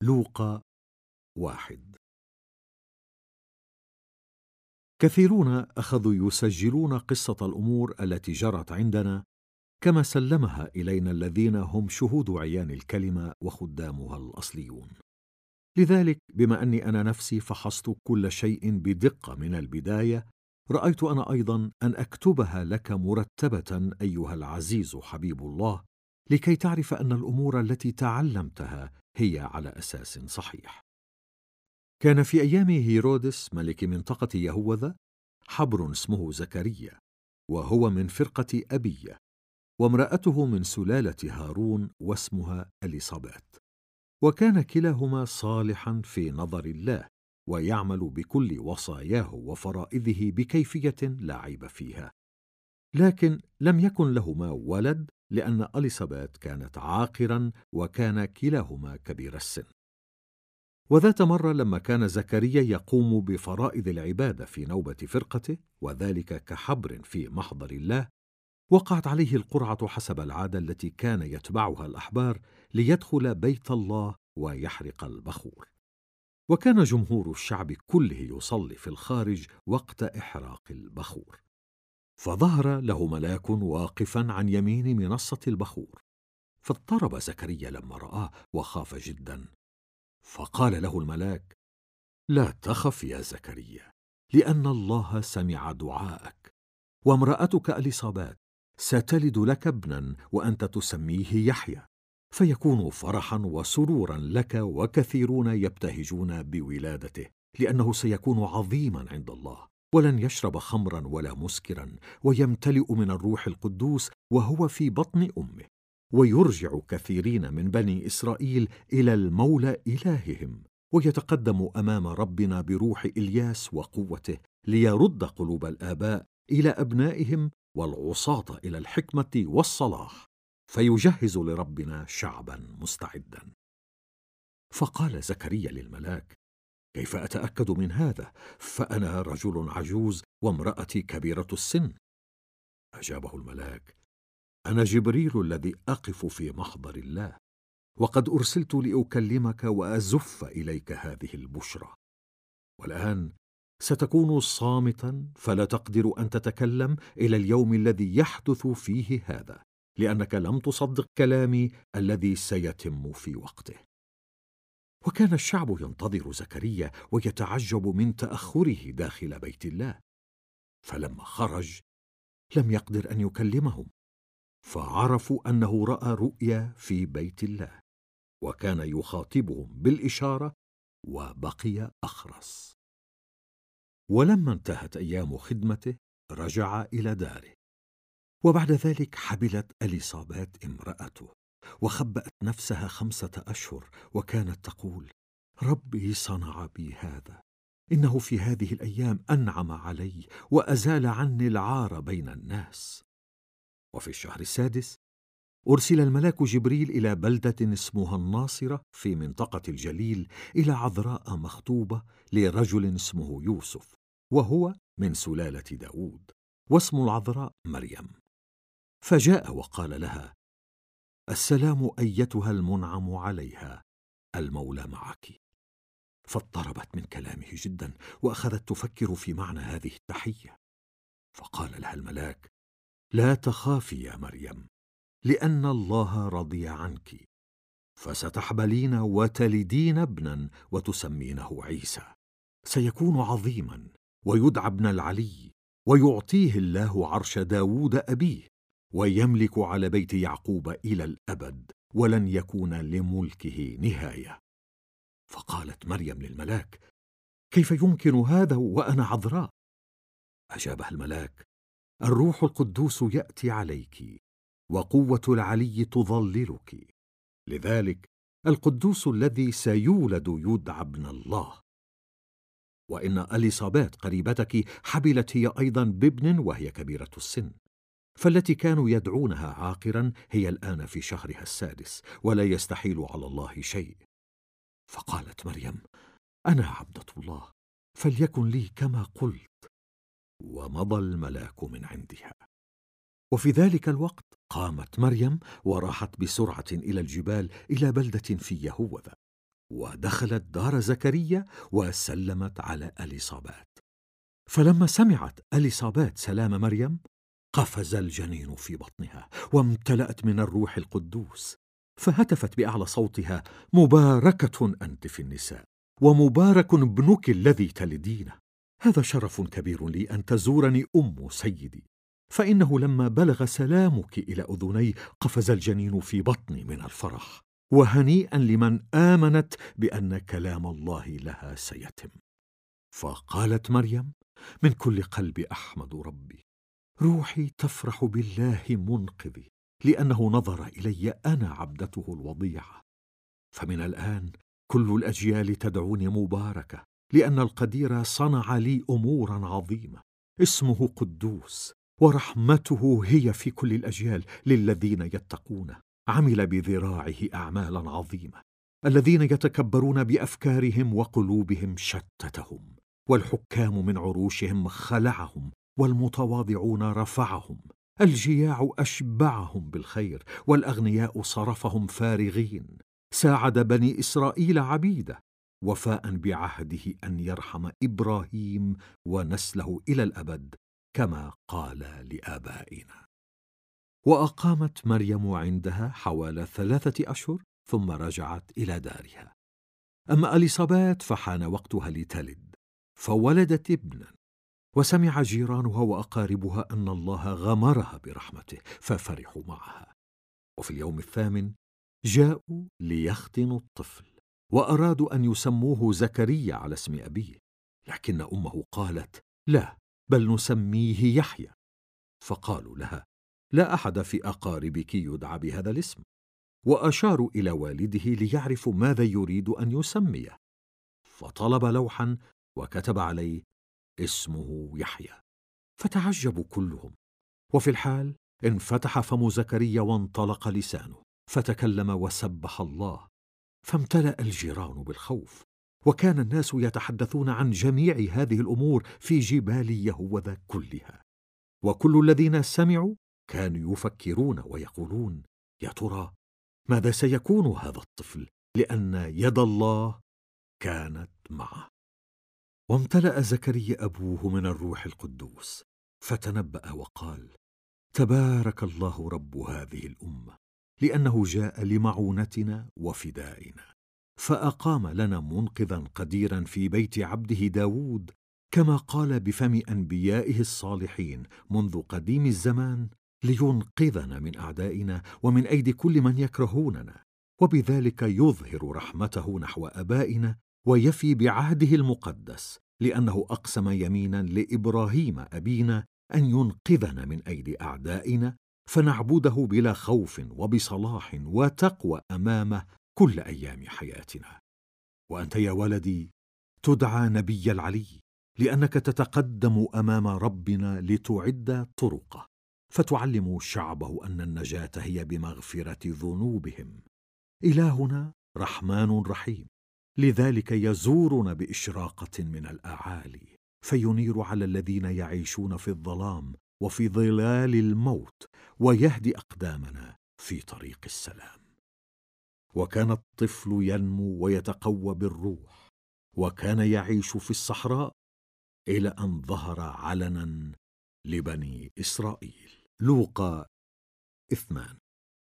لوقا 1. كثيرون أخذوا يسجلون قصة الأمور التي جرت عندنا كما سلمها إلينا الذين هم شهود عيان الكلمة وخدامها الأصليون. لذلك بما أني أنا نفسي فحصت كل شيء بدقة من البداية، رأيت أنا أيضا أن أكتبها لك مرتبة أيها العزيز حبيب الله، لكي تعرف أن الأمور التي تعلمتها هي على أساس صحيح. كان في أيام هيرودس ملك منطقة يهوذا حبر اسمه زكريا، وهو من فرقة أبية، وامرأته من سلالة هارون واسمها إليصابات، وكان كلاهما صالحا في نظر الله، ويعمل بكل وصاياه وفرائضه بكيفية لا عيب فيها. لكن لم يكن لهما ولد، لأن إليصابات كانت عاقرا، وكان كلاهما كبير السن. وذات مرة لما كان زكريا يقوم بفرائض العبادة في نوبة فرقته، وذلك كحبر في محضر الله، وقعت عليه القرعة حسب العادة التي كان يتبعها الأحبار ليدخل بيت الله ويحرق البخور. وكان جمهور الشعب كله يصلي في الخارج وقت إحراق البخور، فظهر له ملاك واقفا عن يمين منصة البخور، فاضطرب زكريا لما رآه وخاف جدا. فقال له الملاك: لا تخف يا زكريا، لأن الله سمع دعاءك، وامرأتك إليصابات ستلد لك ابنا، وأنت تسميه يحيى، فيكون فرحا وسرورا لك، وكثيرون يبتهجون بولادته، لأنه سيكون عظيما عند الله، ولن يشرب خمرا ولا مسكرا، ويمتلئ من الروح القدوس وهو في بطن أمه، ويرجع كثيرين من بني إسرائيل إلى المولى إلههم، ويتقدم أمام ربنا بروح إلياس وقوته، ليرد قلوب الآباء إلى أبنائهم والعصاة إلى الحكمة والصلاح، فيجهز لربنا شعبا مستعدا. فقال زكريا للملاك: كيف أتأكد من هذا؟ فأنا رجل عجوز وامرأتي كبيرة السن. أجابه الملاك: أنا جبريل الذي أقف في محضر الله، وقد أرسلت لأكلمك وأزف إليك هذه البشرى. والآن ستكون صامتا، فلا تقدر أن تتكلم إلى اليوم الذي يحدث فيه هذا، لأنك لم تصدق كلامي الذي سيتم في وقته. وكان الشعب ينتظر زكريا ويتعجب من تأخره داخل بيت الله، فلما خرج لم يقدر أن يكلمهم، فعرفوا أنه رأى رؤيا في بيت الله، وكان يخاطبهم بالإشارة، وبقي أخرس. ولما انتهت أيام خدمته رجع إلى داره، وبعد ذلك حبلت إليصابات امرأته، وخبأت نفسها 5 أشهر، وكانت تقول: ربي صنع بي هذا، إنه في هذه الأيام أنعم علي وأزال عني العار بين الناس. وفي الشهر السادس أرسل الملاك جبريل إلى بلدة اسمها الناصرة في منطقة الجليل، إلى عذراء مخطوبة لرجل اسمه يوسف، وهو من سلالة داود، واسم العذراء مريم. فجاء وقال لها: السلام أيتها المنعم عليها، المولى معك. فاضطربت من كلامه جدا، وأخذت تفكر في معنى هذه التحية. فقال لها الملاك: لا تخافي يا مريم، لأن الله رضي عنك، فستحبلين وتلدين ابنا وتسمينه عيسى، سيكون عظيما ويدعى ابن العلي، ويعطيه الله عرش داود أبيه، ويملك على بيت يعقوب إلى الأبد، ولن يكون لملكه نهاية. فقالت مريم للملاك: كيف يمكن هذا وأنا عذراء؟ أجابها الملاك: الروح القدوس يأتي عليك، وقوة العلي تظللك، لذلك القدوس الذي سيولد يدعى ابن الله. وإن إليصابات قريبتك حبلت هي أيضا بابن، وهي كبيرة السن، فالتي كانوا يدعونها عاقرا هي الآن في شهرها السادس، ولا يستحيل على الله شيء. فقالت مريم: أنا عبدة الله، فليكن لي كما قلت. ومضى الملاك من عندها. وفي ذلك الوقت قامت مريم وراحت بسرعة إلى الجبال، إلى بلدة في يهوذا، ودخلت دار زكريا وسلمت على إليصابات. فلما سمعت إليصابات سلام مريم قفز الجنين في بطنها وامتلأت من الروح القدوس، فهتفت بأعلى صوتها: مباركة أنت في النساء، ومبارك ابنك الذي تلدينه. هذا شرف كبير لي أن تزورني أم سيدي، فإنه لما بلغ سلامك إلى أذني قفز الجنين في بطني من الفرح، وهنيئا لمن آمنت بأن كلام الله لها سيتم. فقالت مريم: من كل قلبي أحمد ربي، روحي تفرح بالله منقذي، لأنه نظر إلي أنا عبدته الوضيعة. فمن الآن كل الأجيال تدعوني مباركة، لأن القدير صنع لي أمورا عظيمة. اسمه قدوس، ورحمته هي في كل الأجيال للذين يتقونه. عمل بذراعه أعمالا عظيمة. الذين يتكبرون بأفكارهم وقلوبهم شتتهم، والحكام من عروشهم خلعهم، والمتواضعون رفعهم. الجياع أشبعهم بالخير، والأغنياء صرفهم فارغين. ساعد بني إسرائيل عبيده، وفاء بعهده أن يرحم إبراهيم ونسله إلى الأبد كما قال لآبائنا. وأقامت مريم عندها حوالي 3 أشهر، ثم رجعت إلى دارها. أما إليصابات فحان وقتها لتلد، فولدت ابنا، وسمع جيرانها وأقاربها أن الله غمرها برحمته، ففرحوا معها. وفي اليوم 8 جاءوا ليختنوا الطفل، وأرادوا أن يسموه زكريا على اسم أبيه، لكن أمه قالت: لا، بل نسميه يحيى. فقالوا لها: لا أحد في أقاربك يدعى بهذا الاسم. وأشاروا إلى والده ليعرفوا ماذا يريد أن يسميه، فطلب لوحا وكتب عليه: اسمه يحيى. فتعجبوا كلهم. وفي الحال انفتح فم زكريا وانطلق لسانه، فتكلم وسبح الله، فامتلأ الجيران بالخوف. وكان الناس يتحدثون عن جميع هذه الأمور في جبال يهوذا كلها. وكل الذين سمعوا كانوا يفكرون ويقولون: يا ترى ماذا سيكون هذا الطفل؟ لأن يد الله كانت معه. وامتلأ زكريا أبوه من الروح القدوس، فتنبأ وقال: تبارك الله رب هذه الأمة، لأنه جاء لمعونتنا وفدائنا، فأقام لنا منقذا قديرا في بيت عبده داود، كما قال بفم أنبيائه الصالحين منذ قديم الزمان، لينقذنا من أعدائنا ومن أيدي كل من يكرهوننا، وبذلك يظهر رحمته نحو آبائنا ويفي بعهده المقدس، لأنه أقسم يمينا لإبراهيم أبينا أن ينقذنا من أيدي أعدائنا، فنعبده بلا خوف وبصلاح وتقوى أمامه كل أيام حياتنا. وأنت يا ولدي تدعى نبي العلي، لأنك تتقدم أمام ربنا لتعد طرقه، فتعلم شعبه أن النجاة هي بمغفرة ذنوبهم. إلهنا رحمن رحيم، لذلك يزورنا بإشراقة من الأعالي، فينير على الذين يعيشون في الظلام وفي ظلال الموت، ويهدي أقدامنا في طريق السلام. وكان الطفل ينمو ويتقوى بالروح، وكان يعيش في الصحراء إلى أن ظهر علنا لبني إسرائيل. لوقا 2.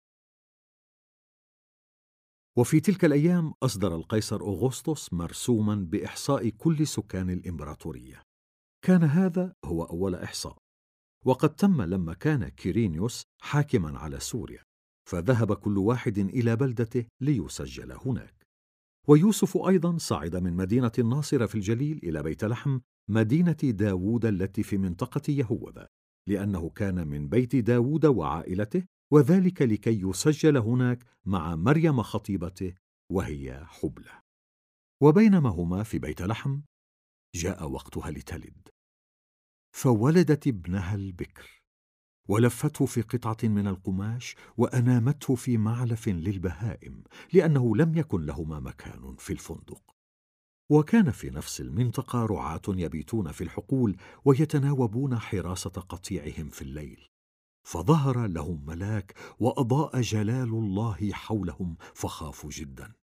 وفي تلك الأيام أصدر القيصر أغسطس مرسوما بإحصاء كل سكان الإمبراطورية. كان هذا هو أول إحصاء، وقد تم لما كان كيرينيوس حاكما على سوريا، فذهب كل واحد إلى بلدته ليسجل هناك. ويوسف أيضا صعد من مدينة الناصرة في الجليل إلى بيت لحم، مدينة داود التي في منطقة يهوذا، لأنه كان من بيت داود وعائلته، وذلك لكي يسجل هناك مع مريم خطيبته وهي حبلى. وبينما هما في بيت لحم جاء وقتها لتلد، فولدت ابنها البكر، ولفته في قطعة من القماش، وأنامته في معلف للبهائم، لأنه لم يكن لهما مكان في الفندق. وكان في نفس المنطقة رعاة يبيتون في الحقول ويتناوبون حراسة قطيعهم في الليل، فظهر لهم ملاك وأضاء جلال الله حولهم، فخافوا جدا.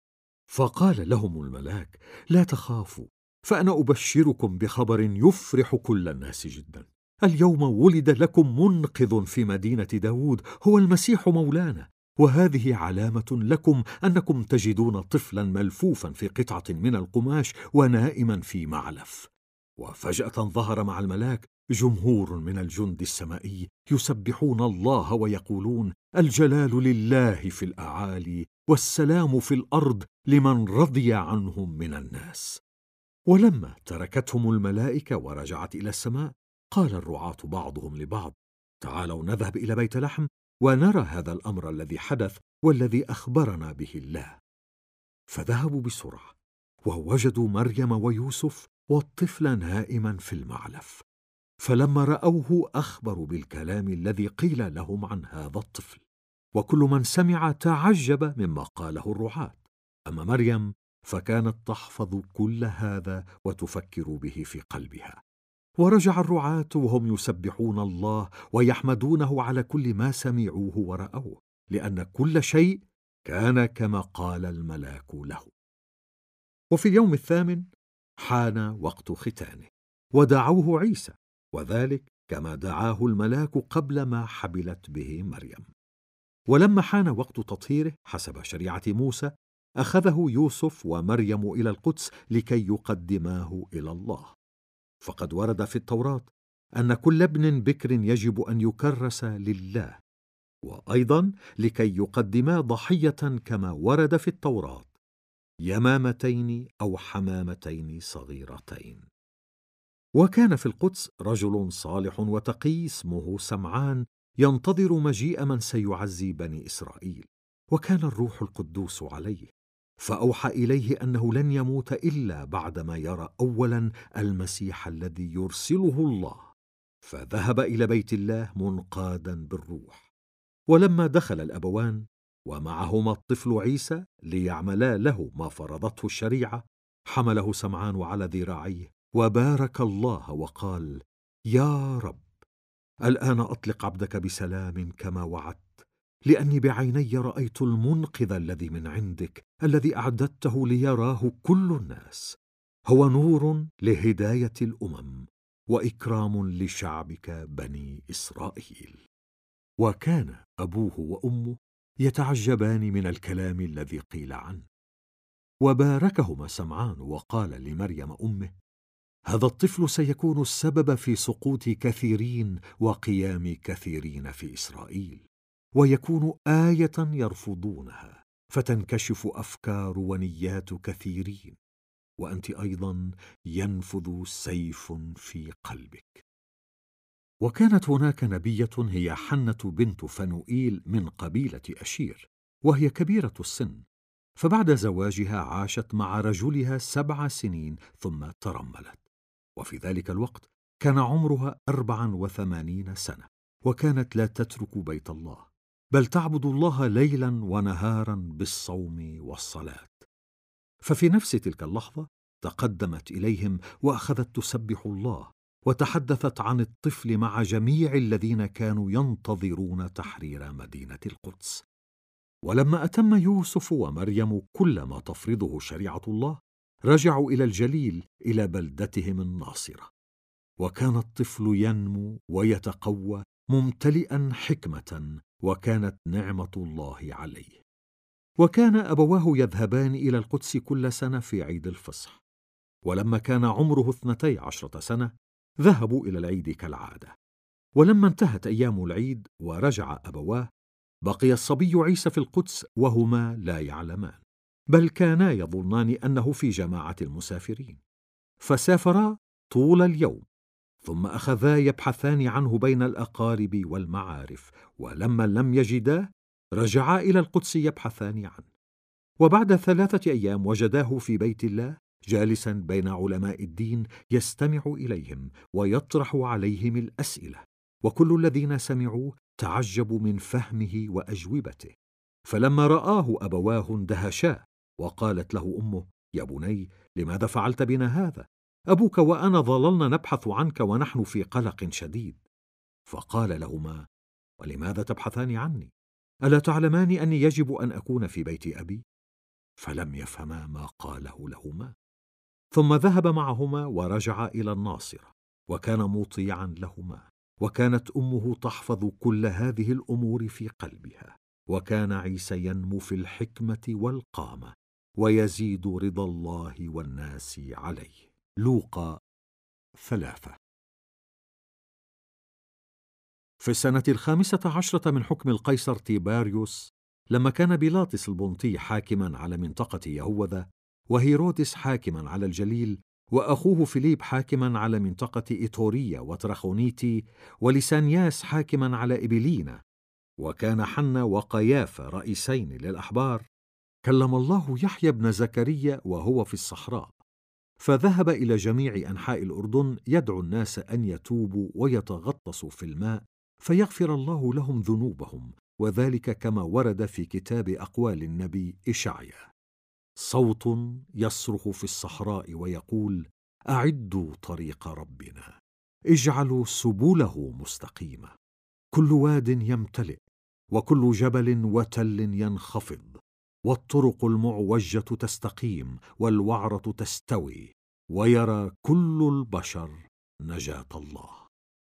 فقال لهم الملاك: لا تخافوا، فأنا أبشركم بخبر يفرح كل الناس جدا. اليوم ولد لكم منقذ في مدينة داود، هو المسيح مولانا. وهذه علامة لكم أنكم تجدون طفلا ملفوفا في قطعة من القماش ونائما في معلف. وفجأة ظهر مع الملاك جمهور من الجند السمائي يسبحون الله ويقولون: الجلال لله في الأعالي، والسلام في الأرض لمن رضي عنهم من الناس. ولما تركتهم الملائكة ورجعت إلى السماء، قال الرعاة بعضهم لبعض: تعالوا نذهب إلى بيت لحم ونرى هذا الأمر الذي حدث والذي أخبرنا به الله. فذهبوا بسرعة ووجدوا مريم ويوسف والطفل نائما في المعلف. فلما رأوه أخبروا بالكلام الذي قيل لهم عن هذا الطفل، وكل من سمع تعجب مما قاله الرعاة. أما مريم فكانت تحفظ كل هذا وتفكر به في قلبها. ورجع الرعاة وهم يسبحون الله ويحمدونه على كل ما سمعوه ورأوه، لأن كل شيء كان كما قال الملاك له. وفي اليوم الثامن حان وقت ختانه، ودعوه عيسى، وذلك كما دعاه الملاك قبل ما حبلت به مريم. ولما حان وقت تطهيره حسب شريعة موسى، أخذه يوسف ومريم إلى القدس لكي يقدماه إلى الله. فقد ورد في التوراة أن كل ابن بكر يجب أن يكرس لله، وأيضا لكي يقدما ضحية كما ورد في التوراة: يمامتين أو حمامتين صغيرتين. وكان في القدس رجل صالح وتقي اسمه سمعان ينتظر مجيء من سيعزي بني إسرائيل، وكان الروح القدوس عليه، فأوحى إليه أنه لن يموت إلا بعدما يرى أولا المسيح الذي يرسله الله. فذهب إلى بيت الله منقادا بالروح. ولما دخل الأبوان ومعهما الطفل عيسى ليعملا له ما فرضته الشريعة، حمله سمعان على ذراعيه وبارك الله وقال: يا رب، الآن أطلق عبدك بسلام كما وعدت، لأني بعيني رأيت المنقذ الذي من عندك، الذي أعددته ليراه كل الناس. هو نور لهداية الأمم وإكرام لشعبك بني إسرائيل. وكان أبوه وأمه يتعجبان من الكلام الذي قيل عنه. وباركهما سمعان وقال لمريم أمه: هذا الطفل سيكون السبب في سقوط كثيرين وقيام كثيرين في إسرائيل، ويكون آية يرفضونها، فتنكشف أفكار ونيات كثيرين، وأنت أيضا ينفذ سيف في قلبك. وكانت هناك نبية هي حنة بنت فنوئيل من قبيلة أشير، وهي كبيرة السن، فبعد زواجها عاشت مع رجلها 7 سنين ثم ترملت. وفي ذلك الوقت كان عمرها 84 سنة، وكانت لا تترك بيت الله، بل تعبد الله ليلا ونهارا بالصوم والصلاة. ففي نفس تلك اللحظة تقدمت إليهم وأخذت تسبح الله، وتحدثت عن الطفل مع جميع الذين كانوا ينتظرون تحرير مدينة القدس. ولما أتم يوسف ومريم كل ما تفرضه شريعة الله، رجعوا إلى الجليل إلى بلدتهم الناصرة. وكان الطفل ينمو ويتقوى ممتلئا حكمة، وكانت نعمة الله عليه. وكان أبواه يذهبان إلى القدس كل سنة في عيد الفصح. ولما كان عمره 12 سنة ذهبوا إلى العيد كالعادة. ولما انتهت أيام العيد ورجع أبواه، بقي الصبي عيسى في القدس وهما لا يعلمان، بل كانا يظنان أنه في جماعة المسافرين. فسافرا طول اليوم، ثم أخذا يبحثان عنه بين الأقارب والمعارف، ولما لم يجداه رجعا إلى القدس يبحثان عنه. وبعد 3 أيام وجداه في بيت الله جالسا بين علماء الدين يستمع إليهم ويطرح عليهم الأسئلة، وكل الذين سمعوه تعجبوا من فهمه وأجوبته. فلما رآه أبواه اندهشا، وقالت له أمه: يا بني، لماذا فعلت بنا هذا؟ أبوك وأنا ظللنا نبحث عنك ونحن في قلق شديد. فقال لهما: ولماذا تبحثان عني؟ ألا تعلمان أني يجب أن أكون في بيت أبي؟ فلم يفهما ما قاله لهما. ثم ذهب معهما ورجع إلى الناصرة، وكان مطيعا لهما، وكانت أمه تحفظ كل هذه الأمور في قلبها، وكان عيسى ينمو في الحكمة والقامة، ويزيد رضا الله والناس عليه. لوقا 3. في السنة 15 من حكم القيصر تيباريوس، لما كان بيلاطس البنطي حاكما على منطقة يهوذا، وهيرودس حاكما على الجليل، وأخوه فيليب حاكما على منطقة إيتوريا وتراخونيتي، ولسانياس حاكما إبلينا، إبلينا، وكان حنا وقيافة رئيسين للأحبار، كلم الله يحيى بن زكريا وهو في الصحراء، فذهب إلى جميع أنحاء الأردن يدعو الناس أن يتوبوا ويتغطسوا في الماء فيغفر الله لهم ذنوبهم، وذلك كما ورد في كتاب أقوال النبي إشعيا: صوت يصرخ في الصحراء ويقول: أعدوا طريق ربنا، اجعلوا سبله مستقيمة. كل واد يمتلئ، وكل جبل وتل ينخفض، والطرق المعوجة تستقيم، والوعرة تستوي، ويرى كل البشر نجاة الله.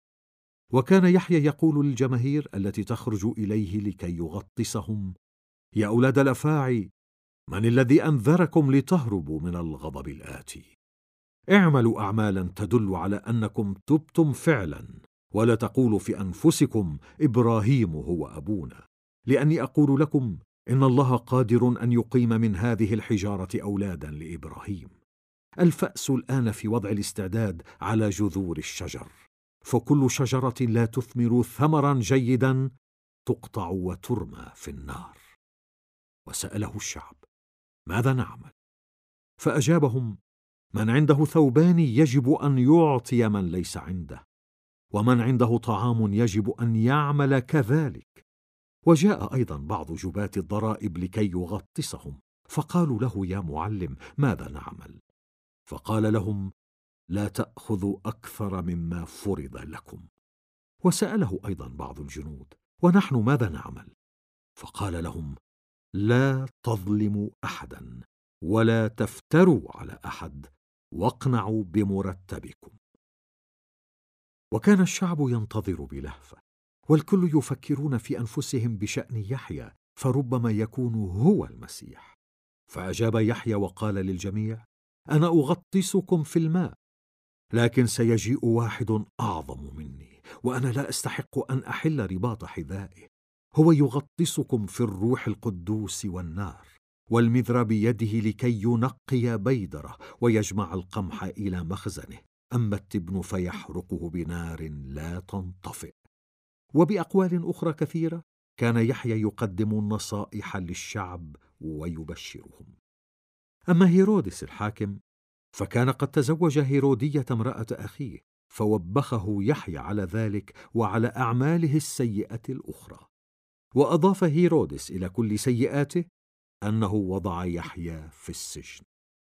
وكان يحيى يقول للجماهير التي تخرج إليه لكي يغطسهم: يا أولاد الأفاعي، من الذي أنذركم لتهربوا من الغضب الآتي؟ اعملوا أعمالا تدل على أنكم تبتم فعلا، ولا تقولوا في أنفسكم: إبراهيم هو أبونا، لأني أقول لكم إن الله قادر أن يقيم من هذه الحجارة أولادا لإبراهيم. الفأس الآن في وضع الاستعداد على جذور الشجر، فكل شجرة لا تثمر ثمرا جيدا تقطع وترمى في النار. وسأله الشعب: ماذا نعمل؟ فأجابهم: من عنده ثوبان يجب أن يعطي من ليس عنده، ومن عنده طعام يجب أن يعمل كذلك. وجاء أيضا بعض جباة الضرائب لكي يغطسهم، فقالوا له: يا معلم، ماذا نعمل؟ فقال لهم: لا تأخذوا أكثر مما فرض لكم. وسأله أيضا بعض الجنود: ونحن ماذا نعمل؟ فقال لهم: لا تظلموا أحدا، ولا تفتروا على أحد، واقنعوا بمرتبكم. وكان الشعب ينتظر بلهفة، والكل يفكرون في أنفسهم بشأن يحيى، فربما يكون هو المسيح. فأجاب يحيى وقال للجميع: أنا أغطسكم في الماء، لكن سيجيء واحد أعظم مني، وأنا لا أستحق أن أحل رباط حذائه. هو يغطسكم في الروح القدوس والنار، والمذر بيده لكي ينقي بيدره ويجمع القمح إلى مخزنه، أما التبن فيحرقه بنار لا تنطفئ. وبأقوال أخرى كثيرة كان يحيى يقدم النصائح للشعب ويبشرهم. أما هيرودس الحاكم فكان قد تزوج هيرودية امرأة أخيه، فوبخه يحيى على ذلك وعلى أعماله السيئة الأخرى. وأضاف هيرودس إلى كل سيئاته أنه وضع يحيى في السجن.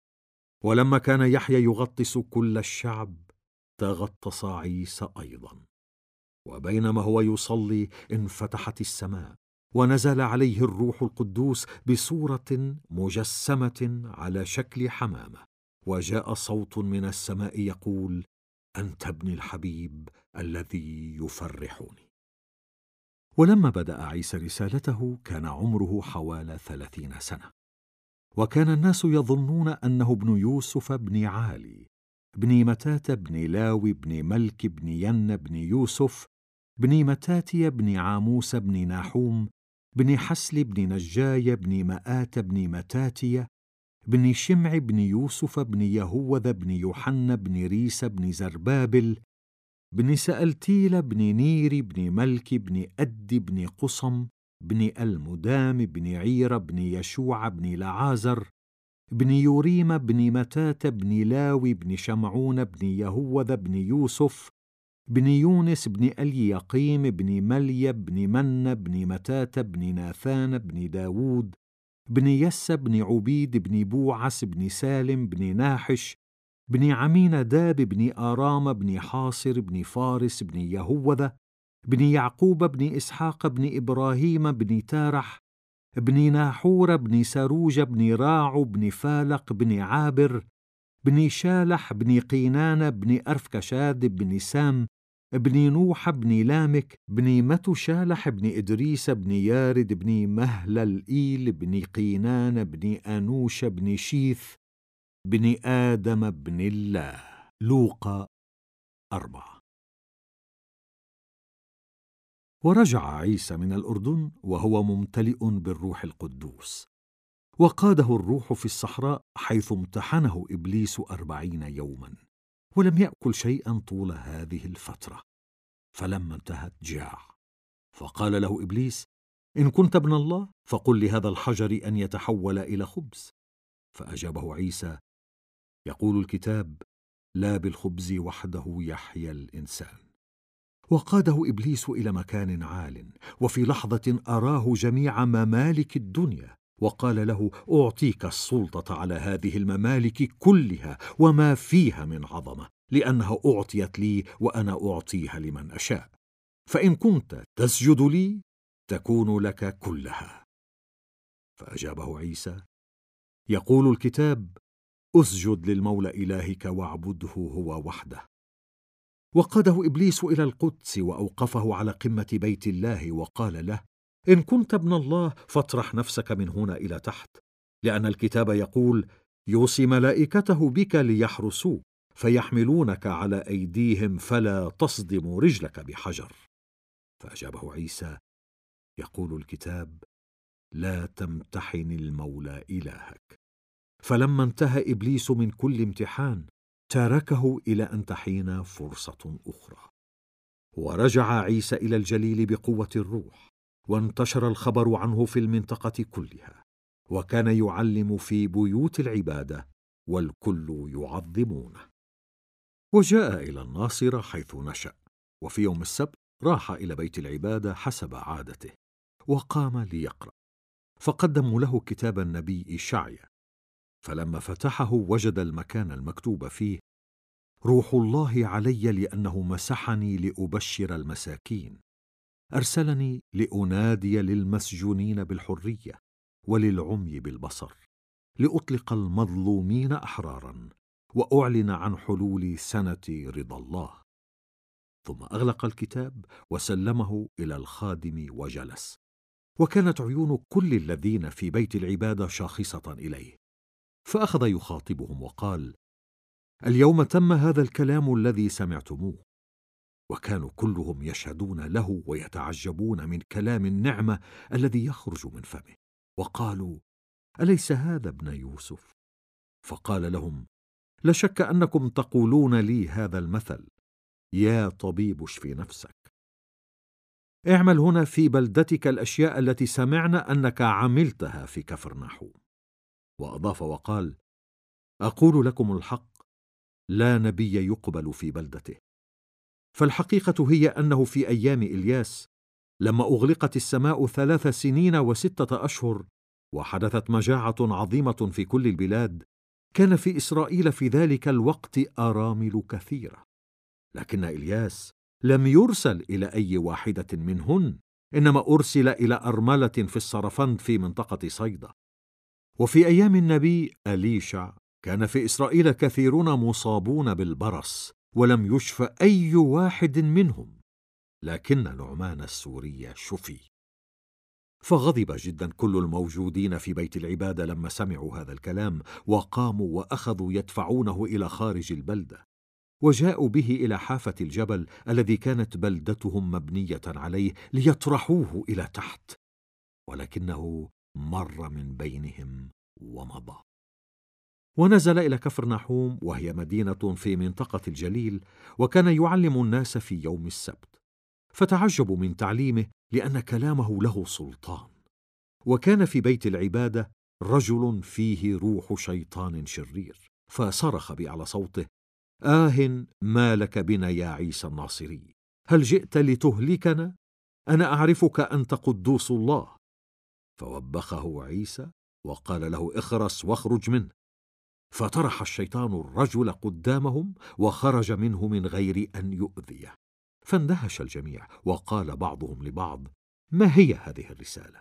ولما كان يحيى يغطس كل الشعب، تغطس عيسى أيضا. وبينما هو يصلي انفتحت السماء، ونزل عليه الروح القدوس بصورة مجسمة على شكل حمامة، وجاء صوت من السماء يقول: أنت ابني الحبيب الذي يفرحني. ولما بدأ عيسى رسالته كان عمره حوالي 30 سنة، وكان الناس يظنون أنه ابن يوسف بن عالي، بن متات بن لاوي بن ملك بن ين بن يوسف بن متاتي بن عاموس بن ناحوم بن حسل بن نجاي بن مآت بن متاتية بن شمع بن يوسف بن يهوذا بن يوحنا بن ريس بن زربابل بن سألتيل بن نيري بن ملك بن أد بن قصم بن المدام بن عير بن يشوع بن لعازر بن يوريم بن متات بن لاوي بن شمعون بن يهوذا بن يوسف بن يونس بن اليقيم بن ملي بن من بن متات بن ناثان بن داود بن يس بن عبيد بن بوعس بن سالم بن ناحش بن عمين داب بن آرام بن حاصر بن فارس بن يهوذا بن يعقوب بن إسحاق بن إبراهيم بن تارح بن ناحور بن سروج بن راع بن فالق بن عابر بن شالح بن قينان بن أرفكشاد بن سام بن نوح بن لامك بن متشالح بن إدريس بن يارد بن مهللئيل بن قينان بن أنوش بن شيث بن آدم بن الله. لوقا 4. ورجع عيسى من الأردن وهو ممتلئ بالروح القدوس، وقاده الروح في الصحراء حيث امتحنه إبليس 40 يوما، ولم يأكل شيئا طول هذه الفترة. فلما انتهت جاع، فقال له إبليس: إن كنت ابن الله فقل لهذا الحجر أن يتحول إلى خبز. فأجابه عيسى: يقول الكتاب: لا بالخبز وحده يحيا الإنسان. وقاده إبليس إلى مكان عال، وفي لحظة أراه جميع ممالك الدنيا، وقال له: أعطيك السلطة على هذه الممالك كلها وما فيها من عظمة، لأنها أعطيت لي وأنا أعطيها لمن أشاء، فإن كنت تسجد لي تكون لك كلها. فأجابه عيسى: يقول الكتاب: أسجد للمولى إلهك واعبده هو وحده. وقاده إبليس إلى القدس وأوقفه على قمة بيت الله، وقال له: إن كنت ابن الله فاطرح نفسك من هنا إلى تحت، لأن الكتاب يقول: يوصي ملائكته بك ليحرسوك، فيحملونك على أيديهم فلا تصدم رجلك بحجر. فأجابه عيسى: يقول الكتاب: لا تمتحن المولى إلهك. فلما انتهى إبليس من كل امتحان تركه إلى أن تحين فرصة أخرى. ورجع عيسى إلى الجليل بقوة الروح، وانتشر الخبر عنه في المنطقة كلها، وكان يعلم في بيوت العبادة والكل يعظمونه. وجاء إلى الناصرة حيث نشأ، وفي يوم السبت راح إلى بيت العبادة حسب عادته، وقام ليقرأ، فقدموا له كتاب النبي إشعيا. فلما فتحه وجد المكان المكتوب فيه: روح الله علي لأنه مسحني لأبشر المساكين، أرسلني لأنادي للمسجونين بالحرية، وللعمي بالبصر، لأطلق المظلومين أحرارا، وأعلن عن حلول سنة رضا الله. ثم أغلق الكتاب وسلمه إلى الخادم وجلس، وكانت عيون كل الذين في بيت العبادة شاخصة إليه، فأخذ يخاطبهم وقال: اليوم تم هذا الكلام الذي سمعتموه. وكانوا كلهم يشهدون له ويتعجبون من كلام النعمة الذي يخرج من فمه، وقالوا: أليس هذا ابن يوسف؟ فقال لهم: لا شك أنكم تقولون لي هذا المثل: يا طبيب اشفي نفسك، اعمل هنا في بلدتك الأشياء التي سمعنا أنك عملتها في كفرناحوم. وأضاف وقال: أقول لكم الحق، لا نبي يقبل في بلدته. فالحقيقة هي أنه في أيام إلياس، لما أغلقت السماء 3 سنين و6 أشهر، وحدثت مجاعة عظيمة في كل البلاد، كان في إسرائيل في ذلك الوقت أرامل كثيرة، لكن إلياس لم يرسل إلى أي واحدة منهن، إنما أرسل إلى أرملة في الصرفند في منطقة صيدا. وفي أيام النبي أليشع كان في إسرائيل كثيرون مصابون بالبرص، ولم يشفى أي واحد منهم، لكن نعمان السوري شفي. فغضب جدا كل الموجودين في بيت العبادة لما سمعوا هذا الكلام، وقاموا وأخذوا يدفعونه إلى خارج البلدة، وجاءوا به إلى حافة الجبل الذي كانت بلدتهم مبنية عليه ليطرحوه إلى تحت، ولكنه مر من بينهم ومضى. ونزل إلى كفرناحوم، وهي مدينة في منطقة الجليل، وكان يعلم الناس في يوم السبت، فتعجبوا من تعليمه لأن كلامه له سلطان. وكان في بيت العبادة رجل فيه روح شيطان شرير، فصرخ بأعلى صوته: آه ما لك بنا يا عيسى الناصري، هل جئت لتهلكنا؟ أنا أعرفك أنت قدوس الله. فوبخه عيسى وقال له: اخرس واخرج منه. فطرح الشيطان الرجل قدامهم، وخرج منه من غير أن يؤذيه. فاندهش الجميع، وقال بعضهم لبعض: ما هي هذه الرسالة؟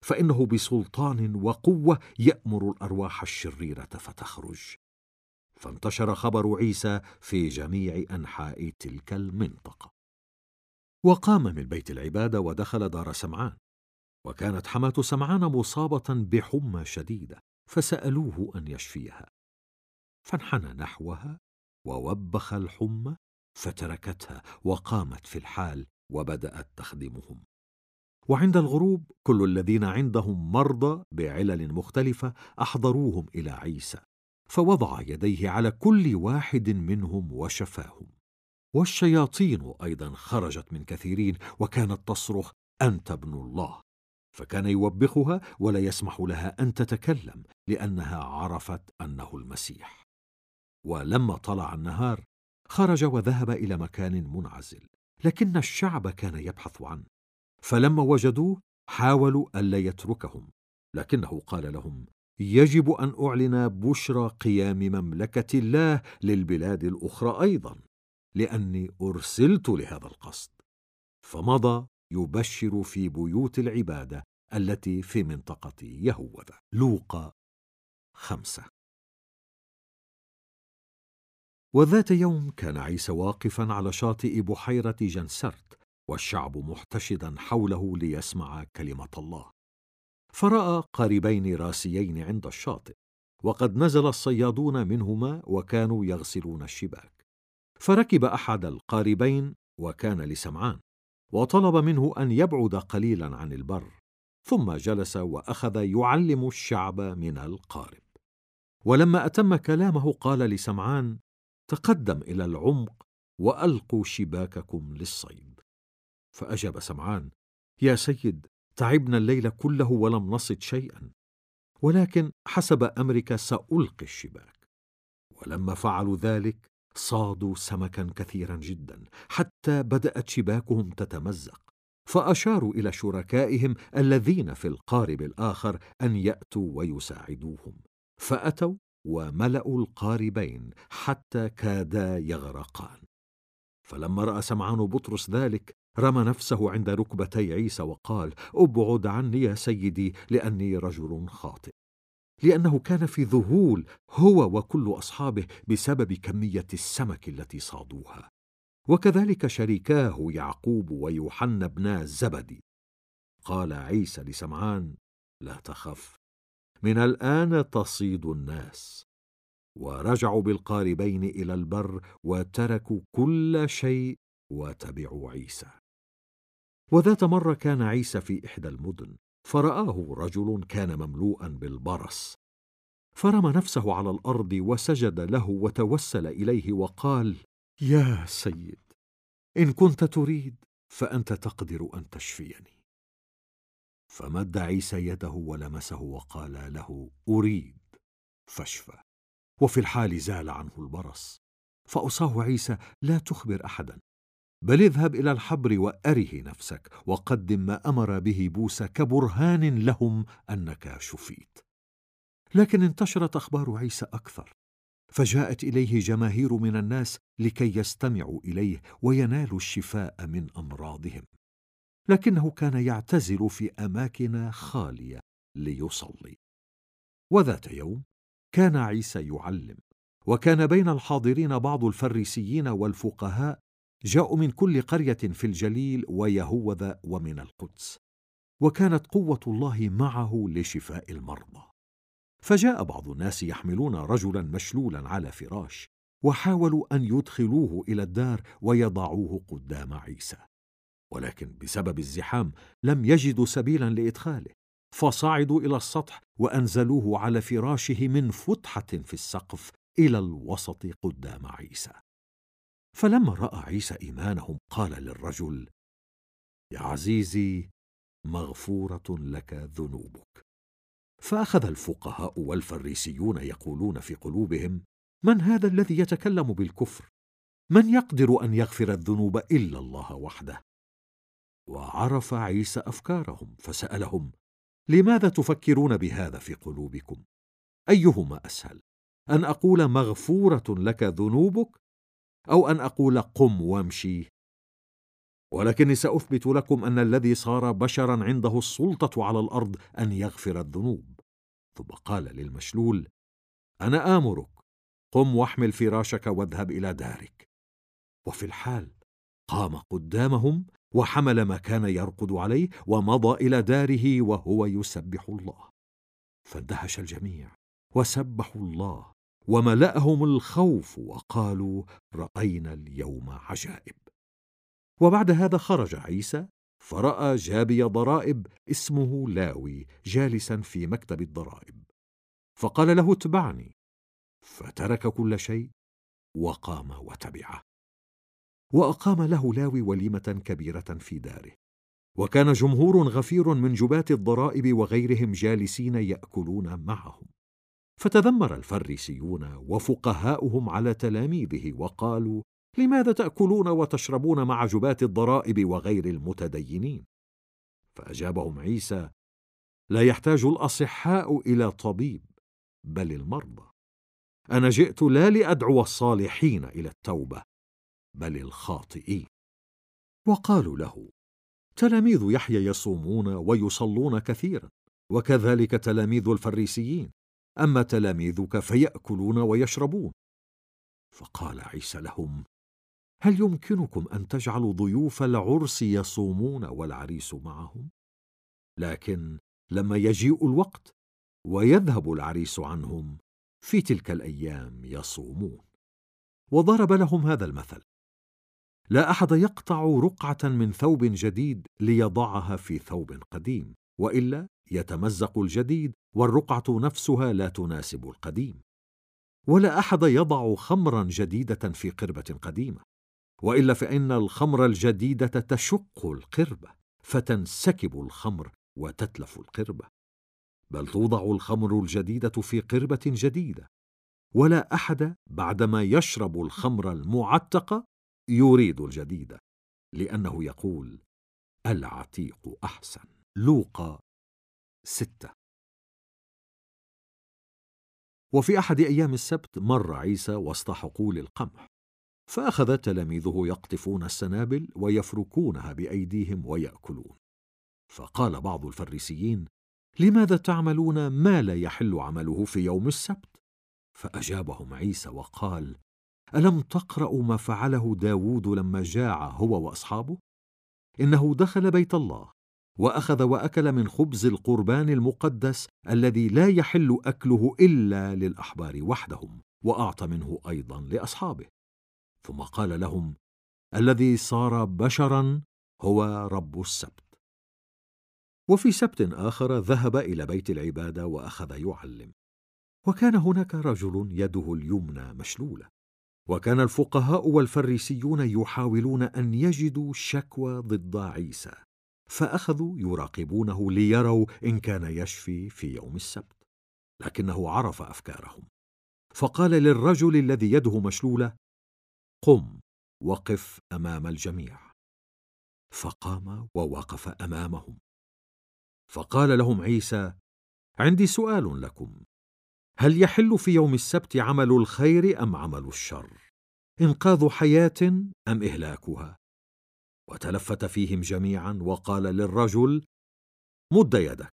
فإنه بسلطان وقوة يأمر الأرواح الشريرة فتخرج. فانتشر خبر عيسى في جميع أنحاء تلك المنطقة. وقام من بيت العبادة ودخل دار سمعان، وكانت حماة سمعان مصابة بحمى شديدة، فسألوه أن يشفيها، فانحنى نحوها ووبخ الحمى فتركتها وقامت في الحال وبدأت تخدمهم. وعند الغروب كل الذين عندهم مرضى بعلل مختلفة أحضروهم إلى عيسى، فوضع يديه على كل واحد منهم وشفاهم. والشياطين أيضا خرجت من كثيرين وكانت تصرخ: أنت ابن الله. فكان يوبخها ولا يسمح لها أن تتكلم، لأنها عرفت أنه المسيح. ولما طلع النهار خرج وذهب إلى مكان منعزل، لكن الشعب كان يبحث عنه، فلما وجدوه حاولوا ألا يتركهم، لكنه قال لهم: يجب أن أعلن بشرى قيام مملكة الله للبلاد الأخرى أيضا، لأني أرسلت لهذا القصد. فمضى يبشر في بيوت العبادة التي في منطقة يهوذا. لوقا 5. وذات يوم كان عيسى واقفا على شاطئ بحيرة جنسرت، والشعب محتشدا حوله ليسمع كلمة الله. فرأى قاربين راسيين عند الشاطئ، وقد نزل الصيادون منهما وكانوا يغسلون الشباك. فركب أحد القاربين وكان لسمعان، وطلب منه أن يبعد قليلا عن البر، ثم جلس وأخذ يعلم الشعب من القارب. ولما أتم كلامه قال لسمعان: تقدم إلى العمق وألقوا شباككم للصيد. فأجاب سمعان: يا سيد، تعبنا الليل كله ولم نصد شيئا، ولكن حسب أمرك سألقي الشباك. ولما فعلوا ذلك صادوا سمكا كثيرا جدا، حتى بدأت شباكهم تتمزق، فأشاروا إلى شركائهم الذين في القارب الآخر أن يأتوا ويساعدوهم، فأتوا وملأوا القاربين حتى كادا يغرقان. فلما رأى سمعان بطرس ذلك رمى نفسه عند ركبتي عيسى وقال: ابعد عني يا سيدي، لأني رجل خاطئ. لأنه كان في ذهول هو وكل أصحابه بسبب كمية السمك التي صادوها، وكذلك شريكاه يعقوب ويوحنا ابنا زبدي. قال عيسى لسمعان: لا تخف، من الآن تصيد الناس. ورجعوا بالقاربين إلى البر وتركوا كل شيء وتبعوا عيسى. وذات مرة كان عيسى في إحدى المدن، فرآه رجل كان مملوءا بالبرص، فرمى نفسه على الأرض وسجد له وتوسل إليه وقال: يا سيد، إن كنت تريد فأنت تقدر أن تشفيني. فمد عيسى يده ولمسه وقال له: أريد، فاشفى. وفي الحال زال عنه البرص. فأوصاه عيسى: لا تخبر أحدا، بل اذهب إلى الحبر وأره نفسك، وقدم ما أمر به موسى كبرهان لهم أنك شفيت. لكن انتشرت أخبار عيسى أكثر، فجاءت إليه جماهير من الناس لكي يستمعوا إليه وينالوا الشفاء من أمراضهم، لكنه كان يعتزل في أماكن خالية ليصلي. وذات يوم كان عيسى يعلم، وكان بين الحاضرين بعض الفريسيين والفقهاء، جاءوا من كل قرية في الجليل ويهوذا ومن القدس، وكانت قوة الله معه لشفاء المرضى. فجاء بعض الناس يحملون رجلا مشلولا على فراش، وحاولوا أن يدخلوه إلى الدار ويضعوه قدام عيسى، ولكن بسبب الزحام لم يجدوا سبيلا لإدخاله، فصعدوا إلى السطح وأنزلوه على فراشه من فتحة في السقف إلى الوسط قدام عيسى. فلما رأى عيسى إيمانهم قال للرجل: يا عزيزي، مغفورة لك ذنوبك. فأخذ الفقهاء والفريسيون يقولون في قلوبهم: من هذا الذي يتكلم بالكفر؟ من يقدر أن يغفر الذنوب إلا الله وحده؟ وعرف عيسى أفكارهم فسألهم: لماذا تفكرون بهذا في قلوبكم؟ أيهما أسهل، أن أقول مغفورة لك ذنوبك، أو أن أقول قم وامشي؟ ولكني سأثبت لكم أن الذي صار بشرا عنده السلطة على الأرض أن يغفر الذنوب. ثم قال للمشلول: أنا آمرك، قم واحمل فراشك واذهب إلى دارك. وفي الحال قام قدامهم وحمل ما كان يرقد عليه ومضى إلى داره وهو يسبح الله. فاندهش الجميع وسبحوا الله، وملأهم الخوف وقالوا: رأينا اليوم عجائب. وبعد هذا خرج عيسى فرأى جابي ضرائب اسمه لاوي جالسا في مكتب الضرائب، فقال له: اتبعني. فترك كل شيء وقام وتبعه. وأقام له لاوي وليمة كبيرة في داره، وكان جمهور غفير من جباة الضرائب وغيرهم جالسين يأكلون معهم. فتذمر الفريسيون وفقهاؤهم على تلاميذه وقالوا: لماذا تأكلون وتشربون مع جباة الضرائب وغير المتدينين؟ فأجابهم عيسى: لا يحتاج الأصحاء إلى طبيب بل المرضى. أنا جئت لا لأدعو الصالحين إلى التوبة بل الخاطئين. وقالوا له: تلاميذ يحيى يصومون ويصلون كثيرا، وكذلك تلاميذ الفريسيين، أما تلاميذك فيأكلون ويشربون. فقال عيسى لهم: هل يمكنكم أن تجعلوا ضيوف العرس يصومون والعريس معهم؟ لكن لما يجيء الوقت ويذهب العريس عنهم، في تلك الأيام يصومون. وضرب لهم هذا المثل: لا أحد يقطع رقعة من ثوب جديد ليضعها في ثوب قديم، وإلا يتمزق الجديد والرقعة نفسها لا تناسب القديم. ولا أحد يضع خمرا جديدة في قربة قديمة، وإلا فإن الخمر الجديدة تشق القربة فتنسكب الخمر وتتلف القربة، بل توضع الخمر الجديدة في قربة جديدة. ولا أحد بعدما يشرب الخمر المعتقة يريد الجديدة، لأنه يقول: العتيق أحسن. لوقا 6. وفي أحد أيام السبت مر عيسى وسط حقول القمح، فأخذ تلاميذه يقطفون السنابل ويفركونها بأيديهم ويأكلون. فقال بعض الفريسيين: لماذا تعملون ما لا يحل عمله في يوم السبت؟ فأجابهم عيسى وقال: ألم تقرأوا ما فعله داود لما جاع هو وأصحابه؟ إنه دخل بيت الله وأخذ وأكل من خبز القربان المقدس الذي لا يحل أكله إلا للأحبار وحدهم، وأعطى منه أيضا لأصحابه. ثم قال لهم: الذي صار بشرا هو رب السبت. وفي سبت آخر ذهب إلى بيت العبادة وأخذ يعلم، وكان هناك رجل يده اليمنى مشلولة. وكان الفقهاء والفريسيون يحاولون أن يجدوا شكوى ضد عيسى، فأخذوا يراقبونه ليروا إن كان يشفي في يوم السبت، لكنه عرف أفكارهم، فقال للرجل الذي يده مشلولة: قم وقف أمام الجميع. فقام ووقف أمامهم. فقال لهم عيسى: عندي سؤال لكم، هل يحل في يوم السبت عمل الخير أم عمل الشر؟ إنقاذ حياة أم إهلاكها؟ وتلفت فيهم جميعا وقال للرجل: مد يدك.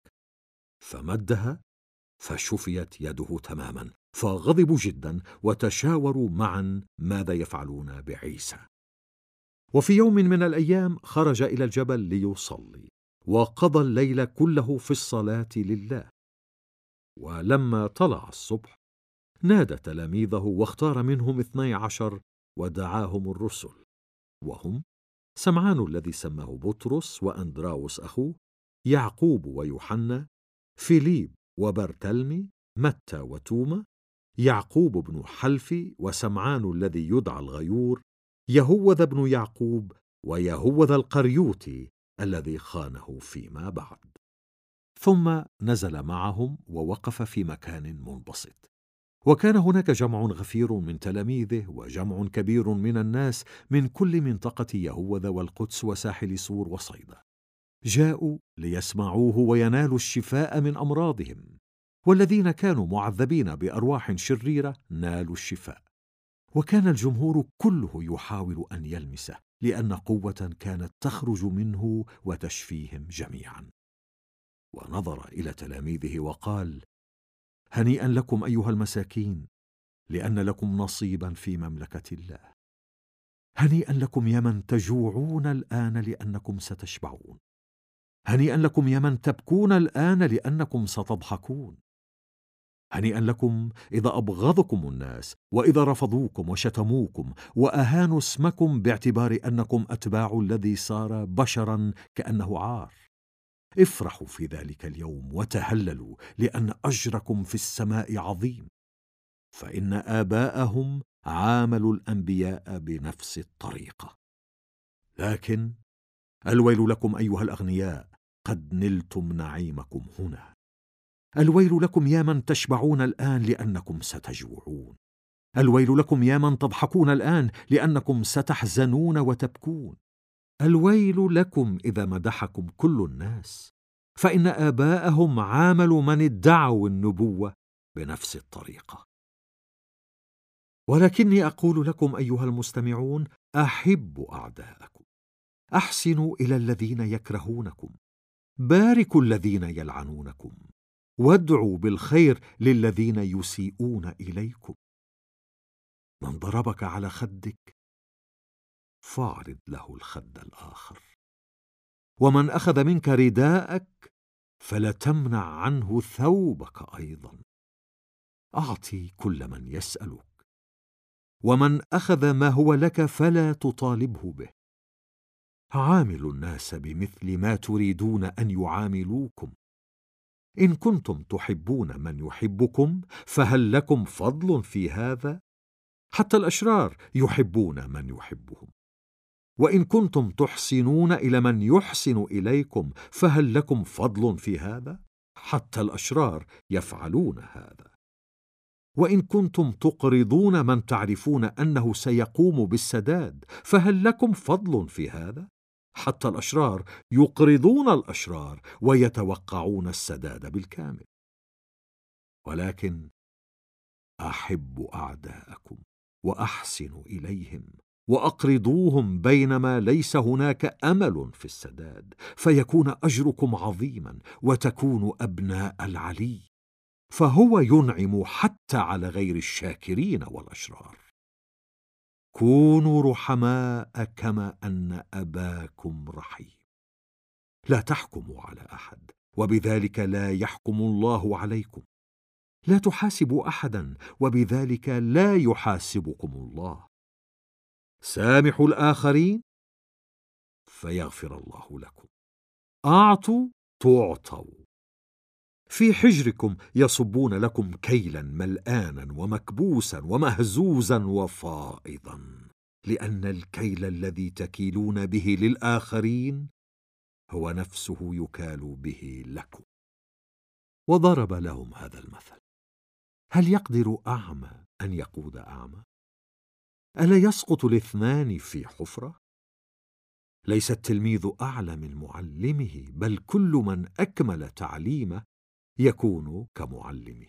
فمدها فشفيت يده تماما، فغضبوا جدا وتشاوروا معا ماذا يفعلون بعيسى. وفي يوم من الأيام خرج إلى الجبل ليصلي، وقضى الليل كله في الصلاة لله. ولما طلع الصبح نادى تلاميذه واختار منهم 12 ودعاهم الرسل، وهم سمعان الذي سماه بطرس وأندراوس أخوه، يعقوب ويوحنا، فيليب وبرتلمي، متى وتوما، يعقوب بن حلفي وسمعان الذي يدعى الغيور، يهوذا بن يعقوب، ويهوذا القريوطي الذي خانه فيما بعد. ثم نزل معهم ووقف في مكان منبسط، وكان هناك جمع غفير من تلاميذه وجمع كبير من الناس من كل منطقة يهوذا والقدس وساحل سور وصيدا، جاءوا ليسمعوه وينالوا الشفاء من أمراضهم، والذين كانوا معذبين بأرواح شريرة نالوا الشفاء. وكان الجمهور كله يحاول أن يلمسه لأن قوة كانت تخرج منه وتشفيهم جميعا. ونظر إلى تلاميذه وقال: هنيئا لكم أيها المساكين، لأن لكم نصيبا في مملكة الله. هنيئا لكم يا من تجوعون الآن لأنكم ستشبعون. هنيئا لكم يا من تبكون الآن لأنكم ستضحكون. هنيئا لكم إذا أبغضكم الناس، وإذا رفضوكم وشتموكم وأهانوا اسمكم باعتبار أنكم أتباع الذي صار بشرا كأنه عار. افرحوا في ذلك اليوم وتهللوا، لأن أجركم في السماء عظيم، فإن آباءهم عاملوا الأنبياء بنفس الطريقة. لكن الويل لكم أيها الأغنياء، قد نلتم نعيمكم هنا. الويل لكم يا من تشبعون الآن لأنكم ستجوعون. الويل لكم يا من تضحكون الآن لأنكم ستحزنون وتبكون. الويل لكم إذا مدحكم كل الناس، فإن آباءهم عاملوا من ادعوا النبوة بنفس الطريقة. ولكني أقول لكم أيها المستمعون: أحبوا أعداءكم، أحسنوا إلى الذين يكرهونكم، باركوا الذين يلعنونكم، وادعوا بالخير للذين يسيئون إليكم. من ضربك على خدك فاعرض له الخد الآخر، ومن أخذ منك رداءك فلا تمنع عنه ثوبك أيضا. أعطي كل من يسألك، ومن أخذ ما هو لك فلا تطالبه به. عاملوا الناس بمثل ما تريدون أن يعاملوكم. إن كنتم تحبون من يحبكم فهل لكم فضل في هذا؟ حتى الأشرار يحبون من يحبهم. وإن كنتم تحسنون إلى من يحسن إليكم فهل لكم فضل في هذا؟ حتى الأشرار يفعلون هذا. وإن كنتم تقرضون من تعرفون أنه سيقوم بالسداد فهل لكم فضل في هذا؟ حتى الأشرار يقرضون الأشرار ويتوقعون السداد بالكامل. ولكن أحبوا أعداءكم وأحسنوا إليهم وأقرضوهم بينما ليس هناك أمل في السداد، فيكون أجركم عظيما وتكونوا أبناء العلي، فهو ينعم حتى على غير الشاكرين والأشرار. كونوا رحماء كما أن أباكم رحيم. لا تحكموا على أحد، وبذلك لا يحكم الله عليكم. لا تحاسبوا أحدا، وبذلك لا يحاسبكم الله. سامحوا الآخرين فيغفر الله لكم. أعطوا تعطوا. في حجركم يصبون لكم كيلا ملآنا ومكبوسا ومهزوزا وفائضا، لأن الكيل الذي تكيلون به للآخرين هو نفسه يكال به لكم. وضرب لهم هذا المثل: هل يقدر أعمى أن يقود أعمى؟ ألا يسقط الاثنان في حفرة؟ ليس التلميذ أعلى من معلمه، بل كل من أكمل تعليمه يكون كمعلمه.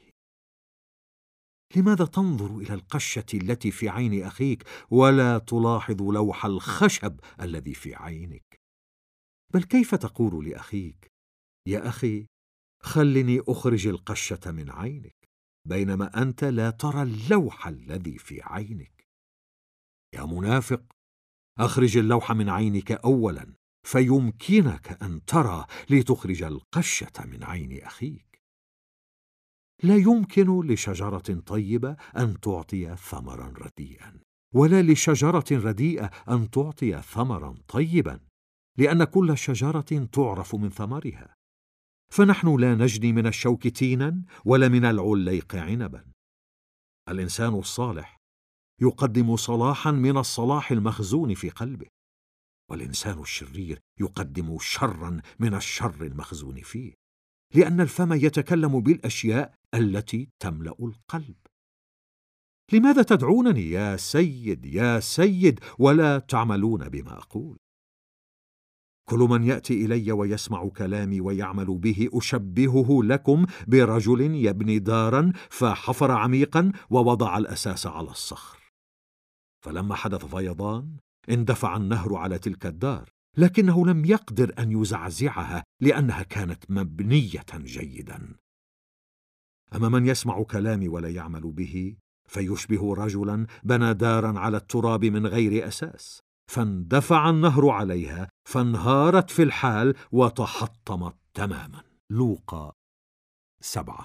لماذا تنظر إلى القشة التي في عين أخيك ولا تلاحظ لوح الخشب الذي في عينك؟ بل كيف تقول لأخيك: يا أخي خلني أخرج القشة من عينك، بينما أنت لا ترى اللوح الذي في عينك؟ يا منافق، أخرج اللوح من عينك أولا فيمكنك أن ترى لتخرج القشة من عين أخيك. لا يمكن لشجرة طيبة أن تعطي ثمرا رديئا، ولا لشجرة رديئة أن تعطي ثمرا طيبا، لأن كل شجرة تعرف من ثمرها. فنحن لا نجني من الشوك تينا ولا من العليق عنبا. الإنسان الصالح يقدم صلاحا من الصلاح المخزون في قلبه، والإنسان الشرير يقدم شرا من الشر المخزون فيه، لأن الفم يتكلم بالأشياء التي تملأ القلب. لماذا تدعونني يا سيد يا سيد ولا تعملون بما أقول؟ كل من يأتي إلي ويسمع كلامي ويعمل به أشبهه لكم برجل يبني دارا فحفر عميقا ووضع الأساس على الصخر. فلما حدث فيضان اندفع النهر على تلك الدار، لكنه لم يقدر أن يزعزعها لأنها كانت مبنية جيدا. أما من يسمع كلامي ولا يعمل به فيشبه رجلا بنى دارا على التراب من غير أساس، فاندفع النهر عليها فانهارت في الحال وتحطمت تماما. لوقا 7.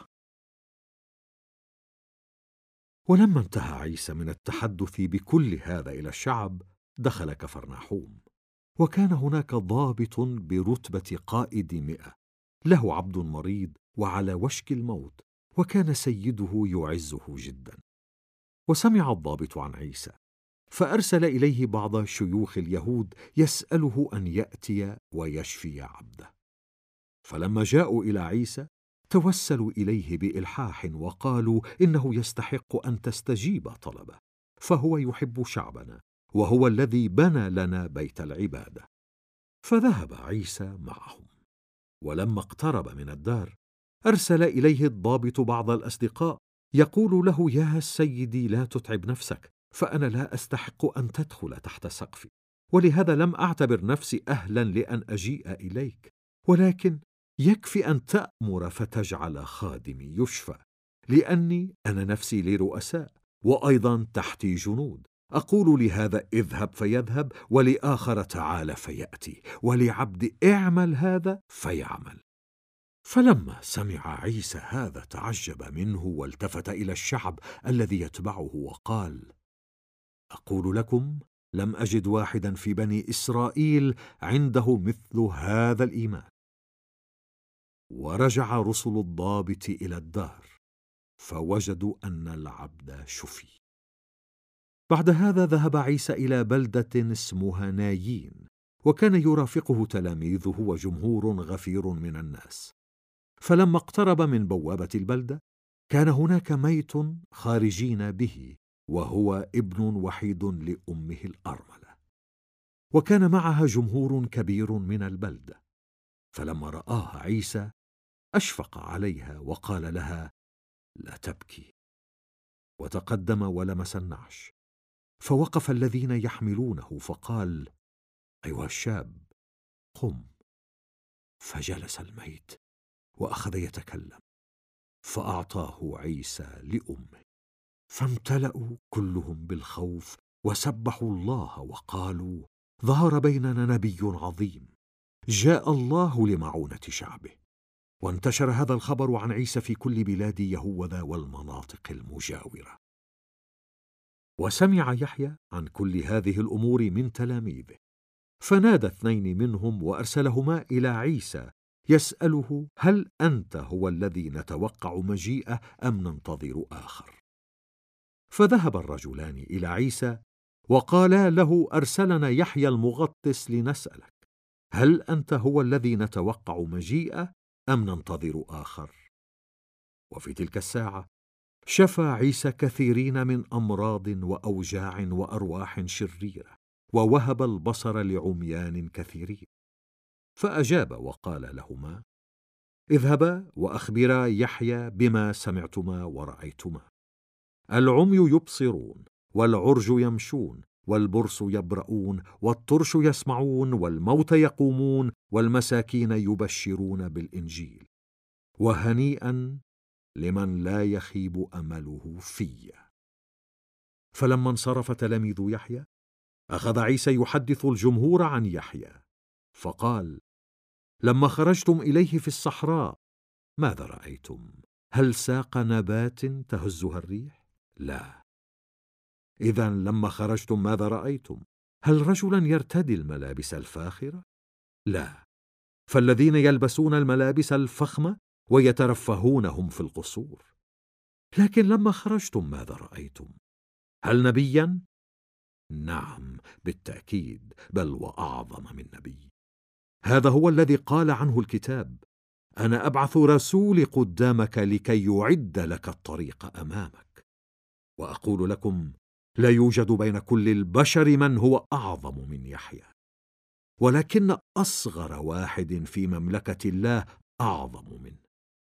ولما انتهى عيسى من التحدث بكل هذا إلى الشعب دخل كفرناحوم، وكان هناك ضابط برتبة قائد 100 له عبد مريض وعلى وشك الموت، وكان سيده يعزه جدا. وسمع الضابط عن عيسى فأرسل إليه بعض شيوخ اليهود يسأله أن يأتي ويشفي عبده. فلما جاءوا إلى عيسى توسلوا إليه بإلحاح وقالوا إنه يستحق أن تستجيب طلبه، فهو يحب شعبنا وهو الذي بنى لنا بيت العبادة. فذهب عيسى معهم، ولما اقترب من الدار أرسل إليه الضابط بعض الأصدقاء يقول له: يا سيدي، لا تتعب نفسك، فأنا لا أستحق أن تدخل تحت سقفي، ولهذا لم أعتبر نفسي أهلا لأن أجيء إليك، ولكن يكفي أن تأمر فتجعل خادمي يشفى، لأني أنا نفسي لي رؤساء، وأيضا تحتي جنود. أقول لهذا اذهب فيذهب، ولآخر تعال فيأتي، ولعبد اعمل هذا فيعمل. فلما سمع عيسى هذا تعجب منه، والتفت إلى الشعب الذي يتبعه وقال: أقول لكم لم أجد واحدا في بني إسرائيل عنده مثل هذا الإيمان. ورجع رسل الضابط إلى الدار فوجدوا أن العبد شفي. بعد هذا ذهب عيسى إلى بلدة اسمها نايين، وكان يرافقه تلاميذه وجمهور غفير من الناس. فلما اقترب من بوابة البلدة كان هناك ميت خارجين به، وهو ابن وحيد لأمه الأرملة، وكان معها جمهور كبير من البلدة. فلما رآها عيسى أشفق عليها وقال لها: لا تبكي. وتقدم ولمس النعش، فوقف الذين يحملونه فقال: أيها الشاب، قم. فجلس الميت وأخذ يتكلم، فأعطاه عيسى لأمه. فامتلأوا كلهم بالخوف وسبحوا الله وقالوا: ظهر بيننا نبي عظيم، جاء الله لمعونة شعبه. وانتشر هذا الخبر عن عيسى في كل بلاد يهوذا والمناطق المجاورة. وسمع يحيى عن كل هذه الأمور من تلاميذه، فنادى 2 منهم وأرسلهما إلى عيسى يسأله: هل أنت هو الذي نتوقع مجيئه أم ننتظر آخر؟ فذهب الرجلان إلى عيسى وقالا له: أرسلنا يحيى المغطس لنسألك: هل أنت هو الذي نتوقع مجيئه أم ننتظر آخر؟ وفي تلك الساعة شفى عيسى كثيرين من أمراض وأوجاع وأرواح شريرة، ووهب البصر لعميان كثيرين. فأجاب وقال لهما: اذهبا وأخبرا يحيى بما سمعتما ورأيتما. العمي يبصرون، والعرج يمشون، والبرص يبرؤون، والطرش يسمعون، والموت يقومون، والمساكين يبشرون بالإنجيل. وهنيئا لمن لا يخيب أمله في. فلما انصرف تلاميذ يحيى أخذ عيسى يحدث الجمهور عن يحيى، فقال: لما خرجتم إليه في الصحراء ماذا رأيتم؟ هل ساق نبات تهزها الريح؟ لا. إذن لما خرجتم ماذا رأيتم؟ هل رجلا يرتدي الملابس الفاخرة؟ لا. فالذين يلبسون الملابس الفخمة ويترفهونهم في القصور. لكن لما خرجتم ماذا رأيتم؟ هل نبيا؟ نعم بالتأكيد، بل وأعظم من نبي. هذا هو الذي قال عنه الكتاب: أنا أبعث رسولي قدامك لكي يعد لك الطريق أمامك. وأقول لكم: لا يوجد بين كل البشر من هو أعظم من يحيى، ولكن أصغر واحد في مملكة الله أعظم منه.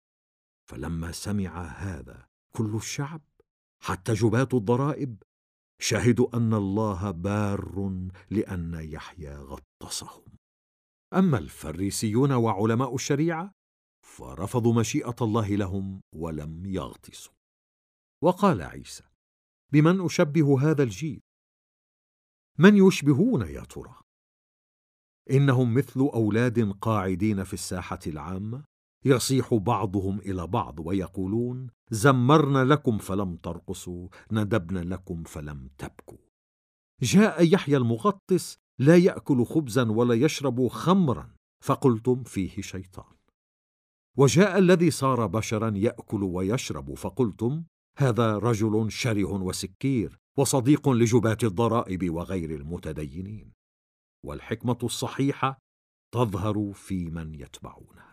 فلما سمع هذا كل الشعب حتى جباة الضرائب شهدوا أن الله بار لأن يحيى غطسهم. أما الفريسيون وعلماء الشريعة فرفضوا مشيئة الله لهم ولم يغطسوا. وقال عيسى: بمن أشبه هذا الجيل؟ من يشبهون يا ترى؟ إنهم مثل أولاد قاعدين في الساحة العامة، يصيح بعضهم إلى بعض ويقولون: زمرنا لكم فلم ترقصوا، ندبنا لكم فلم تبكوا. جاء يحيى المغطس لا يأكل خبزا ولا يشرب خمرا، فقلتم فيه شيطان. وجاء الذي صار بشرا يأكل ويشرب، فقلتم هذا رجل شره وسكير وصديق لجباة الضرائب وغير المتدينين. والحكمة الصحيحة تظهر في من يتبعونها.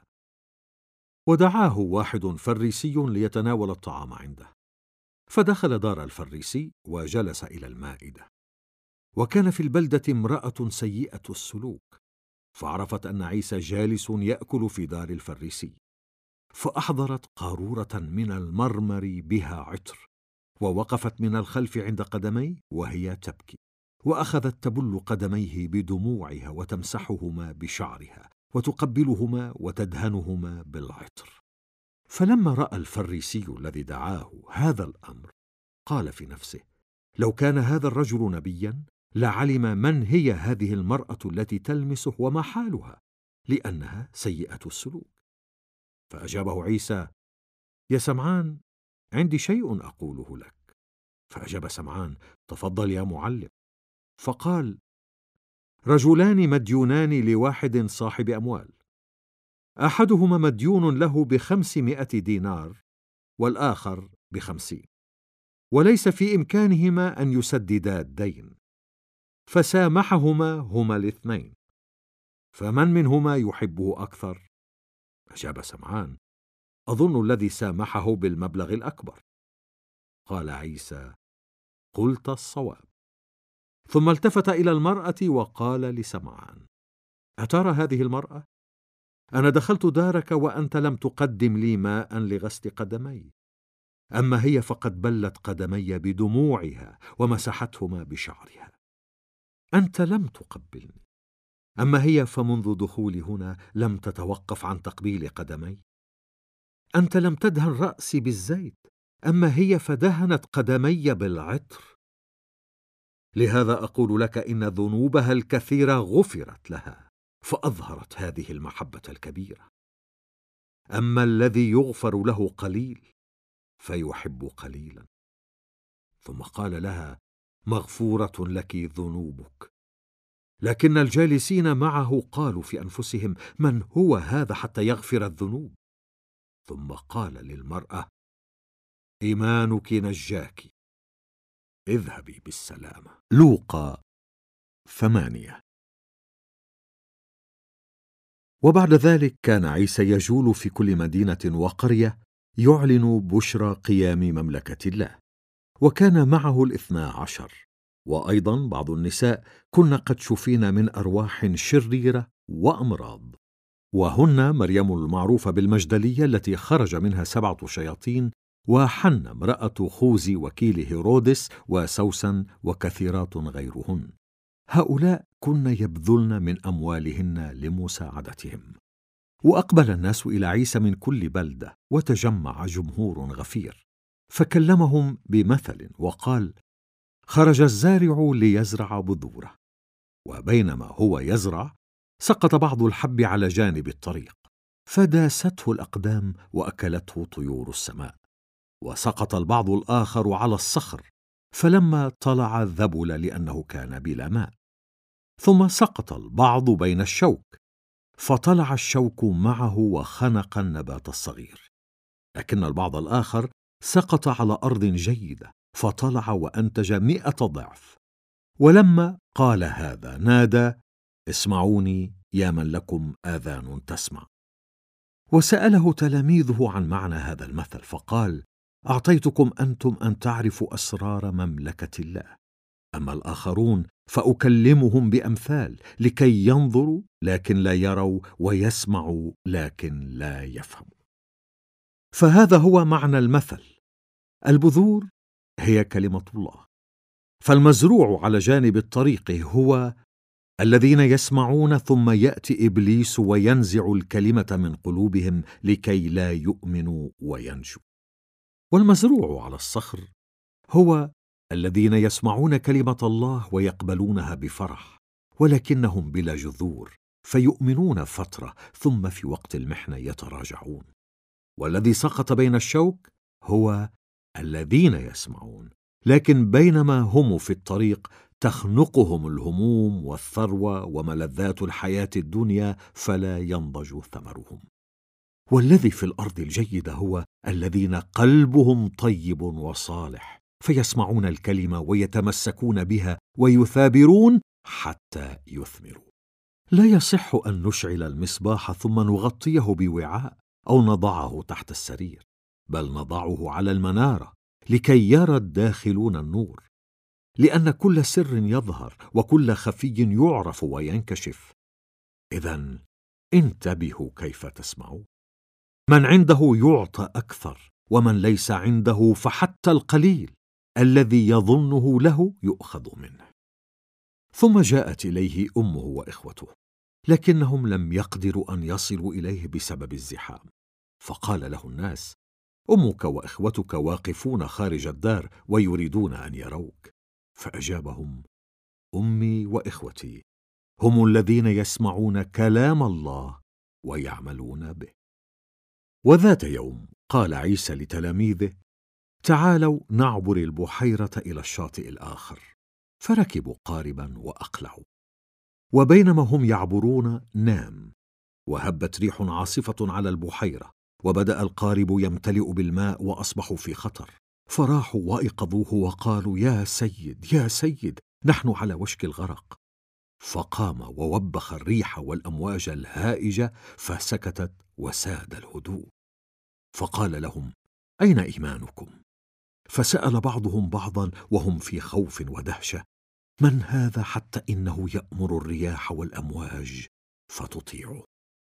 ودعاه واحد فريسي ليتناول الطعام عنده، فدخل دار الفريسي وجلس إلى المائدة. وكان في البلدة امرأة سيئة السلوك، فعرفت أن عيسى جالس يأكل في دار الفريسي، فأحضرت قارورة من المرمر بها عطر، ووقفت من الخلف عند قدميه وهي تبكي، وأخذت تبل قدميه بدموعها وتمسحهما بشعرها وتقبلهما وتدهنهما بالعطر. فلما رأى الفريسي الذي دعاه هذا الأمر قال في نفسه: لو كان هذا الرجل نبيا لعلم من هي هذه المرأة التي تلمسه وما حالها، لأنها سيئة السلوك. فأجابه عيسى: يا سمعان، عندي شيء أقوله لك. فأجاب سمعان: تفضل يا معلم. فقال: رجلان مديونان لواحد صاحب أموال، أحدهما مديون له ب500 دينار والآخر ب50، وليس في إمكانهما أن يسددا الدين، فسامحهما هما الاثنين، فمن منهما يحبه أكثر؟ أجاب سمعان: أظن الذي سامحه بالمبلغ الأكبر. قال عيسى: قلت الصواب. ثم التفت إلى المرأة وقال لسمعان: أترى هذه المرأة؟ أنا دخلت دارك وأنت لم تقدم لي ماء لغسل قدمي، أما هي فقد بلت قدمي بدموعها ومسحتهما بشعرها. أنت لم تقبلني، أما هي فمنذ دخولي هنا لم تتوقف عن تقبيل قدمي. أنت لم تدهن رأسي بالزيت، أما هي فدهنت قدمي بالعطر. لهذا أقول لك إن ذنوبها الكثيرة غفرت لها، فأظهرت هذه المحبة الكبيرة. أما الذي يغفر له قليل فيحب قليلا. ثم قال لها: مغفورة لك ذنوبك. لكن الجالسين معه قالوا في أنفسهم: من هو هذا حتى يغفر الذنوب؟ ثم قال للمرأة: إيمانك نجاك، اذهبي بالسلامة. لوقا 8. وبعد ذلك كان عيسى يجول في كل مدينة وقرية يعلن بشرى قيام مملكة الله، وكان معه 12، وأيضا بعض النساء كن قد شفين من أرواح شريرة وأمراض، وهن مريم المعروفة بالمجدلية التي خرج منها 7 شياطين، وحنة امرأة خوذي وكيل هيرودس، وسوسن، وكثيرات غيرهن. هؤلاء كن يبذلن من أموالهن لمساعدتهم. وأقبل الناس إلى عيسى من كل بلدة، وتجمع جمهور غفير، فكلمهم بمثل وقال: خرج الزارع ليزرع بذوره، وبينما هو يزرع سقط بعض الحب على جانب الطريق، فداسته الأقدام وأكلته طيور السماء. وسقط البعض الآخر على الصخر، فلما طلع ذبل لأنه كان بلا ماء. ثم سقط البعض بين الشوك، فطلع الشوك معه وخنق النبات الصغير. لكن البعض الآخر سقط على أرض جيدة، فطلع وأنتج 100 ضعف. ولما قال هذا نادى: اسمعوني يا من لكم آذان تسمع. وسأله تلاميذه عن معنى هذا المثل، فقال: أعطيتكم أنتم أن تعرفوا أسرار مملكة الله، أما الآخرون فأكلمهم بأمثال، لكي ينظروا لكن لا يروا، ويسمعوا لكن لا يفهموا. فهذا هو معنى المثل: البذور هي كلمة الله، فالمزروع على جانب الطريق هو الذين يسمعون، ثم يأتي إبليس وينزع الكلمة من قلوبهم لكي لا يؤمنوا وينجوا. والمزروع على الصخر هو الذين يسمعون كلمة الله ويقبلونها بفرح، ولكنهم بلا جذور، فيؤمنون فترة ثم في وقت المحنة يتراجعون. والذي سقط بين الشوك هو الذين يسمعون، لكن بينما هم في الطريق تخنقهم الهموم والثروة وملذات الحياة الدنيا فلا ينضج ثمرهم. والذي في الأرض الجيدة هو الذين قلبهم طيب وصالح، فيسمعون الكلمة ويتمسكون بها ويثابرون حتى يثمروا. لا يصح أن نشعل المصباح ثم نغطيه بوعاء أو نضعه تحت السرير، بل نضعه على المنارة لكي يرى الداخلون النور، لأن كل سر يظهر وكل خفي يعرف وينكشف. إذن انتبهوا كيف تسمعون. من عنده يعطى أكثر، ومن ليس عنده فحتى القليل الذي يظنه له يؤخذ منه. ثم جاءت إليه أمه وإخوته، لكنهم لم يقدروا أن يصلوا إليه بسبب الزحام. فقال له الناس: أمك وإخوتك واقفون خارج الدار ويريدون أن يروك. فأجابهم: أمي وإخوتي هم الذين يسمعون كلام الله ويعملون به. وذات يوم قال عيسى لتلاميذه: تعالوا نعبر البحيرة إلى الشاطئ الآخر. فركبوا قاربا وأقلعوا. وبينما هم يعبرون نام، وهبت ريح عاصفة على البحيرة، وبدأ القارب يمتلئ بالماء وأصبحوا في خطر. فراحوا وأيقظوه وقالوا: يا سيد يا سيد، نحن على وشك الغرق. فقام ووبخ الريح والأمواج الهائجة فسكتت وساد الهدوء. فقال لهم: أين إيمانكم؟ فسأل بعضهم بعضا وهم في خوف ودهشة: من هذا حتى إنه يأمر الرياح والأمواج فتطيعه؟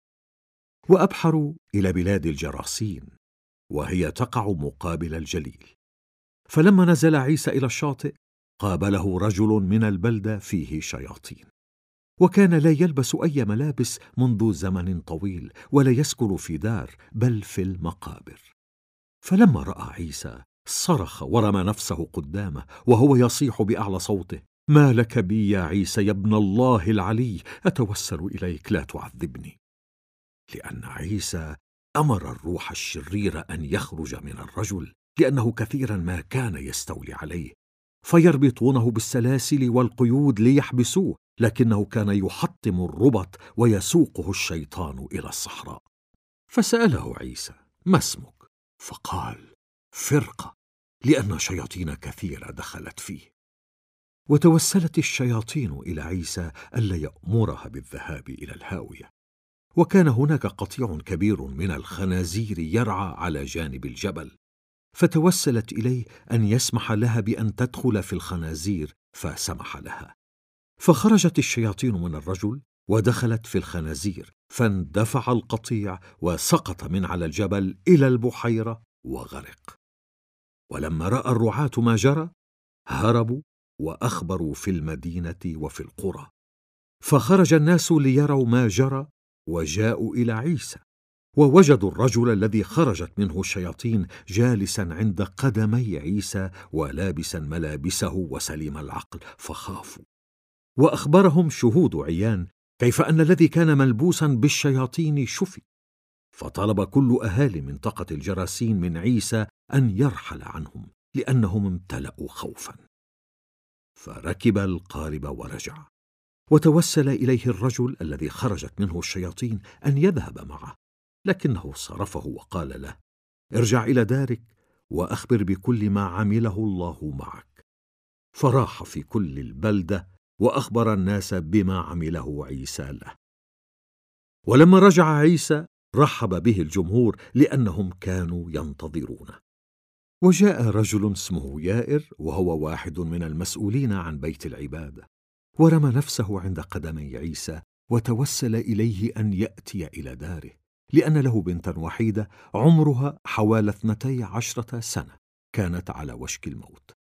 وأبحروا إلى بلاد الجراصين، وهي تقع مقابل الجليل. فلما نزل عيسى إلى الشاطئ قابله رجل من البلدة فيه شياطين، وكان لا يلبس أي ملابس منذ زمن طويل، ولا يسكن في دار بل في المقابر. فلما رأى عيسى صرخ ورمى نفسه قدامه وهو يصيح بأعلى صوته: ما لك بي يا عيسى يا ابن الله العلي؟ أتوسل إليك لا تعذبني. لأن عيسى أمر الروح الشرير أن يخرج من الرجل، لأنه كثيرا ما كان يستولي عليه، فيربطونه بالسلاسل والقيود ليحبسوه، لكنه كان يحطم الربط ويسوقه الشيطان إلى الصحراء. فسأله عيسى: ما اسمك؟ فقال: فرقة، لأن شياطين كثيرة دخلت فيه. وتوسلت الشياطين إلى عيسى ألا يأمرها بالذهاب إلى الهاوية. وكان هناك قطيع كبير من الخنازير يرعى على جانب الجبل، فتوسلت إليه أن يسمح لها بأن تدخل في الخنازير، فسمح لها. فخرجت الشياطين من الرجل ودخلت في الخنازير، فاندفع القطيع وسقط من على الجبل إلى البحيرة وغرق. ولما رأى الرعاة ما جرى هربوا وأخبروا في المدينة وفي القرى. فخرج الناس ليروا ما جرى، وجاءوا إلى عيسى، ووجدوا الرجل الذي خرجت منه الشياطين جالسا عند قدمي عيسى ولابسا ملابسه وسليم العقل، فخافوا. وأخبرهم شهود عيان كيف أن الذي كان ملبوسا بالشياطين شفي. فطلب كل أهالي منطقة الجراسين من عيسى أن يرحل عنهم، لأنهم امتلأوا خوفا. فركب القارب ورجع، وتوسل إليه الرجل الذي خرجت منه الشياطين أن يذهب معه، لكنه صرفه وقال له: ارجع إلى دارك وأخبر بكل ما عمله الله معك. فراح في كل البلدة وأخبر الناس بما عمله عيسى له. ولما رجع عيسى رحب به الجمهور، لأنهم كانوا ينتظرونه. وجاء رجل اسمه يائر، وهو واحد من المسؤولين عن بيت العبادة، ورمى نفسه عند قدمي عيسى وتوسل إليه أن يأتي إلى داره، لأن له بنتا وحيدة عمرها حوالي 12 سنة، كانت على وشك الموت.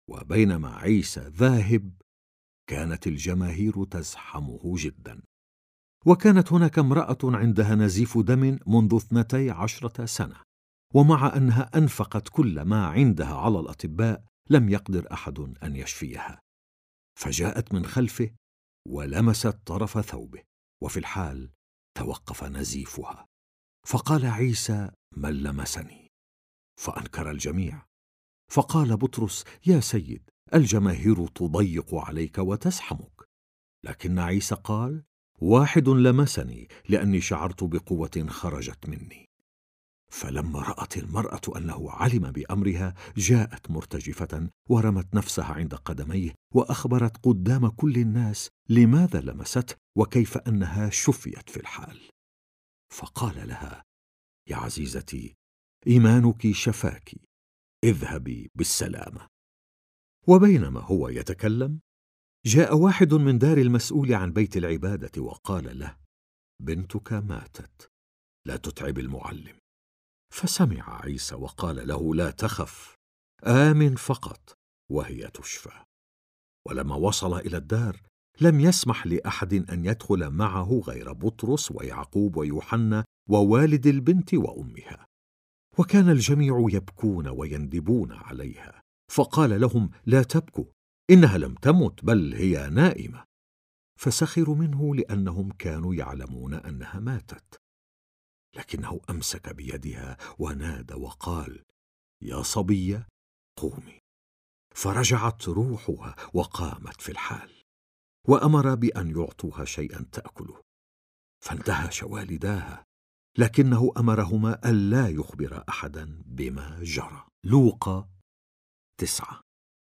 وبينما عيسى ذاهب كانت الجماهير تزحمه جدا. وكانت هناك امرأة عندها نزيف دم منذ 12 سنة، ومع أنها أنفقت كل ما عندها على الأطباء لم يقدر أحد أن يشفيها، فجاءت من خلفه ولمست طرف ثوبه، وفي الحال توقف نزيفها. فقال عيسى: من لمسني؟ فأنكر الجميع. فقال بطرس: يا سيد، الجماهير تضيق عليك وتزحمك. لكن عيسى قال: واحد لمسني لأني شعرت بقوة خرجت مني. فلما رأت المرأة أنه علم بأمرها جاءت مرتجفة ورمت نفسها عند قدميه، وأخبرت قدام كل الناس لماذا لمسته وكيف أنها شفيت في الحال. فقال لها: يا عزيزتي، إيمانك شفاك، اذهبي بالسلامة. وبينما هو يتكلم جاء واحد من دار المسؤول عن بيت العبادة وقال له: بنتك ماتت، لا تتعب المعلم. فسمع عيسى وقال له: لا تخف، آمن فقط وهي تشفى. ولما وصل إلى الدار لم يسمح لأحد أن يدخل معه غير بطرس ويعقوب ويوحنا ووالد البنت وأمها. وكان الجميع يبكون ويندبون عليها، فقال لهم: لا تبكوا، إنها لم تمت بل هي نائمة. فسخروا منه لأنهم كانوا يعلمون أنها ماتت. لكنه أمسك بيدها ونادى وقال: يا صبية، قومي. فرجعت روحها وقامت في الحال، وأمر بأن يعطوها شيئا تأكله. فاندهش والداها، لكنه أمرهما ألا يخبر أحدا بما جرى. لوقا 9.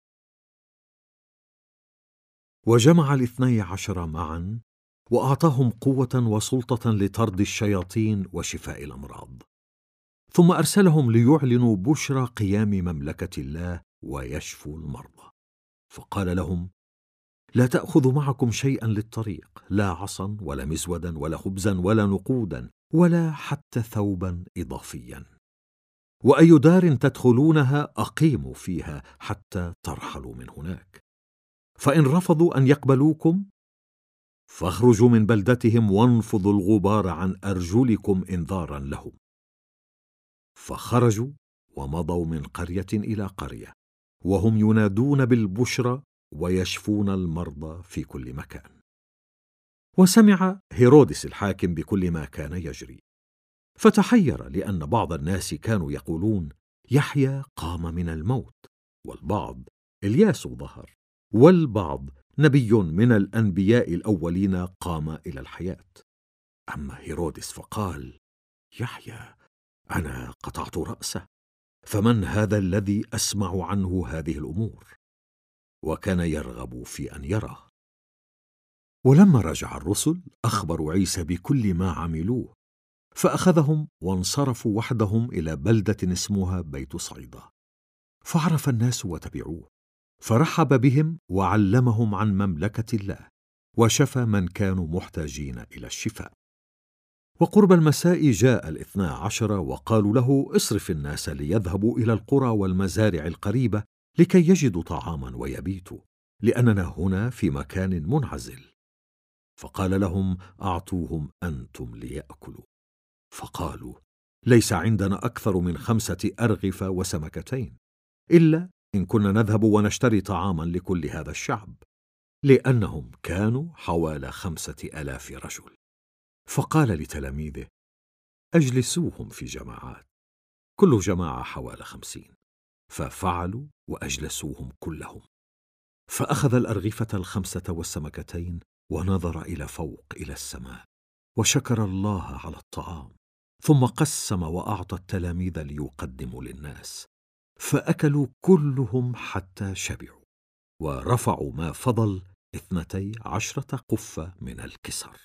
وجمع 12 معا وأعطاهم قوة وسلطة لطرد الشياطين وشفاء الأمراض. ثم أرسلهم ليعلنوا بشرى قيام مملكة الله ويشفوا المرضى. فقال لهم: لا تأخذوا معكم شيئا للطريق، لا عصا ولا مزودا ولا خبزا ولا نقودا ولا حتى ثوبا إضافيا. وأي دار تدخلونها أقيموا فيها حتى ترحلوا من هناك. فإن رفضوا أن يقبلوكم فاخرجوا من بلدتهم وانفضوا الغبار عن أرجلكم إنذارا لهم. فخرجوا ومضوا من قرية إلى قرية، وهم ينادون بالبشرى ويشفون المرضى في كل مكان. وسمع هيرودس الحاكم بكل ما كان يجري، فتحير لأن بعض الناس كانوا يقولون: يحيى قام من الموت، والبعض: إلياس ظهر، والبعض: نبي من الأنبياء الأولين قام إلى الحياة. أما هيرودس فقال: يحيى أنا قطعت رأسه، فمن هذا الذي أسمع عنه هذه الأمور؟ وكان يرغب في أن يراه. ولما رجع الرسل أخبروا عيسى بكل ما عملوه، فأخذهم وانصرفوا وحدهم إلى بلدة اسمها بيت صيدا. فعرف الناس وتبعوه، فرحب بهم وعلمهم عن مملكة الله، وشفى من كانوا محتاجين إلى الشفاء. وقرب المساء جاء 12 وقالوا له: اصرف الناس ليذهبوا إلى القرى والمزارع القريبة لكي يجدوا طعاما ويبيتوا، لأننا هنا في مكان منعزل. فقال لهم: أعطوهم أنتم ليأكلوا. فقالوا: ليس عندنا أكثر من 5 أرغفة وسمكتين، إلا إن كنا نذهب ونشتري طعاما لكل هذا الشعب، لأنهم كانوا حوالي 5000 رجل. فقال لتلاميذه: أجلسوهم في جماعات، كل جماعة حوالي 50. ففعلوا وأجلسوهم كلهم. فأخذ الأرغفة 5 والسمكتين ونظر إلى فوق إلى السماء، وشكر الله على الطعام، ثم قسم وأعطى التلاميذ ليقدموا للناس. فأكلوا كلهم حتى شبعوا، ورفعوا ما فضل 12 قفة من الكسر.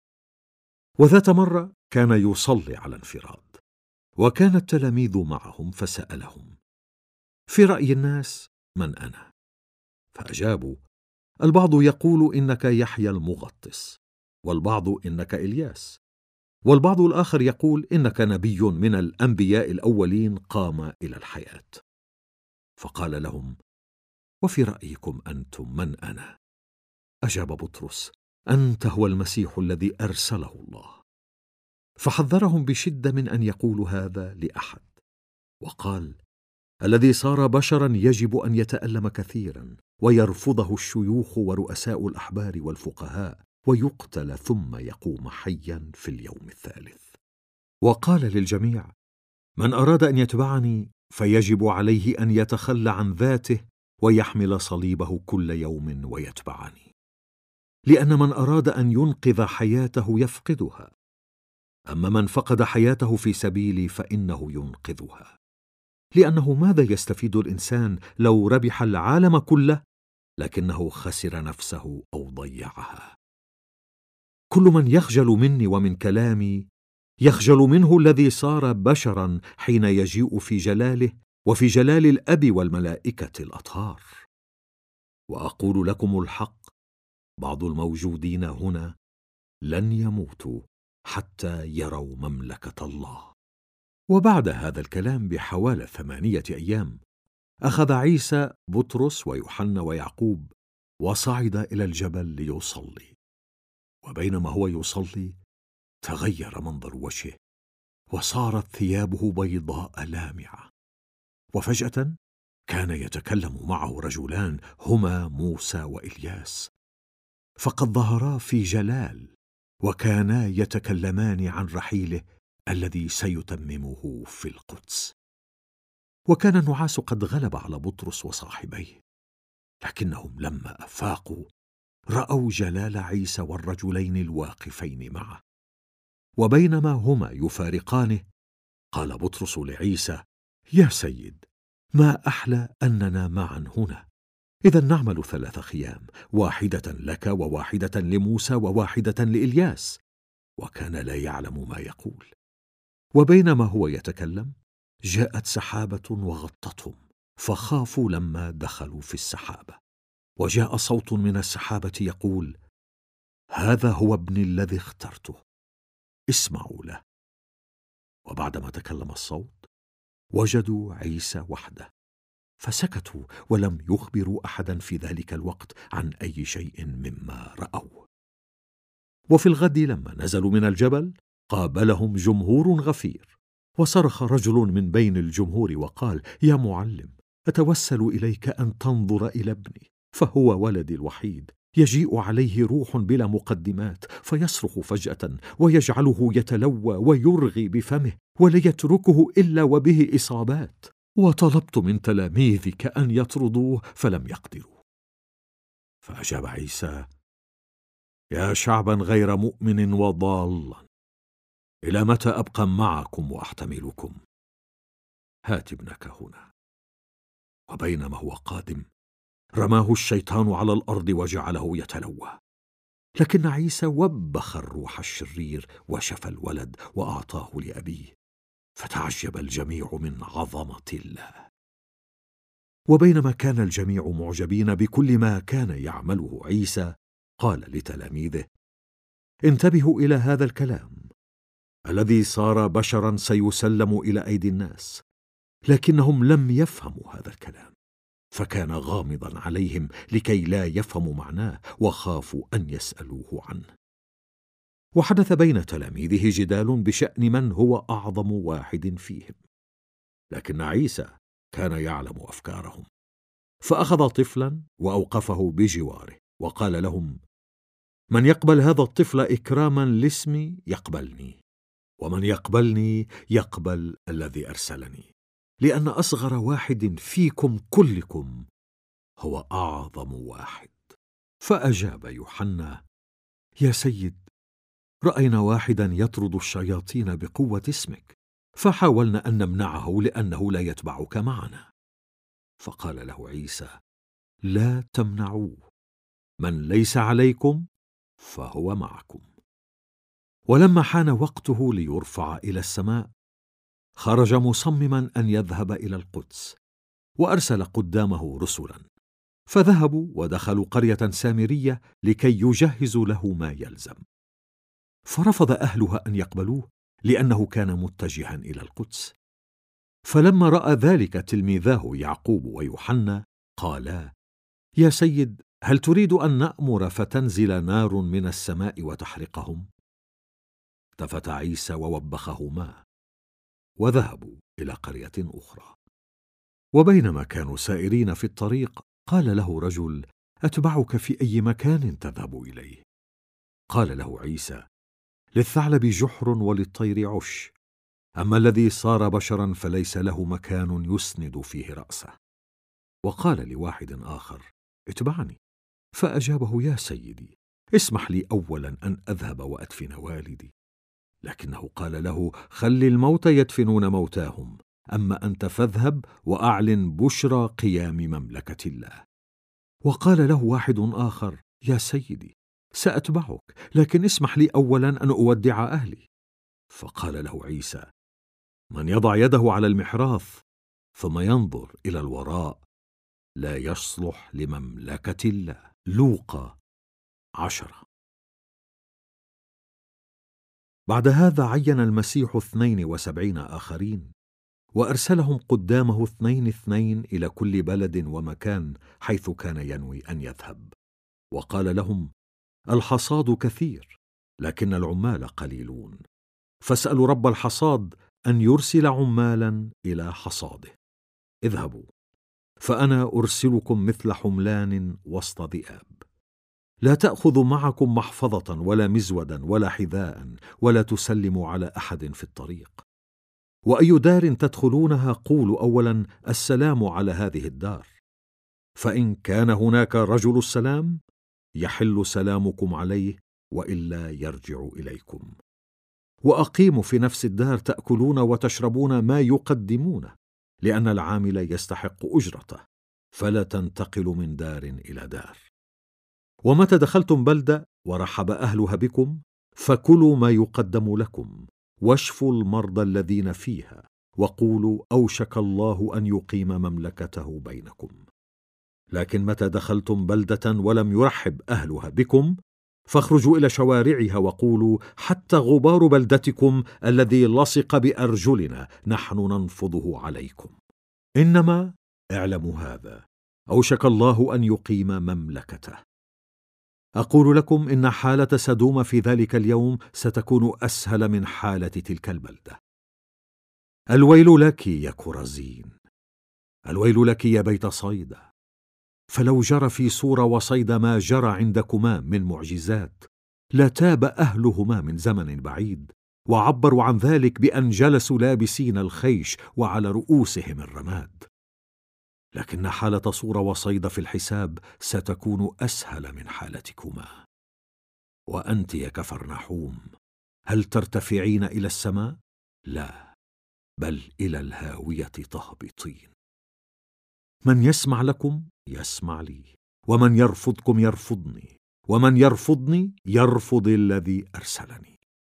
وذات مرة كان يصلي على انفراد، وكان التلاميذ معهم، فسألهم: في رأي الناس من أنا؟ فأجابوا: البعض يقول إنك يحيى المغطس، والبعض إنك إلياس، والبعض الآخر يقول إنك نبي من الأنبياء الأولين قام إلى الحياة. فقال لهم: وفي رأيكم أنتم من أنا؟ أجاب بطرس: أنت هو المسيح الذي أرسله الله. فحذرهم بشدة من أن يقولوا هذا لأحد، وقال: الذي صار بشرا يجب أن يتألم كثيرا، ويرفضه الشيوخ ورؤساء الأحبار والفقهاء، ويقتل ثم يقوم حيا في اليوم الثالث. وقال للجميع: من أراد أن يتبعني فيجب عليه أن يتخلى عن ذاته ويحمل صليبه كل يوم ويتبعني. لأن من أراد أن ينقذ حياته يفقدها، أما من فقد حياته في سبيلي فإنه ينقذها. لأنه ماذا يستفيد الإنسان لو ربح العالم كله لكنه خسر نفسه أو ضيعها؟ كل من يخجل مني ومن كلامي يخجل منه الذي صار بشرا حين يجيء في جلاله وفي جلال الأب والملائكة الأطهار. وأقول لكم الحق: بعض الموجودين هنا لن يموتوا حتى يروا مملكة الله. وبعد هذا الكلام بحوالي 8 أيام أخذ عيسى بطرس ويوحنا ويعقوب وصعد إلى الجبل ليصلي. وبينما هو يصلي تغير منظر وجهه، وصارت ثيابه بيضاء لامعة. وفجأة كان يتكلم معه رجلان هما موسى وإلياس، فقد ظهرا في جلال، وكانا يتكلمان عن رحيله الذي سيتممه في القدس. وكان النعاس قد غلب على بطرس وصاحبيه، لكنهم لما أفاقوا رأوا جلال عيسى والرجلين الواقفين معه. وبينما هما يفارقانه قال بطرس لعيسى: يا سيد، ما أحلى أننا معا هنا. إذا نعمل 3 خيام، واحدة لك وواحدة لموسى وواحدة لإلياس. وكان لا يعلم ما يقول. وبينما هو يتكلم جاءت سحابة وغطتهم، فخافوا لما دخلوا في السحابة. وجاء صوت من السحابة يقول: هذا هو ابني الذي اخترته، اسمعوا له. وبعدما تكلم الصوت وجدوا عيسى وحده، فسكتوا ولم يخبروا أحدا في ذلك الوقت عن أي شيء مما رأوا. وفي الغد لما نزلوا من الجبل قابلهم جمهور غفير، وصرخ رجل من بين الجمهور وقال: يا معلم، أتوسل إليك أن تنظر إلى ابني، فهو ولدي الوحيد، يجيء عليه روح بلا مقدمات، فيصرخ فجأة ويجعله يتلوى ويرغي بفمه، ولا يتركه إلا وبه إصابات. وطلبت من تلاميذك أن يطردوه فلم يقدروا. فأجاب عيسى: يا شعبا غير مؤمن وضالا، إلى متى أبقى معكم وأحتملكم؟ هات ابنك هنا. وبينما هو قادم رماه الشيطان على الأرض وجعله يتلوى. لكن عيسى وبخ الروح الشرير وشفى الولد وأعطاه لأبيه، فتعجب الجميع من عظمة الله. وبينما كان الجميع معجبين بكل ما كان يعمله عيسى، قال لتلاميذه: انتبهوا إلى هذا الكلام، الذي صار بشرا سيسلم إلى أيدي الناس. لكنهم لم يفهموا هذا الكلام، فكان غامضا عليهم لكي لا يفهموا معناه، وخافوا أن يسألوه عنه. وحدث بين تلاميذه جدال بشأن من هو أعظم واحد فيهم، لكن عيسى كان يعلم أفكارهم، فأخذ طفلا وأوقفه بجواره وقال لهم: من يقبل هذا الطفل إكراما لاسمي يقبلني، ومن يقبلني يقبل الذي أرسلني، لأن أصغر واحد فيكم كلكم هو أعظم واحد. فأجاب يوحنا: يا سيد، رأينا واحدا يطرد الشياطين بقوة اسمك، فحاولنا أن نمنعه لأنه لا يتبعك معنا. فقال له عيسى: لا تمنعوه، من ليس عليكم فهو معكم. ولما حان وقته ليرفع إلى السماء خرج مصمما أن يذهب إلى القدس، وأرسل قدامه رسلا، فذهبوا ودخلوا قرية سامرية لكي يجهزوا له ما يلزم. فرفض أهلها أن يقبلوه لأنه كان متجها إلى القدس. فلما رأى ذلك تلميذاه يعقوب ويوحنا قالا: يا سيد، هل تريد أن نأمر فتنزل نار من السماء وتحرقهم؟ التفت عيسى ووبخهما، وذهبوا إلى قرية أخرى. وبينما كانوا سائرين في الطريق، قال له رجل: أتبعك في أي مكان تذهب إليه؟ قال له عيسى: للثعلب جحر وللطير عش، أما الذي صار بشرا فليس له مكان يسند فيه رأسه. وقال لواحد آخر: اتبعني. فأجابه: يا سيدي، اسمح لي أولا أن أذهب وأدفن والدي. لكنه قال له: خل الموت يدفنون موتاهم، أما أنت فاذهب وأعلن بشرى قيام مملكة الله. وقال له واحد آخر: يا سيدي، سأتبعك، لكن اسمح لي أولا أن أودع أهلي. فقال له عيسى: من يضع يده على المحراث ثم ينظر إلى الوراء لا يصلح لمملكة الله. لوقا 10. بعد هذا عين المسيح 72 آخرين، وأرسلهم قدامه 2 إلى كل بلد ومكان حيث كان ينوي أن يذهب. وقال لهم: الحصاد كثير، لكن العمال قليلون، فاسألوا رب الحصاد أن يرسل عمالا إلى حصاده. اذهبوا، فأنا أرسلكم مثل حملان وسط ذئاب. لا تأخذوا معكم محفظة ولا مزودا ولا حذاء، ولا تسلموا على أحد في الطريق. وأي دار تدخلونها قولوا أولا: السلام على هذه الدار. فإن كان هناك رجل السلام يحل سلامكم عليه، وإلا يرجع إليكم. وأقيموا في نفس الدار تأكلون وتشربون ما يقدمونه، لأن العامل يستحق أجرته، فلا تنتقلوا من دار إلى دار. ومتى دخلتم بلدة ورحب أهلها بكم، فكلوا ما يقدم لكم، واشفوا المرضى الذين فيها، وقولوا: أوشك الله أن يقيم مملكته بينكم. لكن متى دخلتم بلدة ولم يرحب أهلها بكم، فاخرجوا إلى شوارعها وقولوا: حتى غبار بلدتكم الذي لصق بأرجلنا نحن ننفضه عليكم. إنما اعلموا هذا: أوشك الله أن يقيم مملكته. أقول لكم إن حالة سدوم في ذلك اليوم ستكون أسهل من حالة تلك البلدة. الويل لك يا كرزين، الويل لك يا بيت صيدا، فلو جرى في صور وصيدا ما جرى عندكما من معجزات لتاب أهلهما من زمن بعيد، وعبروا عن ذلك بأن جلسوا لابسين الخيش وعلى رؤوسهم الرماد. لكن حالة صور وصيدا في الحساب ستكون أسهل من حالتكما. وأنت يا كفرنحوم، هل ترتفعين إلى السماء؟ لا، بل إلى الهاوية تهبطين. من يسمع لكم يسمع لي، ومن يرفضكم يرفضني، ومن يرفضني يرفض الذي أرسلني.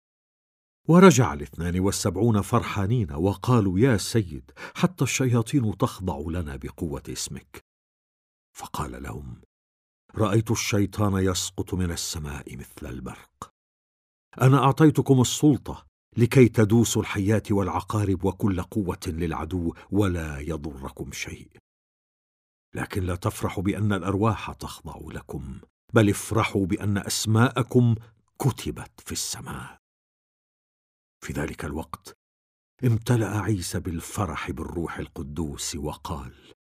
ورجع 72 فرحانين وقالوا: يا سيد، حتى الشياطين تخضع لنا بقوة اسمك. فقال لهم: رأيت الشيطان يسقط من السماء مثل البرق. أنا أعطيتكم السلطة لكي تدوسوا الحيات والعقارب وكل قوة للعدو، ولا يضركم شيء. لكن لا تفرحوا بأن الأرواح تخضع لكم، بل افرحوا بأن أسماءكم كتبت في السماء. في ذلك الوقت امتلأ عيسى بالفرح بالروح القدوس وقال: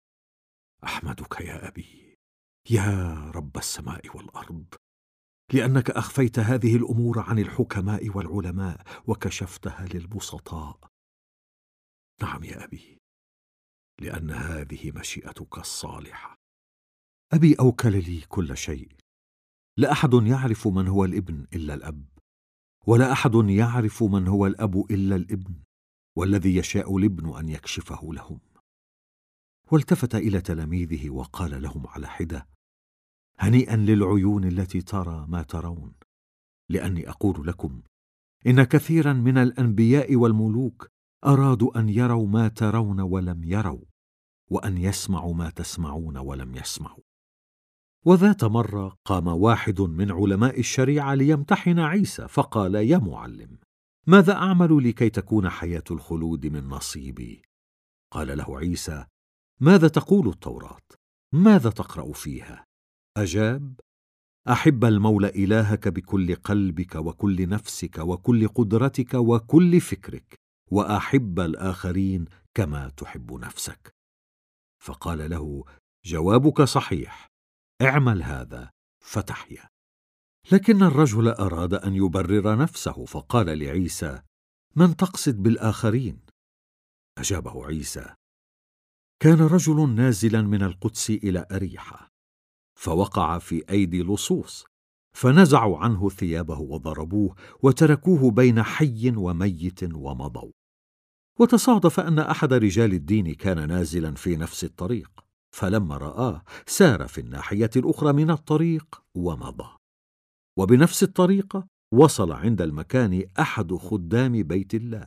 أحمدك يا أبي، يا رب السماء والأرض، لأنك أخفيت هذه الأمور عن الحكماء والعلماء وكشفتها للبسطاء. نعم يا أبي، لأن هذه مشيئتك الصالحة. أبي أوكل لي كل شيء. لا أحد يعرف من هو الابن إلا الأب، ولا أحد يعرف من هو الأب إلا الابن، والذي يشاء الابن أن يكشفه لهم. والتفت إلى تلاميذه وقال لهم على حدة: هنيئا للعيون التي ترى ما ترون، لأني أقول لكم إن كثيرا من الأنبياء والملوك أرادوا أن يروا ما ترون ولم يروا، وأن يسمعوا ما تسمعون ولم يسمعوا. وذات مرة قام واحد من علماء الشريعة ليمتحن عيسى، فقال: يا معلم، ماذا أعمل لكي تكون حياة الخلود من نصيبي؟ قال له عيسى: ماذا تقول التوراة؟ ماذا تقرأ فيها؟ أجاب: أحب المولى إلهك بكل قلبك وكل نفسك وكل قدرتك وكل فكرك، وأحب الآخرين كما تحب نفسك. فقال له: جوابك صحيح، اعمل هذا فتحيا. لكن الرجل أراد أن يبرر نفسه، فقال لعيسى: من تقصد بالآخرين؟ أجابه عيسى: كان رجل نازلا من القدس إلى أريحة، فوقع في أيدي لصوص، فنزعوا عنه ثيابه وضربوه وتركوه بين حي وميت ومضوا. وتصادف أن أحد رجال الدين كان نازلا في نفس الطريق، فلما رآه سار في الناحية الأخرى من الطريق ومضى. وبنفس الطريقة وصل عند المكان أحد خدام بيت الله،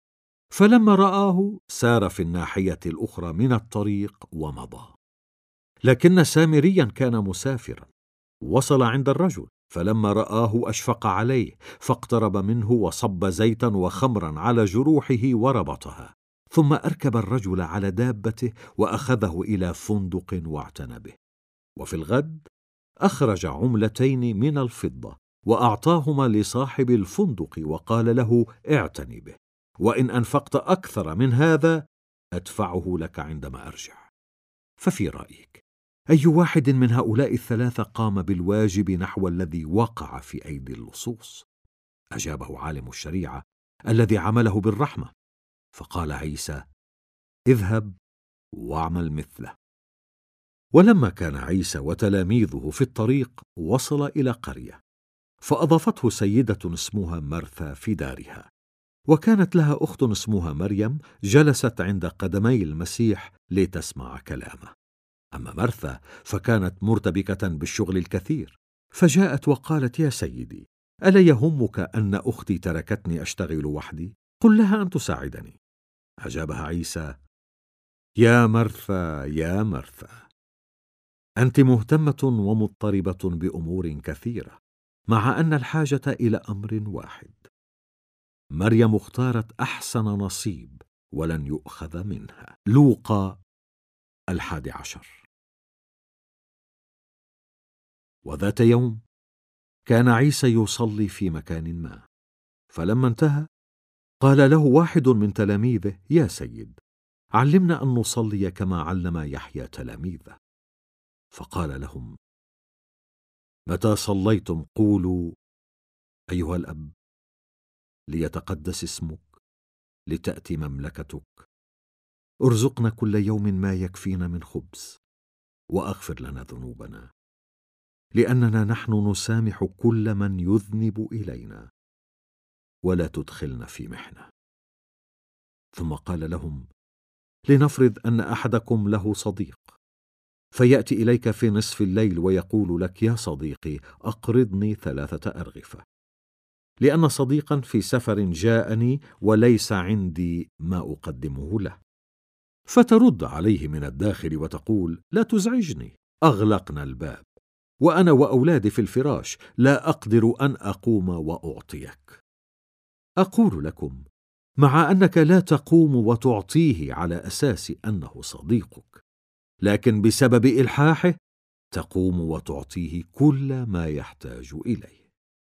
فلما رآه سار في الناحية الأخرى من الطريق ومضى. لكن سامريا كان مسافرا، وصل عند الرجل، فلما رآه أشفق عليه، فاقترب منه وصب زيتا وخمرا على جروحه وربطها، ثم أركب الرجل على دابته وأخذه إلى فندق واعتنى به. وفي الغد أخرج عملتين من الفضة وأعطاهما لصاحب الفندق، وقال له: اعتني به، وإن أنفقت أكثر من هذا أدفعه لك عندما أرجع. ففي رأيك أي واحد من هؤلاء الثلاثة قام بالواجب نحو الذي وقع في أيدي اللصوص؟ أجابه عالم الشريعة الذي عمله بالرحمة. فقال عيسى: اذهب واعمل مثله. ولما كان عيسى وتلاميذه في الطريق، وصل إلى قرية، فأضافته سيدة اسمها مرثا في دارها، وكانت لها أخت اسمها مريم جلست عند قدمي المسيح لتسمع كلامه. أما مرثا فكانت مرتبكة بالشغل الكثير، فجاءت وقالت: يا سيدي، ألا يهمك أن أختي تركتني أشتغل وحدي؟ قل لها أن تساعدني. أجابها عيسى: يا مرثا يا مرثا، أنت مهتمة ومضطربة بأمور كثيرة، مع أن الحاجة إلى أمر واحد. مريم اختارت أحسن نصيب ولن يؤخذ منها. لوقا 11. وذات يوم كان عيسى يصلي في مكان ما، فلما انتهى قال له واحد من تلاميذه: يا سيد، علمنا أن نصلي كما علم يحيى تلاميذه. فقال لهم: متى صليتم قولوا: أيها الأب، ليتقدس اسمك، لتأتي مملكتك، ارزقنا كل يوم ما يكفينا من خبز، وأغفر لنا ذنوبنا، لأننا نحن نسامح كل من يذنب إلينا، ولا تدخلنا في محنة. ثم قال لهم: لنفرض أن أحدكم له صديق، فيأتي إليك في نصف الليل ويقول لك: يا صديقي، أقرضني 3 أرغفة، لأن صديقا في سفر جاءني وليس عندي ما أقدمه له. فترد عليه من الداخل وتقول: لا تزعجني، أغلقنا الباب، وأنا وأولادي في الفراش، لا أقدر أن أقوم وأعطيك. أقول لكم، مع أنك لا تقوم وتعطيه على أساس أنه صديقك، لكن بسبب إلحاحه تقوم وتعطيه كل ما يحتاج إليه.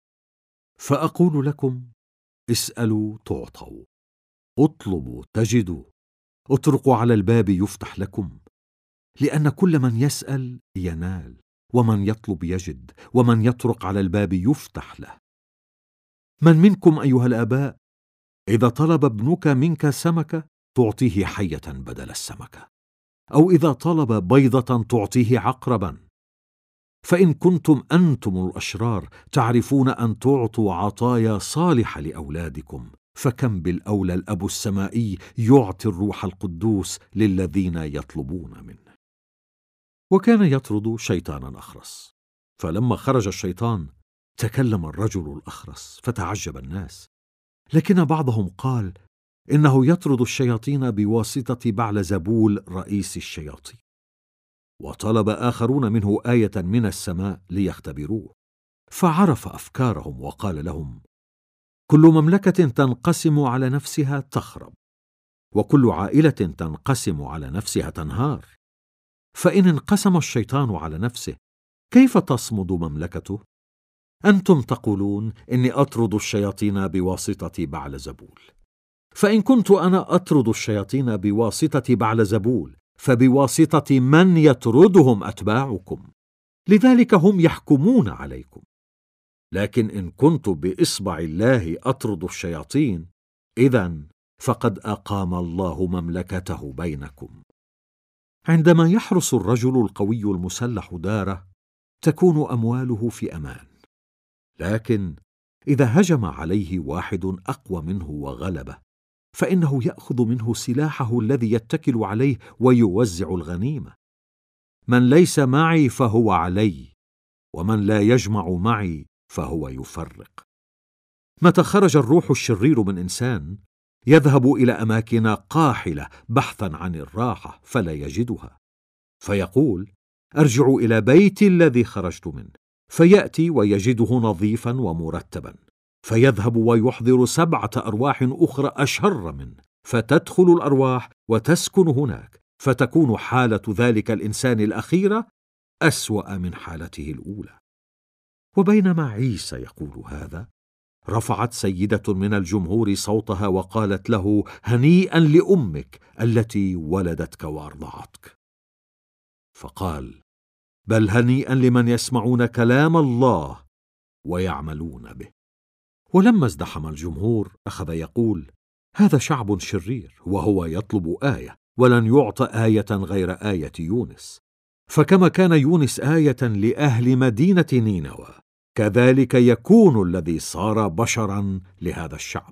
فأقول لكم: اسألوا تعطوا، اطلبوا تجدوا، اطرقوا على الباب يفتح لكم، لأن كل من يسأل ينال، ومن يطلب يجد، ومن يطرق على الباب يفتح له. من منكم أيها الآباء إذا طلب ابنك منك سمكة تعطيه حية بدل السمكة، أو إذا طلب بيضة تعطيه عقربا؟ فإن كنتم أنتم الأشرار تعرفون أن تعطوا عطايا صالحة لأولادكم، فكم بالأولى الأب السمائي يعطي الروح القدوس للذين يطلبون منه. وكان يطرد شيطانا أخرس، فلما خرج الشيطان تكلم الرجل الأخرس، فتعجب الناس. لكن بعضهم قال إنه يطرد الشياطين بواسطة بعلزبول رئيس الشياطين. وطلب آخرون منه آية من السماء ليختبروه، فعرف أفكارهم وقال لهم: كل مملكة تنقسم على نفسها تخرب، وكل عائلة تنقسم على نفسها تنهار. فإن انقسم الشيطان على نفسه كيف تصمد مملكته؟ أنتم تقولون إني أطرد الشياطين بواسطة بعلزبول، فإن كنت أنا أطرد الشياطين بواسطة بعلزبول فبواسطة من يطردهم أتباعكم، لذلك هم يحكمون عليكم. لكن إن كنت بإصبع الله أطرد الشياطين، إذن فقد أقام الله مملكته بينكم. عندما يحرس الرجل القوي المسلح داره تكون أمواله في أمان، لكن إذا هجم عليه واحد أقوى منه وغلبه فإنه يأخذ منه سلاحه الذي يتكل عليه ويوزع الغنيمة. من ليس معي فهو علي، ومن لا يجمع معي فهو يفرق. متى خرج الروح الشرير من إنسان يذهب إلى أماكن قاحلة بحثا عن الراحة فلا يجدها، فيقول: أرجع إلى بيتي الذي خرجت منه، فيأتي ويجده نظيفا ومرتبا، فيذهب ويحضر 7 أرواح أخرى أشر منه، فتدخل الأرواح وتسكن هناك، فتكون حالة ذلك الإنسان الأخيرة أسوأ من حالته الأولى. وبينما عيسى يقول هذا، رفعت سيدة من الجمهور صوتها وقالت له: هنيئا لأمك التي ولدتك وأرضعتك. فقال: بل هنيئا لمن يسمعون كلام الله ويعملون به. ولما ازدحم الجمهور أخذ يقول: هذا شعب شرير، وهو يطلب آية، ولن يعطى آية غير آية يونس. فكما كان يونس آية لأهل مدينة نينوى، كذلك يكون الذي صار بشرا لهذا الشعب.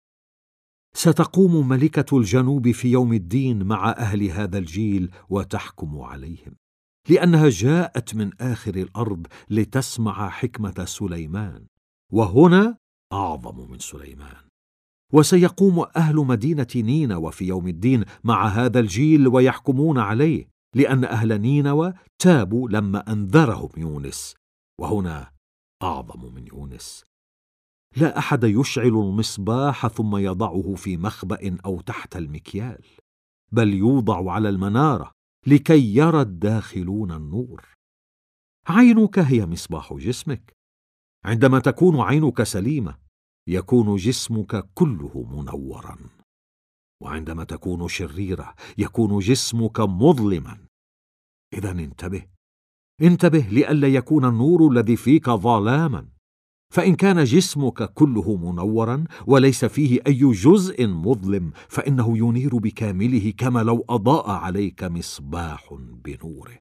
ستقوم ملكة الجنوب في يوم الدين مع أهل هذا الجيل وتحكم عليهم، لأنها جاءت من آخر الأرض لتسمع حكمة سليمان، وهنا أعظم من سليمان. وسيقوم أهل مدينة نينوى في يوم الدين مع هذا الجيل ويحكمون عليه، لأن أهل نينوى تابوا لما أنذرهم يونس، وهنا أعظم من يونس. لا أحد يشعل المصباح ثم يضعه في مخبأ أو تحت المكيال، بل يوضع على المنارة لكي يرى الداخلون النور. عينك هي مصباح جسمك. عندما تكون عينك سليمة يكون جسمك كله منورا، وعندما تكون شريرة يكون جسمك مظلما. إذن انتبه لئلا يكون النور الذي فيك ظلاما، فإن كان جسمك كله منورا وليس فيه أي جزء مظلم فإنه ينير بكامله كما لو أضاء عليك مصباح بنوره.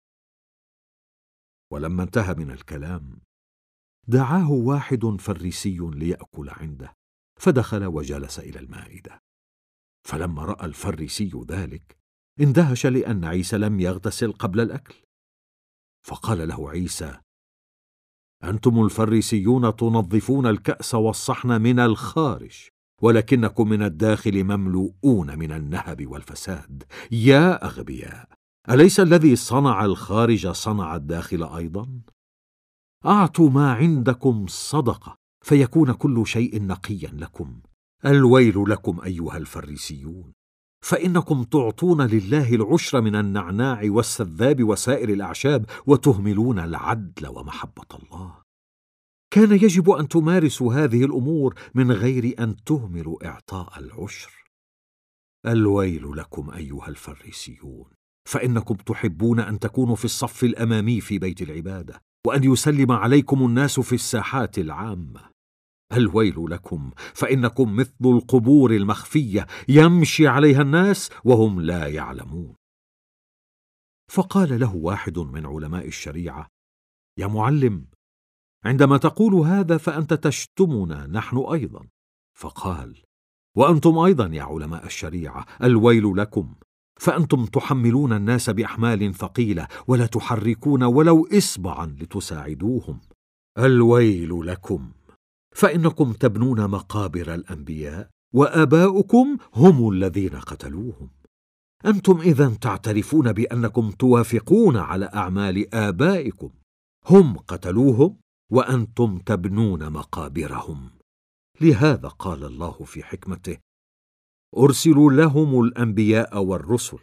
ولما انتهى من الكلام دعاه واحد فريسي ليأكل عنده، فدخل وجلس إلى المائدة. فلما رأى الفريسي ذلك اندهش لأن عيسى لم يغتسل قبل الأكل، فقال له عيسى: أنتم الفريسيون تنظفون الكأس والصحن من الخارج، ولكنكم من الداخل مملوءون من النهب والفساد. يا أغبياء، أليس الذي صنع الخارج صنع الداخل أيضا؟ أعطوا ما عندكم صدقة فيكون كل شيء نقيا لكم. الويل لكم أيها الفريسيون، فإنكم تعطون لله العشر من النعناع والسذاب وسائر الأعشاب وتهملون العدل ومحبة الله. كان يجب أن تمارسوا هذه الأمور من غير أن تهملوا إعطاء العشر. الويل لكم أيها الفريسيون، فإنكم تحبون أن تكونوا في الصف الأمامي في بيت العبادة، وأن يسلم عليكم الناس في الساحات العامة. الويل لكم، فإنكم مثل القبور المخفية يمشي عليها الناس وهم لا يعلمون. فقال له واحد من علماء الشريعة: يا معلم، عندما تقول هذا فأنت تشتمنا نحن أيضا. فقال: وأنتم أيضا يا علماء الشريعة الويل لكم، فأنتم تحملون الناس بأحمال ثقيلة ولا تحركون ولو إصبعا لتساعدوهم. الويل لكم، فإنكم تبنون مقابر الأنبياء وآباؤكم هم الذين قتلوهم. أنتم إذن تعترفون بأنكم توافقون على أعمال آبائكم، هم قتلوهم وأنتم تبنون مقابرهم. لهذا قال الله في حكمته: أرسل لهم الأنبياء والرسل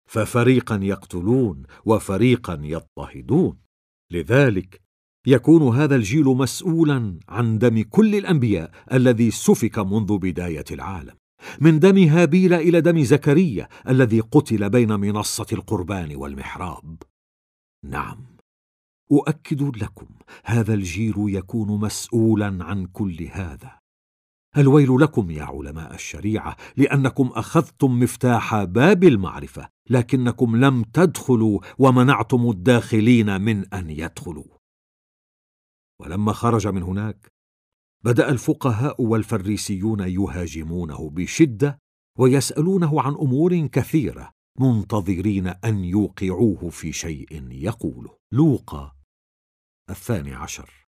ففريقا يقتلون وفريقا يضطهدون. لذلك يكون هذا الجيل مسؤولا عن دم كل الأنبياء الذي سفك منذ بداية العالم، من دم هابيل إلى دم زكريا الذي قتل بين منصة القربان والمحراب. نعم، أؤكد لكم، هذا الجيل يكون مسؤولا عن كل هذا. الويل لكم يا علماء الشريعة، لأنكم أخذتم مفتاح باب المعرفة، لكنكم لم تدخلوا ومنعتم الداخلين من أن يدخلوا. ولما خرج من هناك بدأ الفقهاء والفريسيون يهاجمونه بشدة ويسألونه عن أمور كثيرة، منتظرين أن يوقعوه في شيء يقوله. لوقا 12.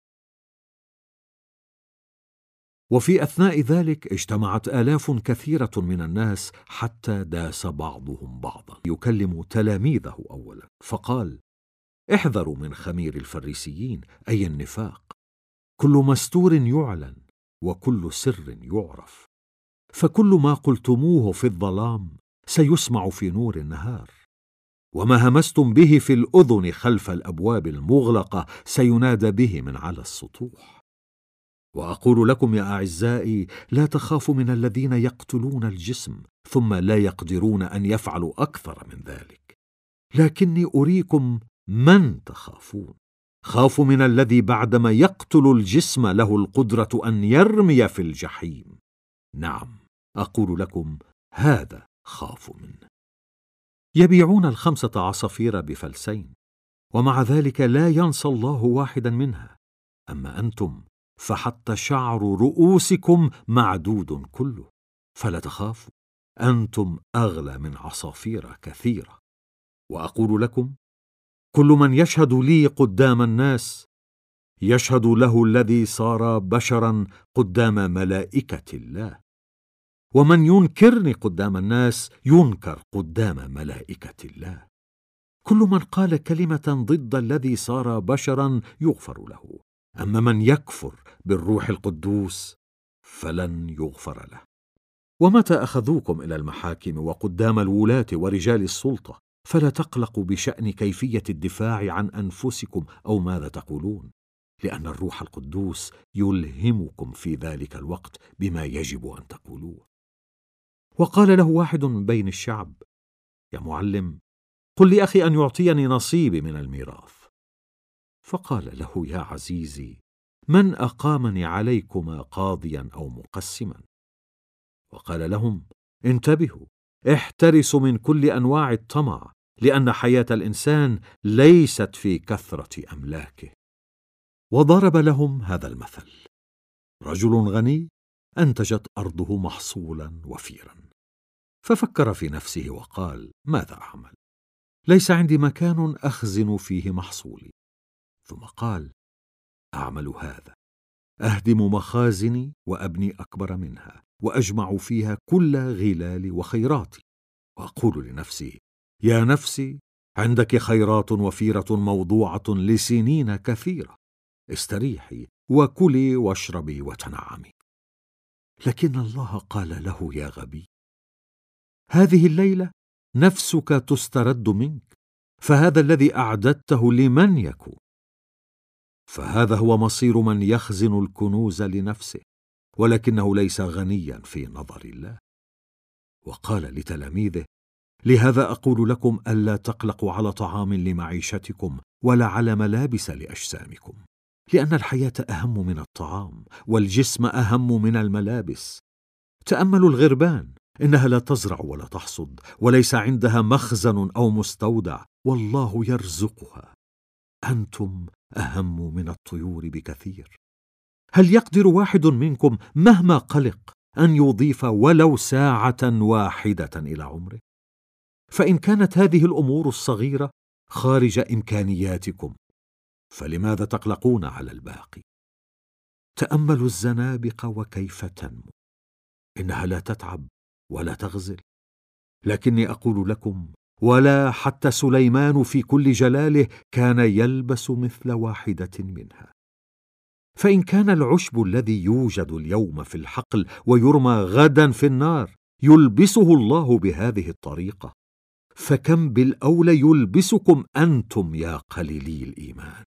وفي أثناء ذلك اجتمعت آلاف كثيرة من الناس حتى داس بعضهم بعضا. يكلم تلاميذه أولا فقال: احذروا من خمير الفريسيين، أي النفاق. كل مستور يعلن وكل سر يعرف، فكل ما قلتموه في الظلام سيسمع في نور النهار، وما همستم به في الأذن خلف الأبواب المغلقة سينادى به من على السطوح. وأقول لكم يا أعزائي، لا تخافوا من الذين يقتلون الجسم ثم لا يقدرون أن يفعلوا أكثر من ذلك، لكني أريكم من تخافون. خافوا من الذي بعدما يقتل الجسم له القدرة أن يرمي في الجحيم. نعم، أقول لكم، هذا خافوا منه. يبيعون 5 عصافير بفلسين، ومع ذلك لا ينسى الله واحدا منها. أما أنتم فحتى شعر رؤوسكم معدود كله، فلا تخافوا، أنتم أغلى من عصافير كثيرة. وأقول لكم، كل من يشهد لي قدام الناس يشهد له الذي صار بشرا قدام ملائكة الله، ومن ينكرني قدام الناس ينكر قدام ملائكة الله. كل من قال كلمة ضد الذي صار بشرا يغفر له، أما من يكفر بالروح القدوس فلن يغفر له. ومتى أخذوكم إلى المحاكم وقدام الولاة ورجال السلطة فلا تقلقوا بشأن كيفية الدفاع عن أنفسكم أو ماذا تقولون، لأن الروح القدوس يلهمكم في ذلك الوقت بما يجب أن تقولوه. وقال له واحد من بين الشعب: يا معلم، قل لأخي أن يعطيني نصيبي من الميراث. فقال له: يا عزيزي، من أقامني عليكما قاضيا أو مقسما؟ وقال لهم: انتبهوا، احترسوا من كل أنواع الطمع، لأن حياة الإنسان ليست في كثرة أملاكه. وضرب لهم هذا المثل: رجل غني أنتجت أرضه محصولا وفيرا، ففكر في نفسه وقال: ماذا أعمل؟ ليس عندي مكان أخزن فيه محصولي. ثم قال: أعمل هذا، أهدم مخازني وأبني أكبر منها، وأجمع فيها كل غلالي وخيراتي، وأقول لنفسي: يا نفسي، عندك خيرات وفيرة موضوعة لسنين كثيرة، استريحي وكلي واشربي وتنعمي. لكن الله قال له: يا غبي، هذه الليلة نفسك تسترد منك، فهذا الذي أعددته لمن يكون؟ فهذا هو مصير من يخزن الكنوز لنفسه ولكنه ليس غنيا في نظر الله. وقال لتلاميذه: لهذا أقول لكم ألا تقلقوا على طعام لمعيشتكم ولا على ملابس لأجسامكم، لأن الحياة أهم من الطعام والجسم أهم من الملابس. تأملوا الغربان، إنها لا تزرع ولا تحصد، وليس عندها مخزن أو مستودع، والله يرزقها. أنتم أهم من الطيور بكثير. هل يقدر واحد منكم مهما قلق أن يضيف ولو ساعة واحدة إلى عمره؟ فإن كانت هذه الأمور الصغيرة خارج إمكانياتكم، فلماذا تقلقون على الباقي؟ تأملوا الزنابق وكيف تنمو، إنها لا تتعب ولا تغزل. لكني أقول لكم، ولا حتى سليمان في كل جلاله كان يلبس مثل واحدة منها. فإن كان العشب الذي يوجد اليوم في الحقل ويرمى غدا في النار يلبسه الله بهذه الطريقة، فكم بالأولى يلبسكم أنتم يا قليلي الإيمان.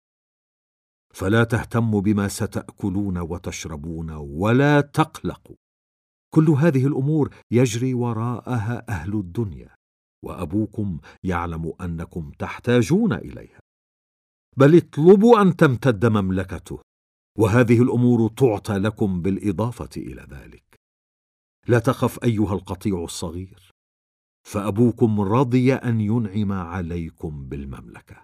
فلا تهتموا بما ستأكلون وتشربون ولا تقلقوا، كل هذه الأمور يجري وراءها أهل الدنيا، وأبوكم يعلم أنكم تحتاجون إليها. بل اطلبوا أن تمتد مملكته، وهذه الأمور تعطى لكم بالإضافة إلى ذلك. لا تخف أيها القطيع الصغير، فأبوكم رضي أن ينعم عليكم بالمملكة.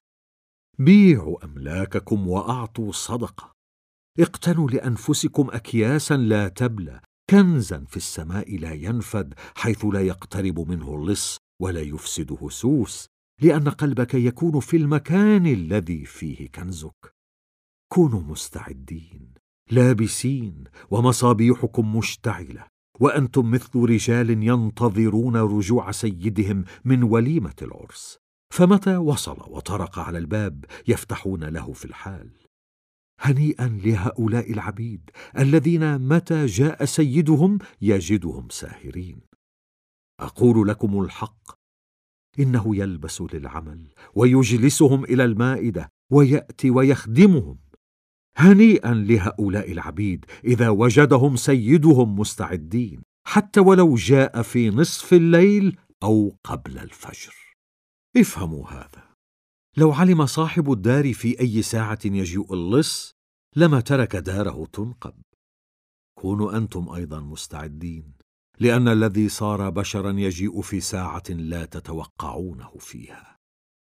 بيعوا أملاككم وأعطوا صدقة، اقتنوا لأنفسكم أكياسا لا تبلى، كنزا في السماء لا ينفد، حيث لا يقترب منه اللص ولا يفسده سوس، لأن قلبك يكون في المكان الذي فيه كنزك. كونوا مستعدين لابسين ومصابيحكم مشتعلة، وأنتم مثل رجال ينتظرون رجوع سيدهم من وليمة العرس، فمتى وصل وطرق على الباب يفتحون له في الحال. هنيئا لهؤلاء العبيد الذين متى جاء سيدهم يجدهم ساهرين. أقول لكم الحق، إنه يلبس للعمل ويجلسهم إلى المائدة ويأتي ويخدمهم. هنيئا لهؤلاء العبيد إذا وجدهم سيدهم مستعدين، حتى ولو جاء في نصف الليل أو قبل الفجر. افهموا هذا، لو علم صاحب الدار في أي ساعة يجيء اللص لما ترك داره تنقب. كونوا أنتم أيضا مستعدين، لأن الذي صار بشرا يجيء في ساعة لا تتوقعونه فيها.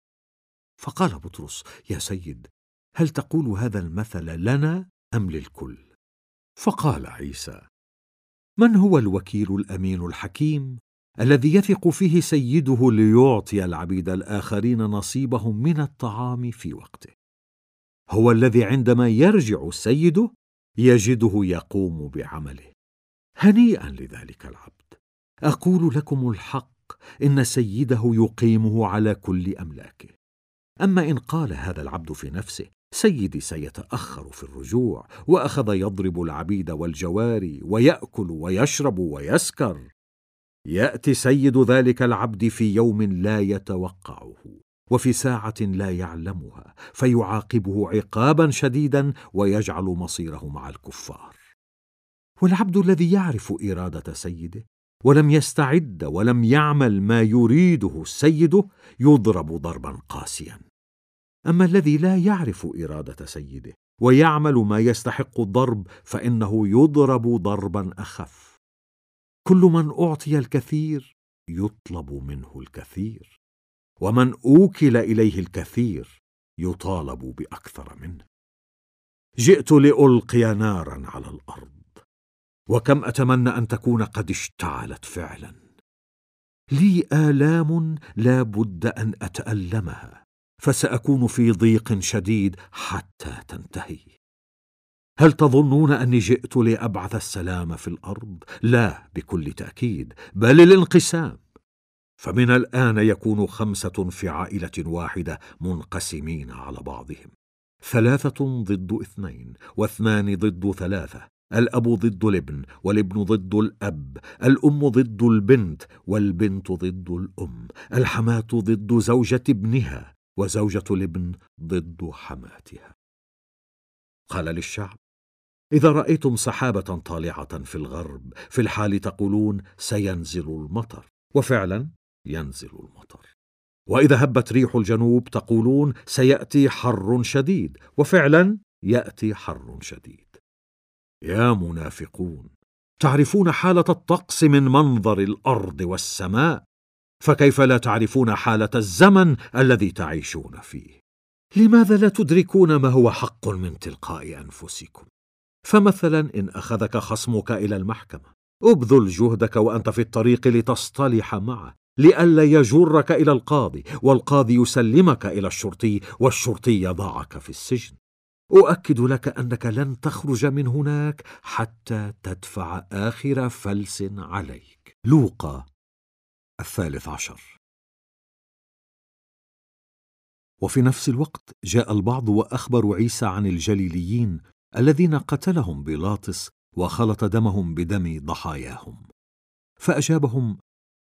فقال بطرس: يا سيد، هل تقول هذا المثل لنا أم للكل؟ فقال عيسى: من هو الوكيل الأمين الحكيم الذي يثق فيه سيده ليعطي العبيد الآخرين نصيبهم من الطعام في وقته؟ هو الذي عندما يرجع سيده يجده يقوم بعمله. هنيئا لذلك العبد. أقول لكم الحق، إن سيده يقيمه على كل أملاكه. أما إن قال هذا العبد في نفسه: سيدي سيتأخر في الرجوع، وأخذ يضرب العبيد والجواري ويأكل ويشرب ويسكر، يأتي سيد ذلك العبد في يوم لا يتوقعه وفي ساعة لا يعلمها، فيعاقبه عقابا شديدا ويجعل مصيره مع الكفار. والعبد الذي يعرف إرادة سيده ولم يستعد ولم يعمل ما يريده سيده يضرب ضربا قاسيا. أما الذي لا يعرف إرادة سيده ويعمل ما يستحق الضرب فإنه يضرب ضربا أخف. كل من أعطي الكثير يطلب منه الكثير، ومن أوكل إليه الكثير يطالب بأكثر منه. جئت لألقي نارا على الأرض، وكم أتمنى أن تكون قد اشتعلت فعلا. لي آلام لا بد أن أتألمها، فسأكون في ضيق شديد حتى تنتهي. هل تظنون أني جئت لأبعث السلام في الأرض؟ لا بكل تأكيد، بل الانقسام. فمن الآن يكون 5 في عائلة واحدة منقسمين على بعضهم، 3 ضد 2 و2 ضد 3، الأب ضد الابن والابن ضد الأب، الأم ضد البنت والبنت ضد الأم، الحماة ضد زوجة ابنها وزوجة الابن ضد حماتها. قال للشعب: إذا رأيتم سحابة طالعة في الغرب في الحال تقولون سينزل المطر، وفعلا ينزل المطر. وإذا هبت ريح الجنوب تقولون سيأتي حر شديد، وفعلا يأتي حر شديد. يا منافقون، تعرفون حالة الطقس من منظر الأرض والسماء، فكيف لا تعرفون حالة الزمن الذي تعيشون فيه؟ لماذا لا تدركون ما هو حق من تلقاء أنفسكم؟ فمثلا إن أخذك خصمك إلى المحكمة، ابذل جهدك وأنت في الطريق لتصطلح معه، لئلا يجرك إلى القاضي، والقاضي يسلمك إلى الشرطي، والشرطي يضعك في السجن. أؤكد لك أنك لن تخرج من هناك حتى تدفع آخر فلس عليك. لوقا 13. وفي نفس الوقت جاء البعض وأخبروا عيسى عن الجليليين الذين قتلهم بيلاطس وخلط دمهم بدم ضحاياهم. فأجابهم: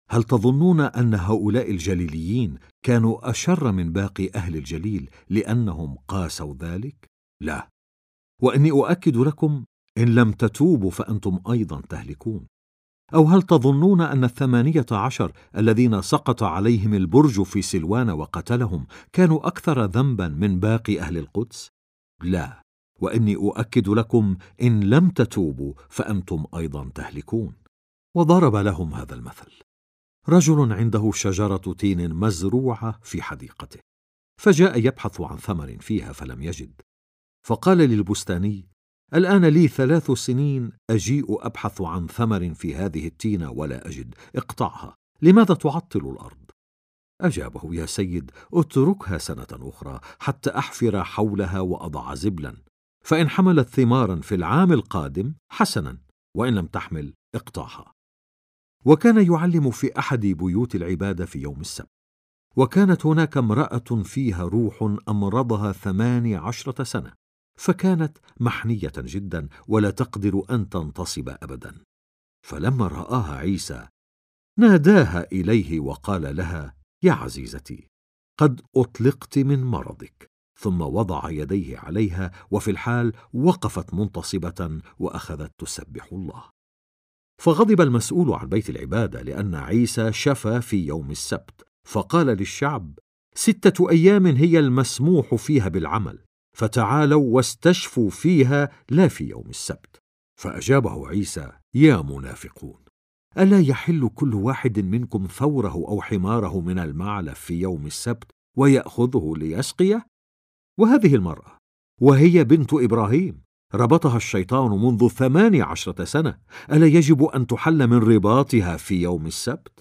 هل تظنون أن هؤلاء الجليليين كانوا أشر من باقي أهل الجليل لأنهم قاسوا ذلك؟ لا، وإني أؤكد لكم إن لم تتوبوا فأنتم أيضا تهلكون. أو هل تظنون أن 18 الذين سقط عليهم البرج في سلوان وقتلهم كانوا أكثر ذنبا من باقي أهل القدس؟ لا، وإني أؤكد لكم إن لم تتوبوا فأنتم أيضا تهلكون. وضرب لهم هذا المثل: رجل عنده شجرة تين مزروعة في حديقته، فجاء يبحث عن ثمر فيها فلم يجد، فقال للبستاني: الآن لي 3 سنين أجيء أبحث عن ثمر في هذه التينة ولا أجد، اقطعها، لماذا تعطل الأرض؟ أجابه: يا سيد، اتركها سنة أخرى حتى أحفر حولها وأضع زبلا، فإن حملت ثمارا في العام القادم حسنا، وإن لم تحمل اقطعها. وكان يعلم في أحد بيوت العبادة في يوم السبت، وكانت هناك امرأة فيها روح أمرضها 18 سنة، فكانت محنية جدا ولا تقدر أن تنتصب أبدا. فلما رآها عيسى ناداها إليه وقال لها: يا عزيزتي، قد أطلقت من مرضك. ثم وضع يديه عليها، وفي الحال وقفت منتصبة وأخذت تسبح الله. فغضب المسؤول عن بيت العبادة لأن عيسى شفى في يوم السبت، فقال للشعب: 6 أيام هي المسموح فيها بالعمل، فتعالوا واستشفوا فيها لا في يوم السبت. فأجابه عيسى: يا منافقون، ألا يحل كل واحد منكم ثوره أو حماره من المعلف في يوم السبت ويأخذه ليسقيه؟ وهذه المرأة وهي بنت إبراهيم ربطها الشيطان منذ 18 سنة، ألا يجب أن تحل من رباطها في يوم السبت؟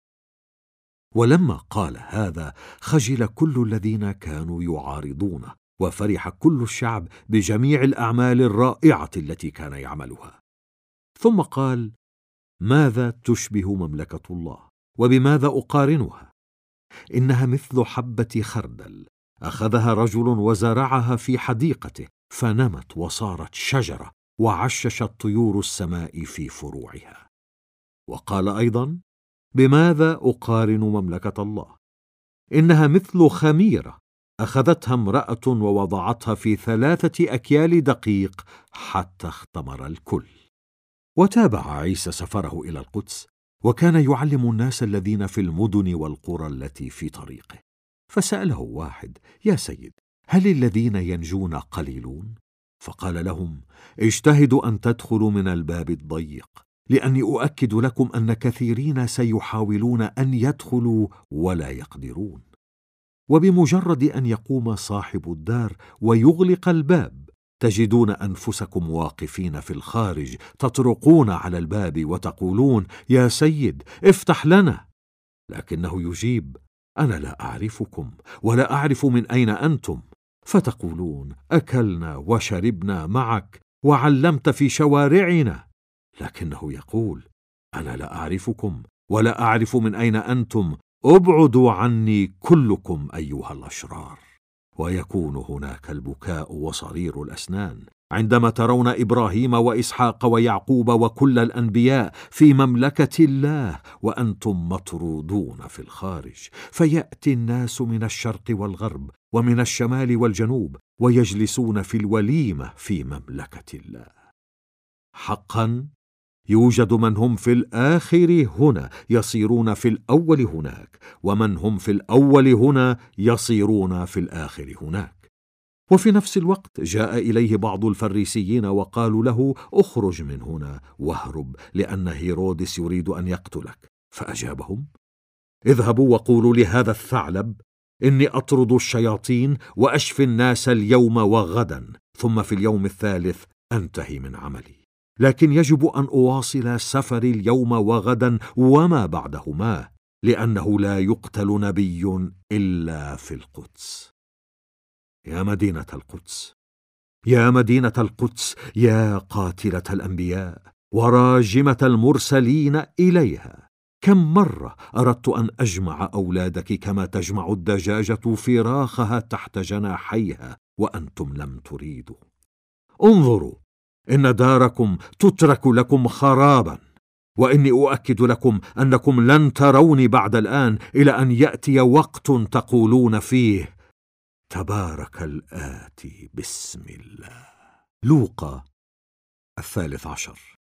ولما قال هذا خجل كل الذين كانوا يعارضونه، وفرح كل الشعب بجميع الأعمال الرائعة التي كان يعملها. ثم قال: ماذا تشبه مملكة الله، وبماذا أقارنها؟ إنها مثل حبة خردل أخذها رجل وزرعها في حديقته، فنمت وصارت شجرة، وعششت طيور السماء في فروعها. وقال أيضا: بماذا أقارن مملكة الله؟ إنها مثل خميرة أخذتها امرأة ووضعتها في 3 أكيال دقيق حتى اختمر الكل. وتابع عيسى سفره إلى القدس، وكان يعلم الناس الذين في المدن والقرى التي في طريقه. فسأله واحد: يا سيد، هل الذين ينجون قليلون؟ فقال لهم: اجتهدوا أن تدخلوا من الباب الضيق، لأني أؤكد لكم أن كثيرين سيحاولون أن يدخلوا ولا يقدرون. وبمجرد أن يقوم صاحب الدار ويغلق الباب، تجدون أنفسكم واقفين في الخارج تطرقون على الباب وتقولون: يا سيد، افتح لنا. لكنه يجيب: أنا لا أعرفكم ولا أعرف من أين أنتم. فتقولون: أكلنا وشربنا معك وعلمت في شوارعنا. لكنه يقول: أنا لا أعرفكم ولا أعرف من أين أنتم، ابعدوا عني كلكم أيها الأشرار. ويكون هناك البكاء وصرير الأسنان عندما ترون إبراهيم وإسحاق ويعقوب وكل الأنبياء في مملكة الله وأنتم مطرودون في الخارج. فيأتي الناس من الشرق والغرب ومن الشمال والجنوب ويجلسون في الوليمة في مملكة الله. حقا يوجد من هم في الآخر هنا يصيرون في الأول هناك، ومن هم في الأول هنا يصيرون في الآخر هناك. وفي نفس الوقت جاء إليه بعض الفريسيين وقالوا له: اخرج من هنا واهرب، لأن هيرودس يريد أن يقتلك. فأجابهم: اذهبوا وقولوا لهذا الثعلب: إني أطرد الشياطين وأشفي الناس اليوم وغدا، ثم في اليوم الثالث أنتهي من عملي. لكن يجب أن أواصل سفري اليوم وغدا وما بعدهما، لأنه لا يقتل نبي إلا في القدس. يا مدينة القدس، يا مدينة القدس، يا قاتلة الأنبياء وراجمة المرسلين إليها، كم مرة أردت أن أجمع أولادك كما تجمع الدجاجة فراخها تحت جناحيها وأنتم لم تريدوا. انظروا، إن داركم تترك لكم خرابا. وإني أؤكد لكم أنكم لن تروني بعد الآن إلى أن يأتي وقت تقولون فيه: تبارك الآتي باسم الله. لوقا 13.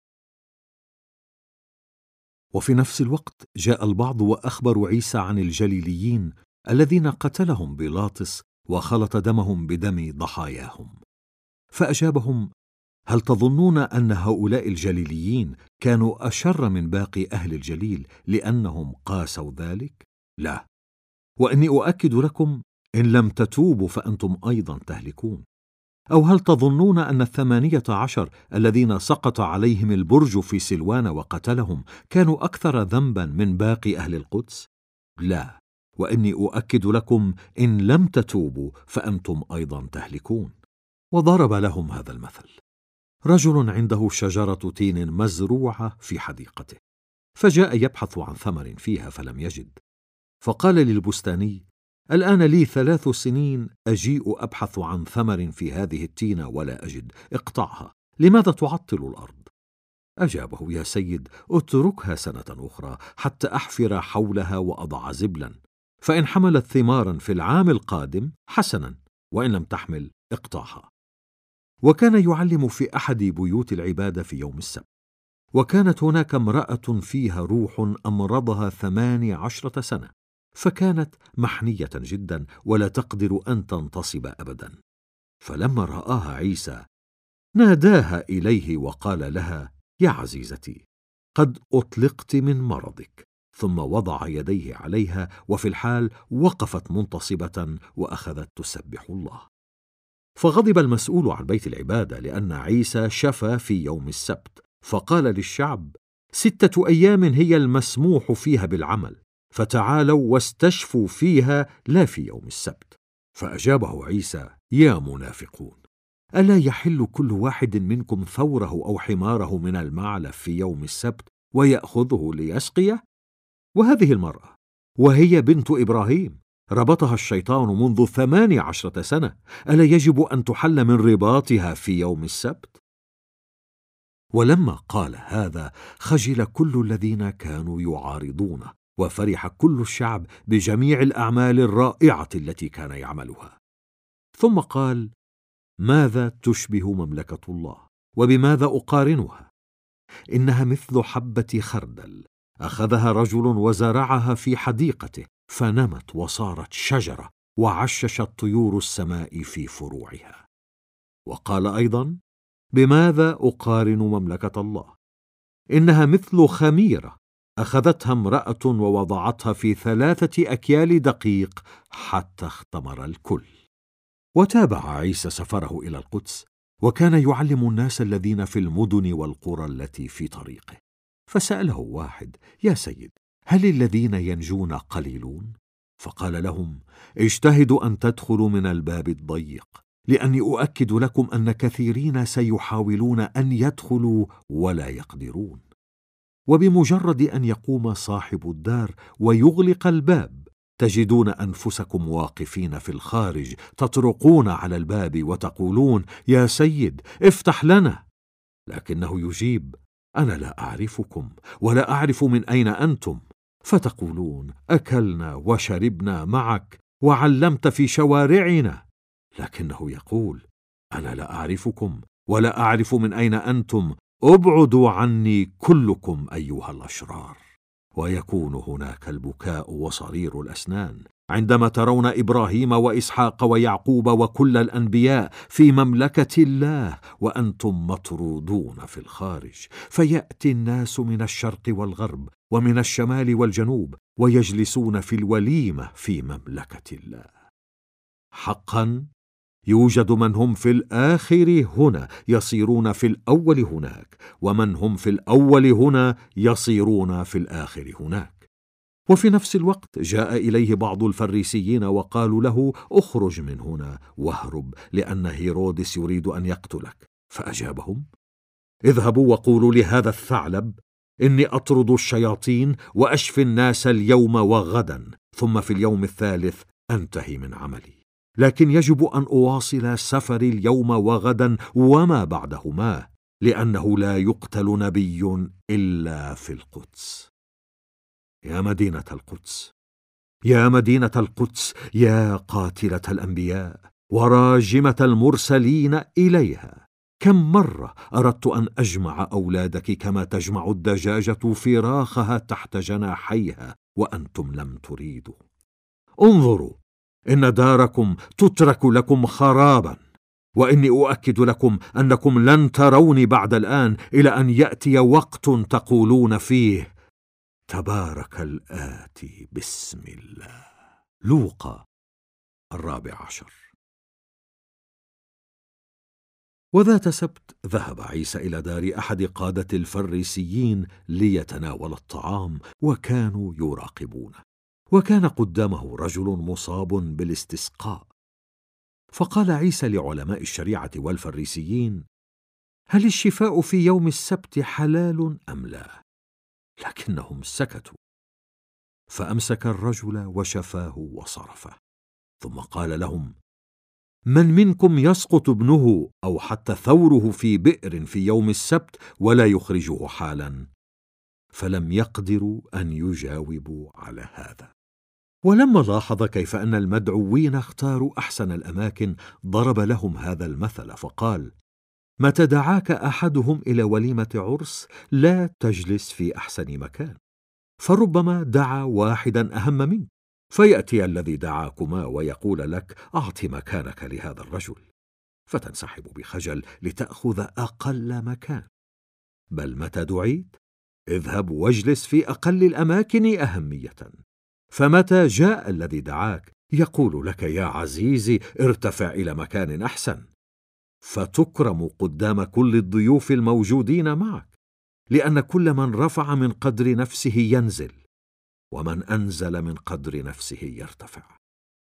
وفي نفس الوقت جاء البعض وأخبروا عيسى عن الجليليين الذين قتلهم بيلاطس وخلط دمهم بدم ضحاياهم. فأجابهم: هل تظنون أن هؤلاء الجليليين كانوا أشر من باقي أهل الجليل لأنهم قاسوا ذلك؟ لا، وإني أؤكد لكم إن لم تتوبوا فأنتم أيضا تهلكون. أو هل تظنون أن 18 الذين سقط عليهم البرج في سلوان وقتلهم كانوا أكثر ذنبا من باقي أهل القدس؟ لا، وإني أؤكد لكم إن لم تتوبوا فأنتم أيضا تهلكون. وضرب لهم هذا المثل: رجل عنده شجرة تين مزروعة في حديقته، فجاء يبحث عن ثمر فيها فلم يجد، فقال للبستاني: الآن لي 3 سنين أجيء أبحث عن ثمر في هذه التينة ولا أجد، اقطعها، لماذا تعطل الأرض؟ أجابه: يا سيد، اتركها سنة أخرى حتى أحفر حولها وأضع زبلا، فإن حملت ثمارا في العام القادم حسنا، وإن لم تحمل اقطعها. وكان يعلم في أحد بيوت العبادة في يوم السبت، وكانت هناك امرأة فيها روح أمرضها 18 سنة، فكانت محنية جدا ولا تقدر أن تنتصب أبدا. فلما رآها عيسى ناداها إليه وقال لها: يا عزيزتي، قد أطلقت من مرضك. ثم وضع يديه عليها، وفي الحال وقفت منتصبة وأخذت تسبح الله. فغضب المسؤول عن بيت العبادة لأن عيسى شفى في يوم السبت، فقال للشعب: 6 أيام هي المسموح فيها بالعمل، فتعالوا واستشفوا فيها لا في يوم السبت. فأجابه عيسى: يا منافقون، ألا يحل كل واحد منكم ثوره أو حماره من المعلف في يوم السبت ويأخذه ليسقيه؟ وهذه المرأة وهي بنت إبراهيم ربطها الشيطان منذ 18 سنة، ألا يجب أن تحل من رباطها في يوم السبت؟ ولما قال هذا خجل كل الذين كانوا يعارضونه، وفرح كل الشعب بجميع الأعمال الرائعة التي كان يعملها. ثم قال: ماذا تشبه مملكة الله؟ وبماذا أقارنها؟ إنها مثل حبة خردل أخذها رجل وزرعها في حديقته، فنمت وصارت شجرة، وعششت طيور السماء في فروعها. وقال أيضا: بماذا أقارن مملكة الله؟ إنها مثل خميرة أخذتها امرأة ووضعتها في 3 أكيال دقيق حتى اختمر الكل. وتابع عيسى سفره إلى القدس، وكان يعلم الناس الذين في المدن والقرى التي في طريقه. فسأله واحد: يا سيد، هل الذين ينجون قليلون؟ فقال لهم: اجتهدوا أن تدخلوا من الباب الضيق، لأني أؤكد لكم أن كثيرين سيحاولون أن يدخلوا ولا يقدرون. وبمجرد أن يقوم صاحب الدار ويغلق الباب، تجدون أنفسكم واقفين في الخارج تطرقون على الباب وتقولون: يا سيد، افتح لنا. لكنه يجيب: أنا لا أعرفكم ولا أعرف من أين أنتم. فتقولون: أكلنا وشربنا معك وعلمت في شوارعنا. لكنه يقول: أنا لا أعرفكم ولا أعرف من أين أنتم، ابعدوا عني كلكم أيها الأشرار. ويكون هناك البكاء وصرير الأسنان عندما ترون إبراهيم وإسحاق ويعقوب وكل الأنبياء في مملكة الله، وأنتم مطرودون في الخارج. فيأتي الناس من الشرق والغرب ومن الشمال والجنوب، ويجلسون في الوليمة في مملكة الله. حقا يوجد من هم في الآخر هنا يصيرون في الأول هناك، ومن هم في الأول هنا يصيرون في الآخر هناك. وفي نفس الوقت جاء إليه بعض الفريسيين وقالوا له: اخرج من هنا واهرب، لأن هيرودس يريد أن يقتلك. فأجابهم: اذهبوا وقولوا لهذا الثعلب: إني أطرد الشياطين وأشفي الناس اليوم وغدا، ثم في اليوم الثالث أنتهي من عملي. لكن يجب أن أواصل سفري اليوم وغدا وما بعدهما، لأنه لا يقتل نبي إلا في القدس. يا مدينة القدس، يا مدينة القدس، يا قاتلة الأنبياء وراجمة المرسلين إليها، كم مرة أردت أن أجمع أولادك كما تجمع الدجاجة فراخها تحت جناحيها وأنتم لم تريدوا. انظروا، إن داركم تترك لكم خرابا، وإني أؤكد لكم أنكم لن تروني بعد الآن إلى أن يأتي وقت تقولون فيه: تبارك الآتي باسم الله. لوقا 14. وذات سبت ذهب عيسى إلى دار أحد قادة الفريسيين ليتناول الطعام، وكانوا يراقبونه. وكان قدامه رجل مصاب بالاستسقاء. فقال عيسى لعلماء الشريعة والفريسيين: هل الشفاء في يوم السبت حلال أم لا؟ لكنهم سكتوا. فأمسك الرجل وشفاه وصرفه، ثم قال لهم: من منكم يسقط ابنه أو حتى ثوره في بئر في يوم السبت ولا يخرجه حالا؟ فلم يقدروا أن يجاوبوا على هذا. ولما لاحظ كيف أن المدعوين اختاروا أحسن الأماكن، ضرب لهم هذا المثل فقال: متى دعاك أحدهم إلى وليمة عرس لا تجلس في أحسن مكان، فربما دعا واحدا أهم منك، فيأتي الذي دعاكما ويقول لك: أعط مكانك لهذا الرجل، فتنسحب بخجل لتأخذ أقل مكان. بل متى دعيت اذهب واجلس في أقل الأماكن أهمية، فمتى جاء الذي دعاك يقول لك: يا عزيزي ارتفع إلى مكان أحسن، فتكرم قدام كل الضيوف الموجودين معك، لأن كل من رفع من قدر نفسه ينزل، ومن أنزل من قدر نفسه يرتفع.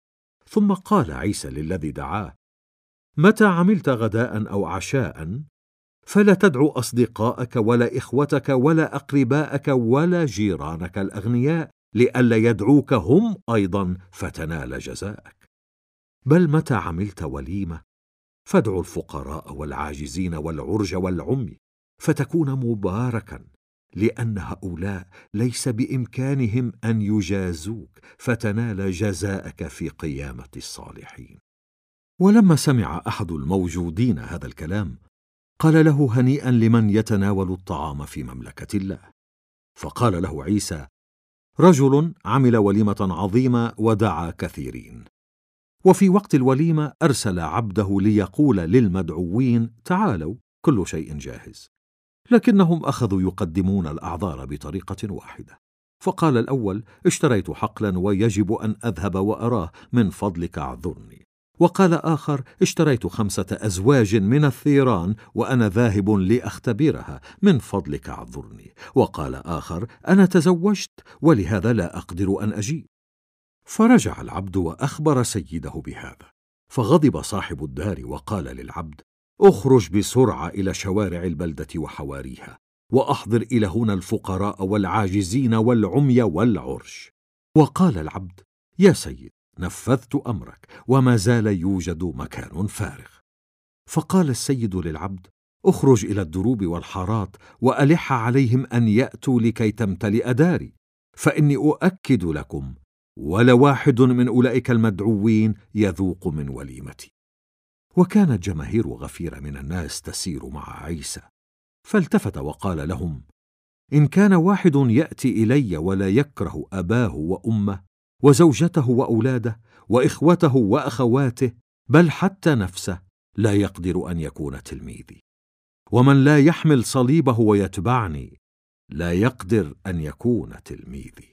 ثم قال عيسى للذي دعاه: متى عملت غداء أو عشاء فلا تدعو أصدقائك ولا إخوتك ولا أقرباءك ولا جيرانك الأغنياء، لئلا يدعوك هم أيضا فتنال جزاءك. بل متى عملت وليمة فادعوا الفقراء والعاجزين والعرج والعمي، فتكون مباركا، لأن هؤلاء ليس بإمكانهم أن يجازوك، فتنال جزاءك في قيامة الصالحين. ولما سمع أحد الموجودين هذا الكلام قال له: هنيئا لمن يتناول الطعام في مملكة الله. فقال له عيسى: رجل عمل وليمة عظيمة ودعا كثيرين، وفي وقت الوليمة أرسل عبده ليقول للمدعوين: تعالوا، كل شيء جاهز. لكنهم أخذوا يقدمون الأعذار بطريقة واحدة. فقال الأول: اشتريت حقلا ويجب أن أذهب وأراه، من فضلك اعذرني. وقال آخر: اشتريت 5 أزواج من الثيران وأنا ذاهب لأختبرها، من فضلك اعذرني. وقال آخر: أنا تزوجت ولهذا لا أقدر أن أجيء. فرجع العبد وأخبر سيده بهذا، فغضب صاحب الدار وقال للعبد: اخرج بسرعة إلى شوارع البلدة وحواريها، وأحضر إلى هنا الفقراء والعاجزين والعمي والعرج. وقال العبد: يا سيد، نفذت أمرك، وما زال يوجد مكان فارغ. فقال السيد للعبد: اخرج إلى الدروب والحارات وألح عليهم أن يأتوا لكي تمتلئ داري، فإني أؤكد لكم ولا واحد من أولئك المدعوين يذوق من وليمتي. وكانت جماهير غفيرة من الناس تسير مع عيسى، فالتفت وقال لهم: إن كان واحد يأتي إلي ولا يكره أباه وأمه وزوجته وأولاده وإخوته وأخواته بل حتى نفسه، لا يقدر أن يكون تلميذي. ومن لا يحمل صليبه ويتبعني لا يقدر أن يكون تلميذي.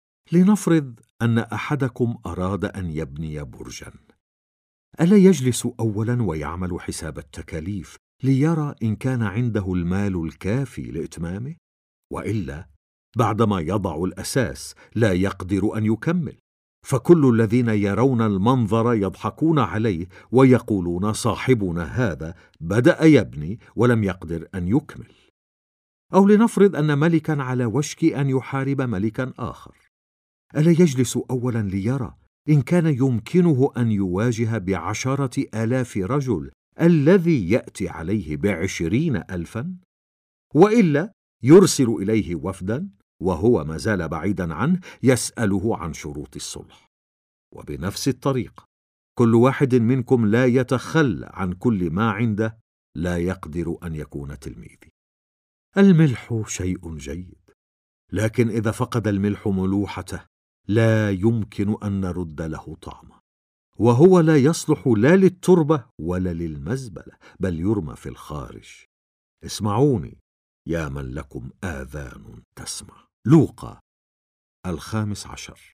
لنفرض أن أحدكم أراد أن يبني برجا، ألا يجلس أولا ويعمل حساب التكاليف ليرى إن كان عنده المال الكافي لإتمامه؟ وإلا بعدما يضع الأساس لا يقدر أن يكمل، فكل الذين يرون المنظر يضحكون عليه ويقولون: صاحبنا هذا بدأ يبني ولم يقدر أن يكمل. أو لنفرض أن ملكا على وشك أن يحارب ملكا آخر، ألا يجلس أولا ليرى إن كان يمكنه أن يواجه ب10,000 رجل الذي يأتي عليه ب20,000؟ وإلا يرسل إليه وفدا وهو ما زال بعيدا عنه يسأله عن شروط الصلح. وبنفس الطريقة كل واحد منكم لا يتخلى عن كل ما عنده، لا يقدر أن يكون تلميذي. الملح شيء جيد، لكن إذا فقد الملح ملوحته لا يمكن أن نرد له طعمه، وهو لا يصلح لا للتربة ولا للمزبلة، بل يرمى في الخارج. اسمعوني يا من لكم آذان تسمع. لوقا 15.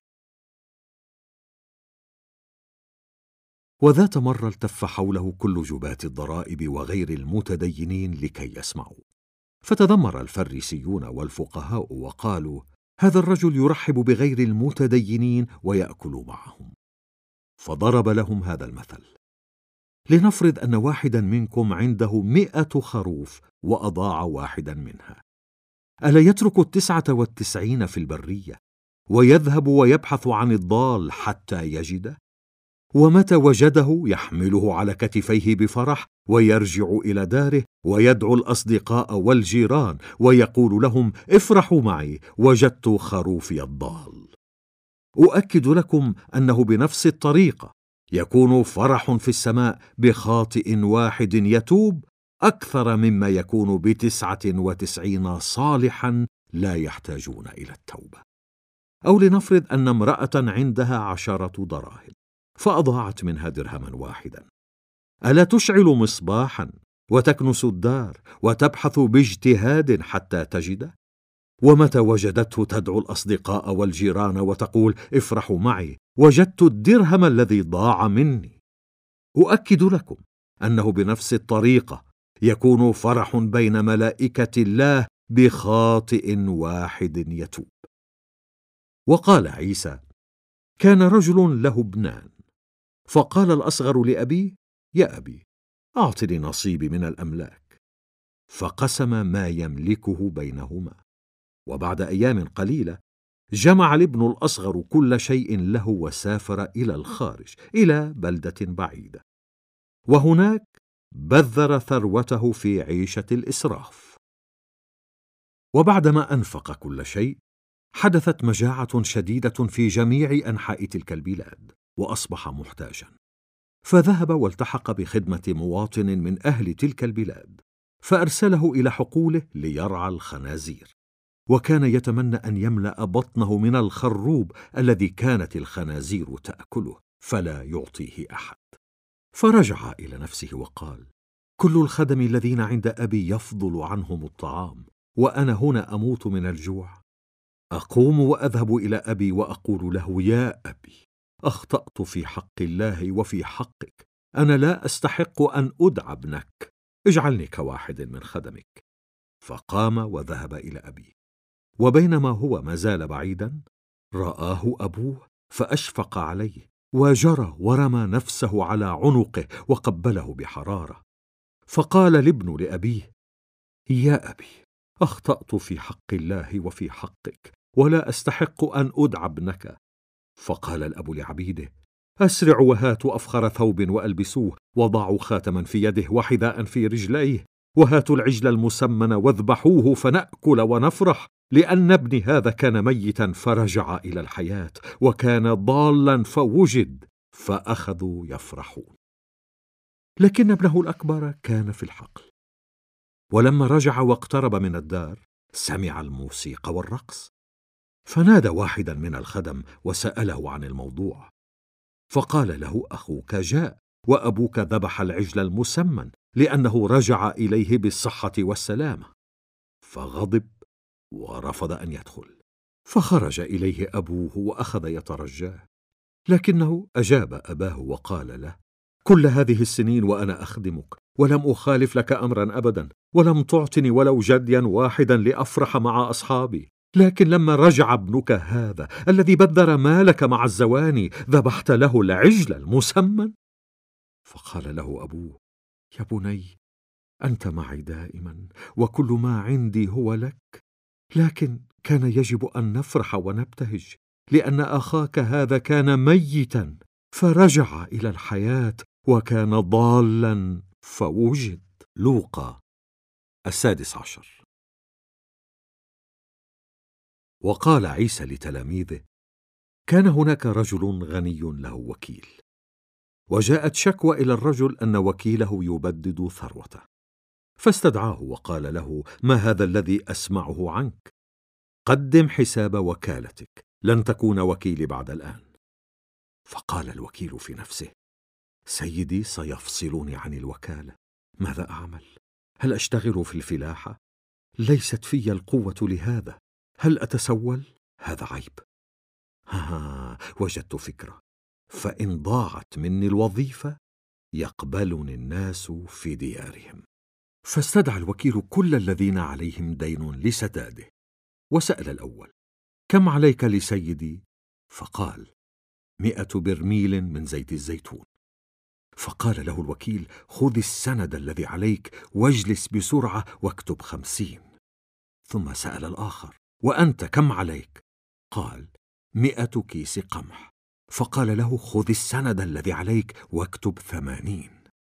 وذات مرة التف حوله كل جباة الضرائب وغير المتدينين لكي يسمعوا، فتذمر الفريسيون والفقهاء وقالوا: هذا الرجل يرحب بغير المتدينين ويأكل معهم. فضرب لهم هذا المثل: لنفرض أن واحدا منكم عنده 100 خروف وأضاع واحدا منها، ألا يترك 99 في البرية ويذهب ويبحث عن الضال حتى يجده؟ ومتى وجده يحمله على كتفيه بفرح ويرجع إلى داره ويدعو الأصدقاء والجيران ويقول لهم: افرحوا معي، وجدت خروفي الضال. أؤكد لكم أنه بنفس الطريقة يكون فرح في السماء بخاطئ واحد يتوب أكثر مما يكون ب99 صالحا لا يحتاجون إلى التوبة. أو لنفرض أن امرأة عندها 10 دراهم فأضاعت منها درهما واحدا، ألا تشعل مصباحا وتكنس الدار وتبحث باجتهاد حتى تجده؟ ومتى وجدته تدعو الأصدقاء والجيران وتقول: افرحوا معي، وجدت الدرهم الذي ضاع مني. أؤكد لكم أنه بنفس الطريقة يكون فرح بين ملائكة الله بخاطئ واحد يتوب. وقال عيسى: كان رجل له ابنان، فقال الأصغر لأبيه: يا أبي، أعطني نصيبي من الأملاك. فقسم ما يملكه بينهما. وبعد أيام قليلة جمع الابن الأصغر كل شيء له وسافر إلى الخارج، إلى بلدة بعيدة، وهناك بذر ثروته في عيشة الإسراف. وبعدما أنفق كل شيء حدثت مجاعة شديدة في جميع أنحاء تلك البلاد، وأصبح محتاجا، فذهب والتحق بخدمة مواطن من أهل تلك البلاد، فأرسله إلى حقوله ليرعى الخنازير، وكان يتمنى أن يملأ بطنه من الخروب الذي كانت الخنازير تأكله فلا يعطيه أحد. فرجع إلى نفسه وقال: كل الخدم الذين عند أبي يفضل عنهم الطعام، وأنا هنا أموت من الجوع. أقوم وأذهب إلى أبي وأقول له: يا أبي، أخطأت في حق الله وفي حقك، أنا لا أستحق أن أدعى ابنك، اجعلني كواحد من خدمك. فقام وذهب إلى أبيه، وبينما هو ما زال بعيدا رآه أبوه فأشفق عليه، وجرى ورمى نفسه على عنقه وقبله بحرارة. فقال الابن لأبيه: يا أبي، أخطأت في حق الله وفي حقك، ولا أستحق أن أدعى ابنك. فقال الأب لعبيده: أسرعوا وهاتوا أفخر ثوب وألبسوه، وضعوا خاتما في يده وحذاء في رجليه، وهاتوا العجل المسمن واذبحوه فنأكل ونفرح، لأن ابني هذا كان ميتا فرجع إلى الحياة، وكان ضالا فوجد. فأخذوا يفرحون. لكن ابنه الأكبر كان في الحقل، ولما رجع واقترب من الدار سمع الموسيقى والرقص، فنادى واحدا من الخدم وسأله عن الموضوع. فقال له: أخوك جاء، وأبوك ذبح العجل المسمن، لأنه رجع إليه بالصحة والسلامة. فغضب ورفض أن يدخل. فخرج إليه أبوه وأخذ يترجاه، لكنه أجاب أباه وقال له: كل هذه السنين وأنا أخدمك، ولم أخالف لك أمرا أبدا، ولم تعطني ولو جديا واحدا لأفرح مع أصحابي، لكن لما رجع ابنك هذا الذي بذر مالك مع الزواني ذبحت له العجل المسمن. فقال له أبوه: يا بني، أنت معي دائما، وكل ما عندي هو لك، لكن كان يجب أن نفرح ونبتهج، لأن أخاك هذا كان ميتا فرجع إلى الحياة، وكان ضالا فوجد. لوقا 16. وقال عيسى لتلاميذه: كان هناك رجل غني له وكيل، وجاءت شكوى إلى الرجل أن وكيله يبدد ثروته، فاستدعاه وقال له: ما هذا الذي أسمعه عنك؟ قدم حساب وكالتك، لن تكون وكيلي بعد الآن. فقال الوكيل في نفسه: سيدي سيفصلني عن الوكالة، ماذا أعمل؟ هل أشتغل في الفلاحة؟ ليست في القوة لهذا. هل أتسول؟ هذا عيب. وجدت فكرة، فإن ضاعت مني الوظيفة يقبلني الناس في ديارهم. فاستدعى الوكيل كل الذين عليهم دين لسداده، وسأل الأول: كم عليك لسيدي؟ فقال: 100 برميل من زيت الزيتون. فقال له الوكيل: خذ السند الذي عليك واجلس بسرعة واكتب 50. ثم سأل الآخر: وأنت كم عليك؟ قال: 100 كيس قمح. فقال له: خذ السند الذي عليك واكتب 80.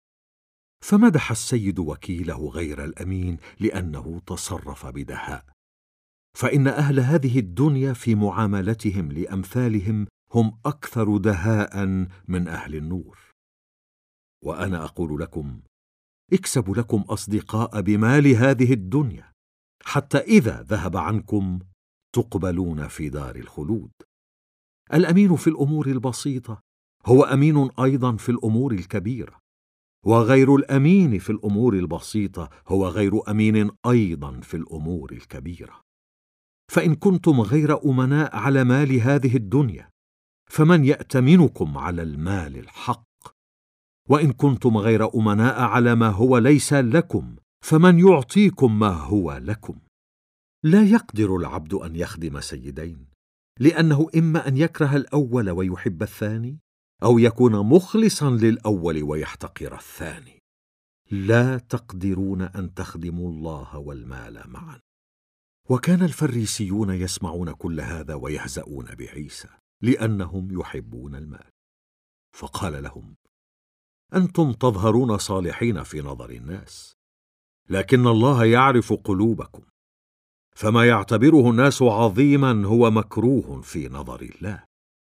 فمدح السيد وكيله غير الأمين لأنه تصرف بدهاء، فإن أهل هذه الدنيا في معاملتهم لأمثالهم هم أكثر دهاء من أهل النور. وأنا أقول لكم: اكسبوا لكم أصدقاء بمال هذه الدنيا، حتى إذا ذهب عنكم تقبلون في دار الخلود. الأمين في الأمور البسيطة هو أمين أيضا في الأمور الكبيرة، وغير الأمين في الأمور البسيطة هو غير أمين أيضا في الأمور الكبيرة. فإن كنتم غير أمناء على مال هذه الدنيا، فمن يأتمنكم على المال الحق؟ وإن كنتم غير أمناء على ما هو ليس لكم، فمن يعطيكم ما هو لكم؟ لا يقدر العبد أن يخدم سيدين، لأنه إما أن يكره الأول ويحب الثاني، أو يكون مخلصا للأول ويحتقر الثاني. لا تقدرون أن تخدموا الله والمال معا. وكان الفريسيون يسمعون كل هذا ويهزؤون بعيسى، لأنهم يحبون المال. فقال لهم: أنتم تظهرون صالحين في نظر الناس، لكن الله يعرف قلوبكم، فما يعتبره الناس عظيما هو مكروه في نظر الله.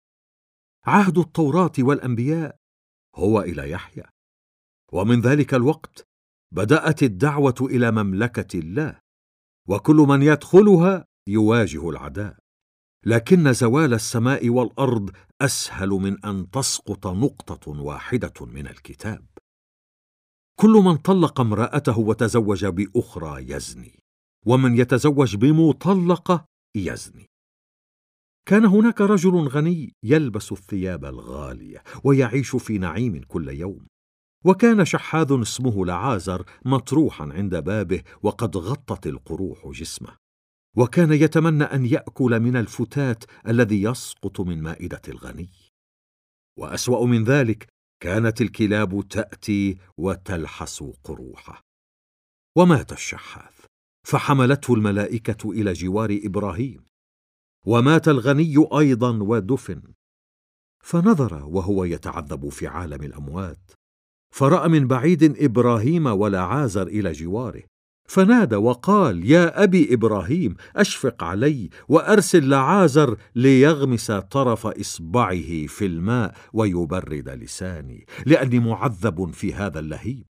عهد التوراة والأنبياء هو إلى يحيى، ومن ذلك الوقت بدأت الدعوة إلى مملكة الله، وكل من يدخلها يواجه العداء، لكن زوال السماء والأرض أسهل من أن تسقط نقطة واحدة من الكتاب. كل من طلق امرأته وتزوج بأخرى يزني، ومن يتزوج بمطلقة يزني. كان هناك رجل غني يلبس الثياب الغالية ويعيش في نعيم كل يوم، وكان شحاذ اسمه لعازر مطروحا عند بابه وقد غطت القروح جسمه، وكان يتمنى أن يأكل من الفتات الذي يسقط من مائدة الغني. وأسوأ من ذلك، كانت الكلاب تأتي وتلحس قروحه. ومات الشحاذ، فحملته الملائكة إلى جوار إبراهيم. ومات الغني أيضا ودفن. فنظر وهو يتعذب في عالم الأموات، فرأى من بعيد إبراهيم ولعازر إلى جواره، فنادى وقال: يا أبي إبراهيم، أشفق علي وأرسل لعازر ليغمس طرف إصبعه في الماء ويبرد لساني، لأني معذب في هذا اللهيب.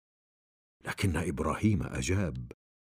لكن إبراهيم أجاب: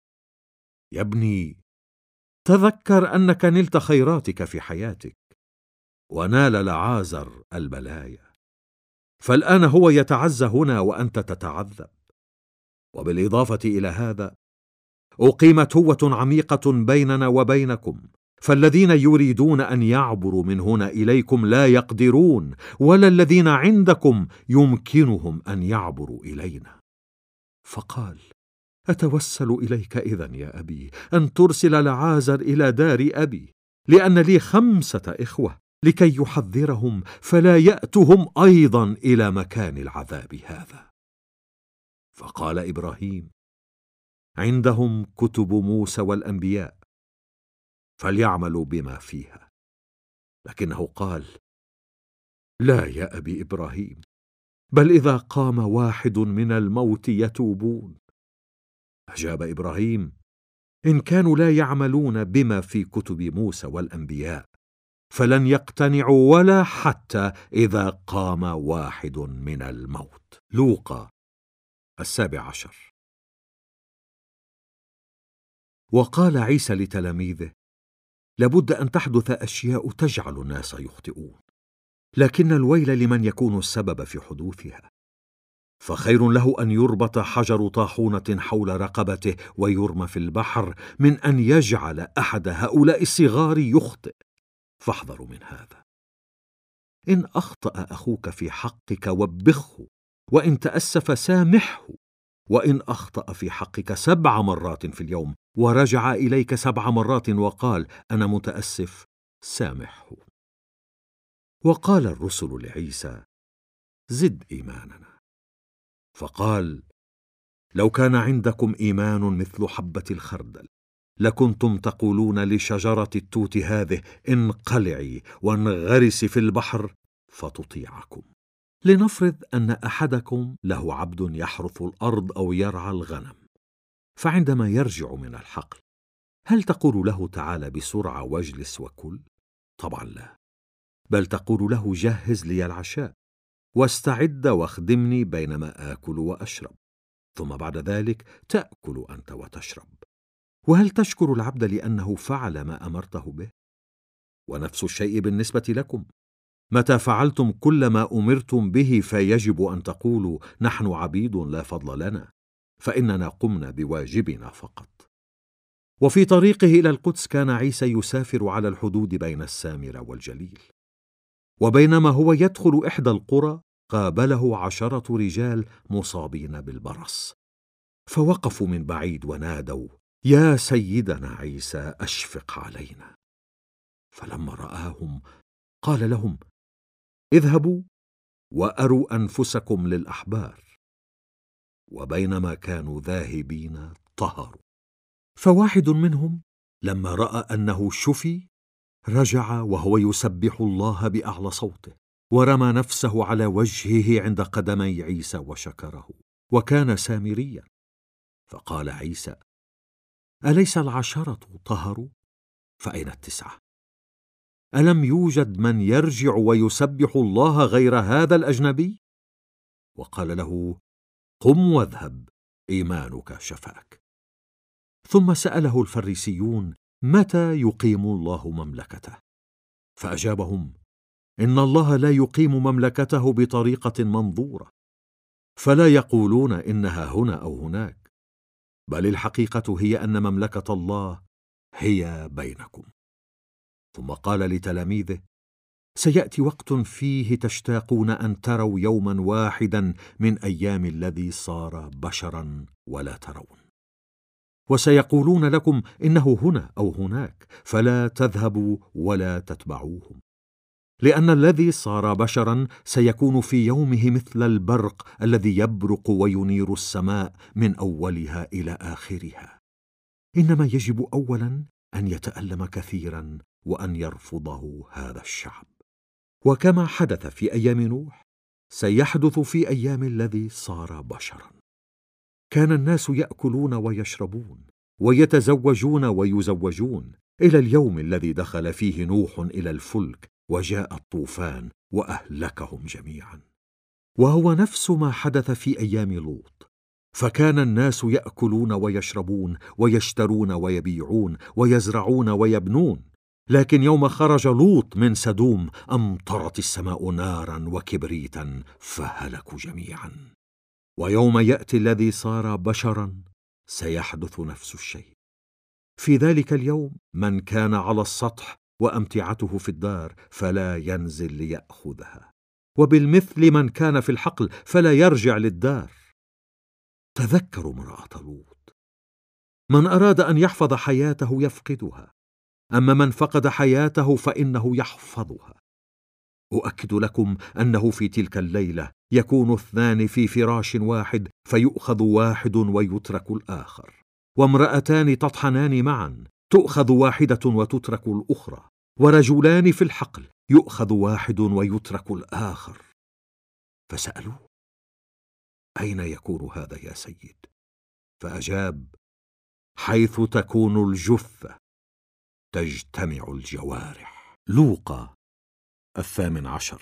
يا ابني، تذكر أنك نلت خيراتك في حياتك، ونال لعازر البلايا، فالآن هو يتعزى هنا وأنت تتعذب. وبالإضافة إلى هذا، أقيمت هوة عميقة بيننا وبينكم، فالذين يريدون أن يعبروا من هنا إليكم لا يقدرون، ولا الذين عندكم يمكنهم أن يعبروا إلينا. فقال: أتوسل إليك إذن يا أبي أن ترسل لعازر إلى دار أبي، لأن لي 5 إخوة، لكي يحذرهم فلا يأتهم أيضا إلى مكان العذاب هذا. فقال إبراهيم: عندهم كتب موسى والأنبياء، فليعملوا بما فيها. لكنه قال: لا يا أبي إبراهيم، بل إذا قام واحد من الموت يتوبون. أجاب إبراهيم: إن كانوا لا يعملون بما في كتب موسى والأنبياء فلن يقتنعوا ولا حتى إذا قام واحد من الموت. لوقا 17. وقال عيسى لتلاميذه: لابد أن تحدث أشياء تجعل الناس يخطئون، لكن الويل لمن يكون السبب في حدوثها. فخير له أن يربط حجر طاحونة حول رقبته ويرمى في البحر من أن يجعل أحد هؤلاء الصغار يخطئ. فاحذروا من هذا. إن أخطأ أخوك في حقك وبخه، وإن تأسف سامحه، وإن أخطأ في حقك 7 مرات في اليوم ورجع إليك 7 مرات وقال أنا متأسف، سامحه. وقال الرسل لعيسى: زد إيماننا. فقال: لو كان عندكم إيمان مثل حبة الخردل لكنتم تقولون لشجرة التوت هذه انقلعي وانغرسي في البحر فتطيعكم. لنفرض أن أحدكم له عبد يحرث الأرض أو يرعى الغنم، فعندما يرجع من الحقل هل تقول له تعال بسرعة واجلس وكل؟ طبعا لا، بل تقول له جهز لي العشاء واستعد واخدمني بينما آكل وأشرب، ثم بعد ذلك تأكل أنت وتشرب. وهل تشكر العبد لأنه فعل ما أمرته به؟ ونفس الشيء بالنسبة لكم، متى فعلتم كل ما أمرتم به فيجب أن تقولوا نحن عبيد لا فضل لنا، فإننا قمنا بواجبنا فقط. وفي طريقه إلى القدس كان عيسى يسافر على الحدود بين السامرة والجليل، وبينما هو يدخل إحدى القرى قابله 10 رجال مصابين بالبرص، فوقفوا من بعيد ونادوا: يا سيدنا عيسى أشفق علينا. فلما رآهم قال لهم: اذهبوا وأروا أنفسكم للأحبار. وبينما كانوا ذاهبين طهروا. فواحد منهم لما رأى أنه شفي رجع وهو يسبح الله بأعلى صوته، ورمى نفسه على وجهه عند قدمي عيسى وشكره، وكان سامريا. فقال عيسى: أليس 10 طهروا؟ فأين 9؟ ألم يوجد من يرجع ويسبح الله غير هذا الأجنبي؟ وقال له: قم واذهب، إيمانك شفاك. ثم سأله الفريسيون: متى يقيم الله مملكته؟ فأجابهم: إن الله لا يقيم مملكته بطريقة منظورة، فلا يقولون إنها هنا أو هناك، بل الحقيقة هي أن مملكة الله هي بينكم. ثم قال لتلاميذه: سيأتي وقت فيه تشتاقون أن تروا يوما واحدا من أيام الذي صار بشرا ولا ترون، وسيقولون لكم إنه هنا أو هناك، فلا تذهبوا ولا تتبعوهم، لأن الذي صار بشرا سيكون في يومه مثل البرق الذي يبرق وينير السماء من أولها إلى آخرها. إنما يجب أولا أن يتألم كثيرا وأن يرفضه هذا الشعب. وكما حدث في أيام نوح سيحدث في أيام الذي صار بشرا. كان الناس يأكلون ويشربون ويتزوجون ويزوجون إلى اليوم الذي دخل فيه نوح إلى الفلك وجاء الطوفان وأهلكهم جميعا. وهو نفس ما حدث في أيام لوط، فكان الناس يأكلون ويشربون ويشترون ويبيعون ويزرعون ويبنون، لكن يوم خرج لوط من سدوم أمطرت السماء نارا وكبريتا فهلكوا جميعا. ويوم يأتي الذي صار بشرا سيحدث نفس الشيء. في ذلك اليوم من كان على السطح وأمتعته في الدار فلا ينزل ليأخذها، وبالمثل من كان في الحقل فلا يرجع للدار. تذكروا امرأة لوط. من أراد أن يحفظ حياته يفقدها، أما من فقد حياته فإنه يحفظها. أؤكد لكم أنه في تلك الليلة يكون 2 في فراش واحد فيؤخذ واحد ويترك الآخر، وامرأتان تطحنان معا تؤخذ واحدة وتترك الأخرى، ورجلان في الحقل يؤخذ واحد ويترك الآخر. فسألوه: أين يكون هذا يا سيد؟ فأجاب: حيث تكون الجثة تجتمع الجوارح. لوقا 18.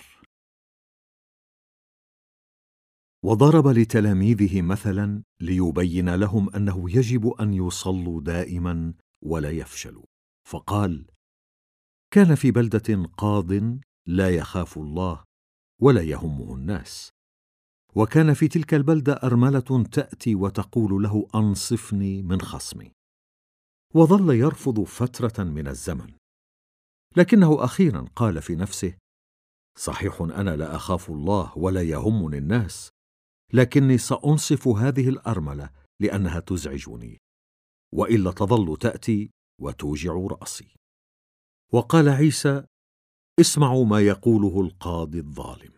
وضرب لتلاميذه مثلا ليبين لهم أنه يجب أن يصلوا دائما ولا يفشلوا، فقال: كان في بلدة قاض لا يخاف الله ولا يهمه الناس، وكان في تلك البلدة أرملة تأتي وتقول له: أنصفني من خصمي. وظل يرفض فترة من الزمن، لكنه أخيرا قال في نفسه: صحيح أنا لا أخاف الله ولا يهمني الناس، لكني سأنصف هذه الأرملة لأنها تزعجني، وإلا تظل تأتي وتوجع رأسي. وقال عيسى: اسمعوا ما يقوله القاضي الظالم.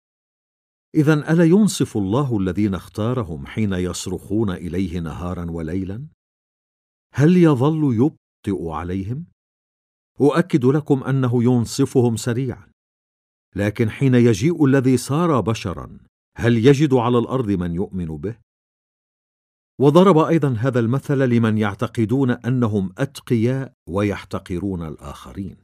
إذن ألا ينصف الله الذين اختارهم حين يصرخون إليه نهارا وليلا؟ هل يظل يبطئ عليهم؟ أؤكد لكم أنه ينصفهم سريعا. لكن حين يجيء الذي صار بشرا، هل يجد على الأرض من يؤمن به؟ وضرب أيضا هذا المثل لمن يعتقدون أنهم أتقياء ويحتقرون الآخرين.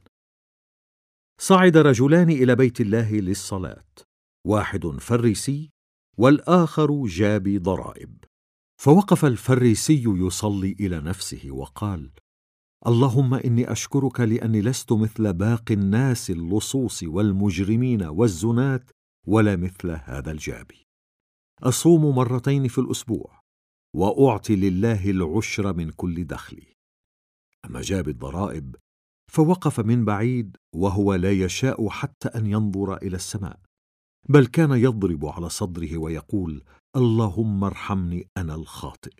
صعد رجلان إلى بيت الله للصلاة، واحد فريسي والآخر جابي ضرائب. فوقف الفريسي يصلي إلى نفسه وقال: اللهم إني أشكرك لأني لست مثل باقي الناس اللصوص والمجرمين والزناة، ولا مثل هذا الجابي. أصوم مرتين في الأسبوع، وأعطي لله العشر من كل دخلي. أما جابي الضرائب فوقف من بعيد، وهو لا يشاء حتى أن ينظر إلى السماء، بل كان يضرب على صدره ويقول: اللهم ارحمني أنا الخاطئ.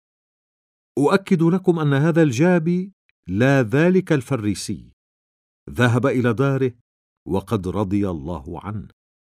أؤكد لكم أن هذا الجابي لا ذلك الفريسي ذهب إلى داره وقد رضي الله عنه،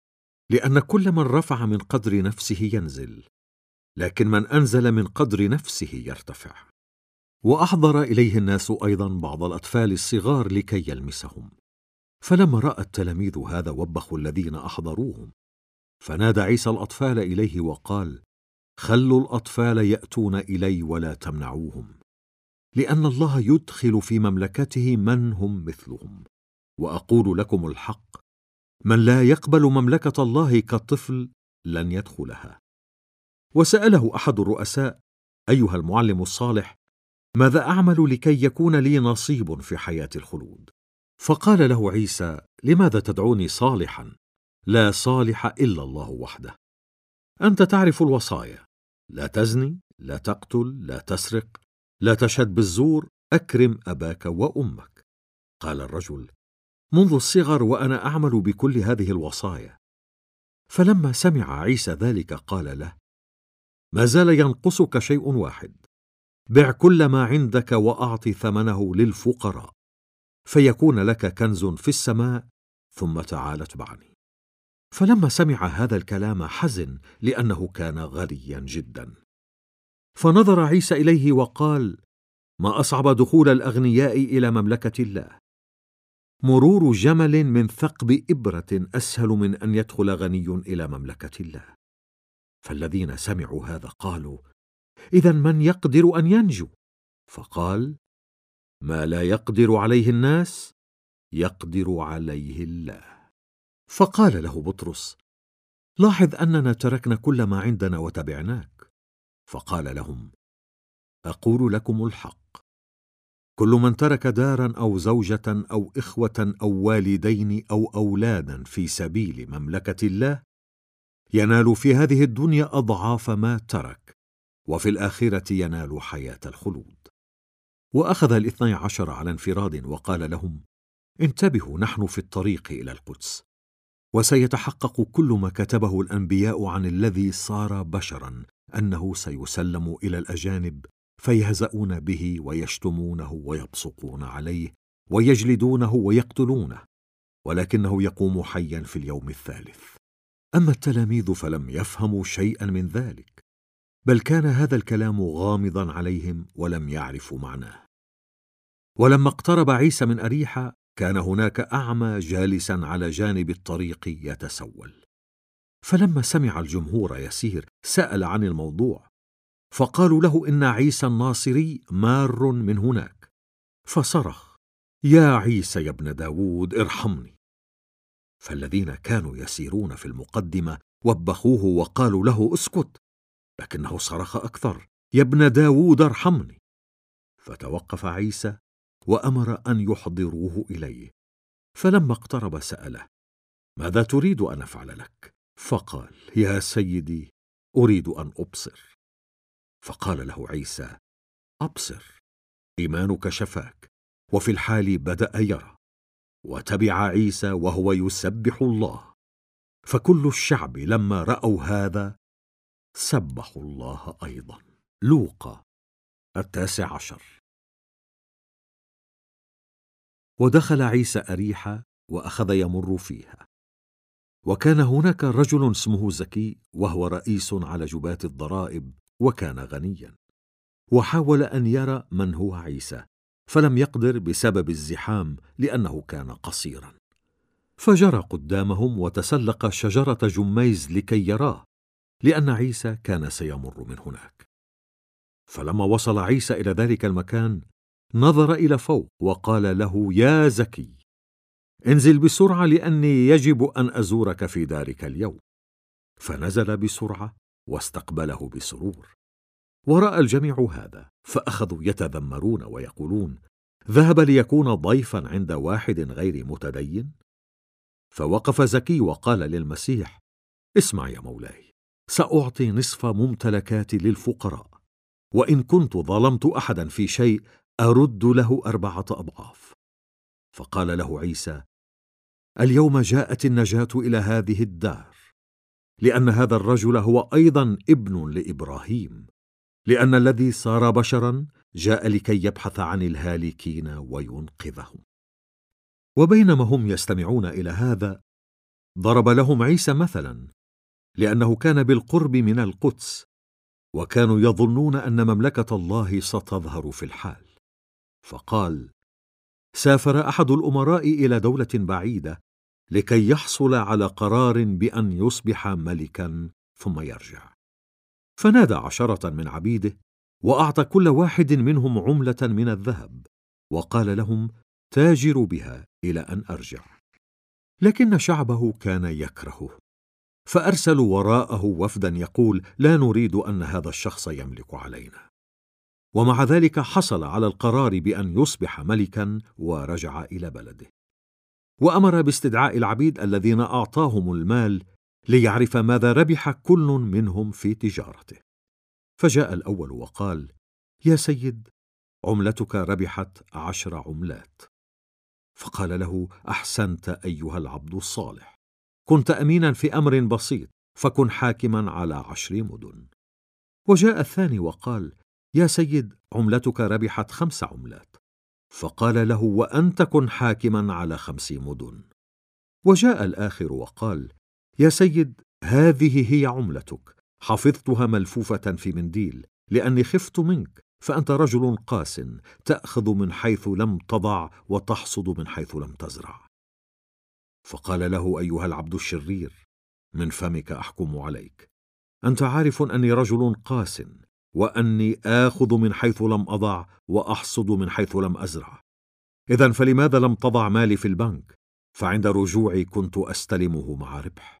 لأن كل من رفع من قدر نفسه ينزل، لكن من أنزل من قدر نفسه يرتفع. وأحضر إليه الناس أيضا بعض الأطفال الصغار لكي يلمسهم، فلما رأى التلاميذ هذا وبخوا الذين أحضروهم. فنادى عيسى الأطفال إليه وقال: خلوا الأطفال يأتون إلي ولا تمنعوهم، لأن الله يدخل في مملكته من هم مثلهم. وأقول لكم الحق، من لا يقبل مملكة الله كالطفل لن يدخلها. وسأله أحد الرؤساء: أيها المعلم الصالح، ماذا أعمل لكي يكون لي نصيب في حياة الخلود؟ فقال له عيسى: لماذا تدعوني صالحا؟ لا صالح إلا الله وحده. أنت تعرف الوصايا: لا تزني، لا تقتل، لا تسرق، لا تشهد بالزور، أكرم أباك وأمك. قال الرجل: منذ الصغر وأنا أعمل بكل هذه الوصايا. فلما سمع عيسى ذلك قال له: ما زال ينقصك شيء واحد، بع كل ما عندك وأعط ثمنه للفقراء، فيكون لك كنز في السماء، ثم تعال اتبعني. فلما سمع هذا الكلام حزن، لأنه كان غنيا جدا. فنظر عيسى إليه وقال: ما أصعب دخول الأغنياء إلى مملكة الله. مرور جمل من ثقب إبرة أسهل من أن يدخل غني إلى مملكة الله. فالذين سمعوا هذا قالوا: إذن من يقدر أن ينجو؟ فقال: ما لا يقدر عليه الناس يقدر عليه الله. فقال له بطرس: لاحظ أننا تركنا كل ما عندنا وتبعناك. فقال لهم: أقول لكم الحق، كل من ترك دارا أو زوجة أو إخوة أو والدين أو أولادا في سبيل مملكة الله ينال في هذه الدنيا أضعاف ما ترك، وفي الآخرة ينال حياة الخلود. وأخذ 12 على انفراد وقال لهم: انتبهوا، نحن في الطريق إلى القدس، وسيتحقق كل ما كتبه الأنبياء عن الذي صار بشرا، أنه سيسلم إلى الأجانب فيهزؤون به ويشتمونه ويبصقون عليه ويجلدونه ويقتلونه، ولكنه يقوم حيا في اليوم الثالث. أما التلاميذ فلم يفهموا شيئا من ذلك، بل كان هذا الكلام غامضا عليهم ولم يعرفوا معناه. ولما اقترب عيسى من أريحة كان هناك أعمى جالسا على جانب الطريق يتسول. فلما سمع الجمهور يسير سأل عن الموضوع، فقالوا له إن عيسى الناصري مار من هناك، فصرخ: يا عيسى يا ابن داود ارحمني. فالذين كانوا يسيرون في المقدمة وبخوه وقالوا له: اسكت، لكنه صرخ أكثر: يا ابن داود ارحمني. فتوقف عيسى وأمر أن يحضروه إليه، فلما اقترب سأله: ماذا تريد أن أفعل لك؟ فقال: يا سيدي، أريد أن أبصر. فقال له عيسى: أبصر، إيمانك شفاك. وفي الحال بدأ يرى، وتبع عيسى وهو يسبح الله. فكل الشعب لما رأوا هذا سبحوا الله أيضا. لوقا 19. ودخل عيسى أريحة وأخذ يمر فيها، وكان هناك رجل اسمه زكي، وهو رئيس على جباة الضرائب، وكان غنيا، وحاول أن يرى من هو عيسى، فلم يقدر بسبب الزحام لأنه كان قصيرا. فجرى قدامهم وتسلق شجرة جميز لكي يراه، لأن عيسى كان سيمر من هناك. فلما وصل عيسى إلى ذلك المكان نظر إلى فوق وقال له: يا زكي، انزل بسرعة، لأني يجب أن أزورك في دارك اليوم. فنزل بسرعة واستقبله بسرور. ورأى الجميع هذا، فأخذوا يتذمرون ويقولون: ذهب ليكون ضيفا عند واحد غير متدين؟ فوقف زكي وقال للمسيح: اسمع يا مولاي، سأعطي نصف ممتلكاتي للفقراء، وإن كنت ظلمت أحدا في شيء أرد له 4 أضعاف. فقال له عيسى: اليوم جاءت النجاة إلى هذه الدار، لأن هذا الرجل هو أيضا ابن لإبراهيم، لأن الذي صار بشرا جاء لكي يبحث عن الهالكين وينقذهم. وبينما هم يستمعون إلى هذا ضرب لهم عيسى مثلا، لأنه كان بالقرب من القدس، وكانوا يظنون أن مملكة الله ستظهر في الحال. فقال: سافر أحد الأمراء إلى دولة بعيدة لكي يحصل على قرار بأن يصبح ملكا ثم يرجع، فنادى 10 من عبيده وأعطى كل واحد منهم عملة من الذهب، وقال لهم: تاجروا بها إلى أن أرجع. لكن شعبه كان يكرهه، فأرسلوا وراءه وفدا يقول: لا نريد أن هذا الشخص يملك علينا. ومع ذلك حصل على القرار بأن يصبح ملكا ورجع إلى بلده. وأمر باستدعاء العبيد الذين أعطاهم المال ليعرف ماذا ربح كل منهم في تجارته. فجاء الأول وقال: يا سيد، عملتك ربحت 10 عملات. فقال له: أحسنت أيها العبد الصالح، كنت أمينا في أمر بسيط، فكن حاكما على 10 مدن. وجاء الثاني وقال: يا سيد، عملتك ربحت 5 عملات. فقال له: وأنت كن حاكما على 5 مدن. وجاء الآخر وقال: يا سيد، هذه هي عملتك، حفظتها ملفوفة في منديل، لأني خفت منك، فأنت رجل قاس، تأخذ من حيث لم تضع وتحصد من حيث لم تزرع. فقال له: أيها العبد الشرير، من فمك أحكم عليك، أنت عارف أني رجل قاس، وأني آخذ من حيث لم أضع وأحصد من حيث لم أزرع. إذن فلماذا لم تضع مالي في البنك؟ فعند رجوعي كنت أستلمه مع ربح.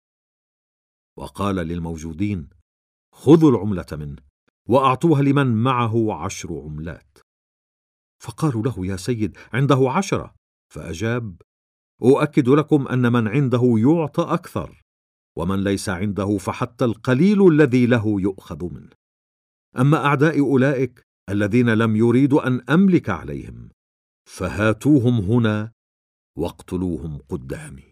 وقال للموجودين: خذوا العملة منه وأعطوها لمن معه 10 عملات. فقالوا له: يا سيد، عنده 10. فأجاب: أؤكد لكم أن من عنده يعطى أكثر، ومن ليس عنده فحتى القليل الذي له يؤخذ منه. أما أعداء أولئك الذين لم يريدوا أن أملك عليهم، فهاتوهم هنا واقتلوهم قدامي.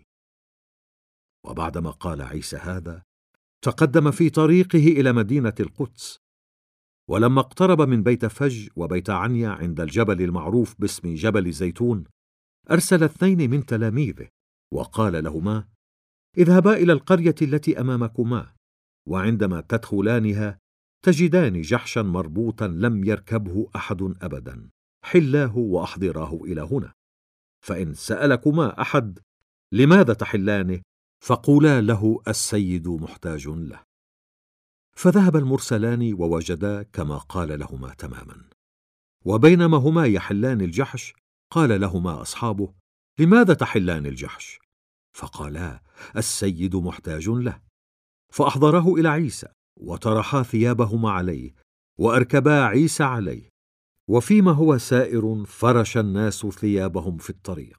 وبعدما قال عيسى هذا تقدم في طريقه إلى مدينة القدس. ولما اقترب من بيت فج وبيت عنيا عند الجبل المعروف باسم جبل زيتون، أرسل 2 من تلاميذه وقال لهما: اذهبا إلى القرية التي أمامكما، وعندما تدخلانها تجدان جحشا مربوطا لم يركبه أحد أبدا، حلاه وأحضراه إلى هنا. فإن سألكما أحد: لماذا تحلانه؟ فقولا له السيد محتاج له. فذهب المرسلان ووجدا كما قال لهما تماما. وبينما هما يحلان الجحش قال لهما أصحابه: لماذا تحلان الجحش؟ فقالا: السيد محتاج له. فأحضراه إلى عيسى وطرحا ثيابهما عليه وأركبا عيسى عليه. وفيما هو سائر فرش الناس ثيابهم في الطريق.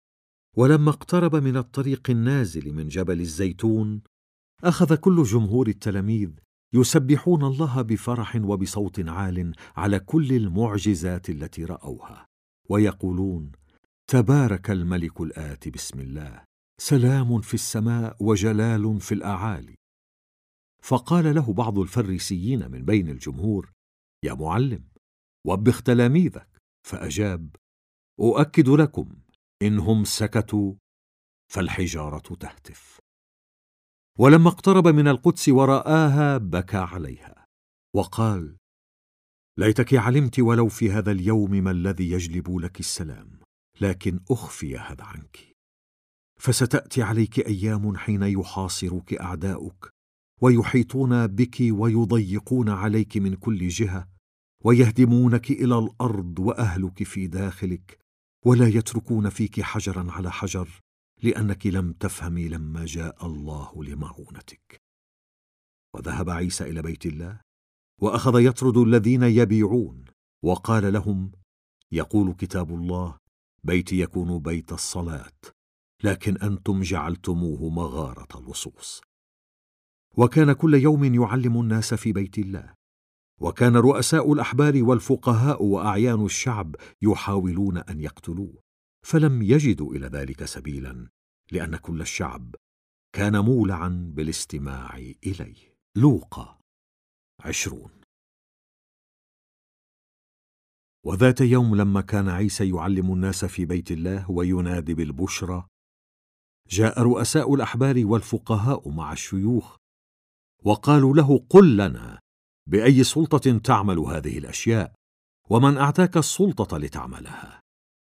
ولما اقترب من الطريق النازل من جبل الزيتون أخذ كل جمهور التلاميذ يسبحون الله بفرح وبصوت عال على كل المعجزات التي رأوها، ويقولون: تبارك الملك الآتي بسم الله، سلام في السماء وجلال في الأعالي. فقال له بعض الفريسيين من بين الجمهور: يا معلم، وبخ تلاميذك. فأجاب: أؤكد لكم إنهم سكتوا فالحجارة تهتف. ولما اقترب من القدس ورآها بكى عليها وقال: ليتك علمت ولو في هذا اليوم ما الذي يجلب لك السلام، لكن أخفي هذا عنك. فستأتي عليك أيام حين يحاصرك أعداؤك ويحيطون بك ويضيقون عليك من كل جهة ويهدمونك إلى الأرض وأهلك في داخلك، ولا يتركون فيك حجرا على حجر، لأنك لم تفهمي لما جاء الله لمعونتك. وذهب عيسى إلى بيت الله وأخذ يطرد الذين يبيعون، وقال لهم: يقول كتاب الله: بيتي يكون بيت الصلاة، لكن أنتم جعلتموه مغارة لصوص. وكان كل يوم يعلم الناس في بيت الله. وكان رؤساء الأحبار والفقهاء وأعيان الشعب يحاولون أن يقتلوه، فلم يجدوا إلى ذلك سبيلا، لأن كل الشعب كان مولعا بالاستماع إليه. لوقا 20. وذات يوم لما كان عيسى يعلم الناس في بيت الله وينادي بالبشرى، جاء رؤساء الأحبار والفقهاء مع الشيوخ وقالوا له: قل لنا بأي سلطة تعمل هذه الأشياء، ومن أعطاك السلطة لتعملها؟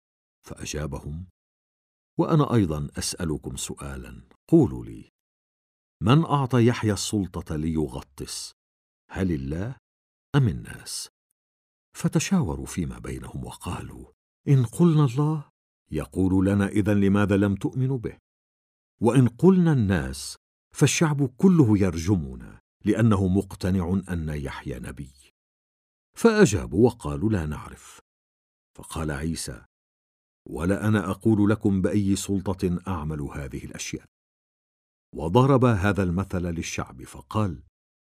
فأجابهم: وأنا أيضا أسألكم سؤالا، قولوا لي: من أعطى يحيى السلطة ليغطس، هل الله أم الناس؟ فتشاوروا فيما بينهم وقالوا: إن قلنا الله يقول لنا: إذن لماذا لم تؤمنوا به؟ وإن قلنا الناس فالشعب كله يرجمنا، لأنه مقتنع أن يحيى نبي. فأجابوا وقالوا: لا نعرف. فقال عيسى: ولا أنا أقول لكم بأي سلطة أعمل هذه الأشياء. وضرب هذا المثل للشعب فقال: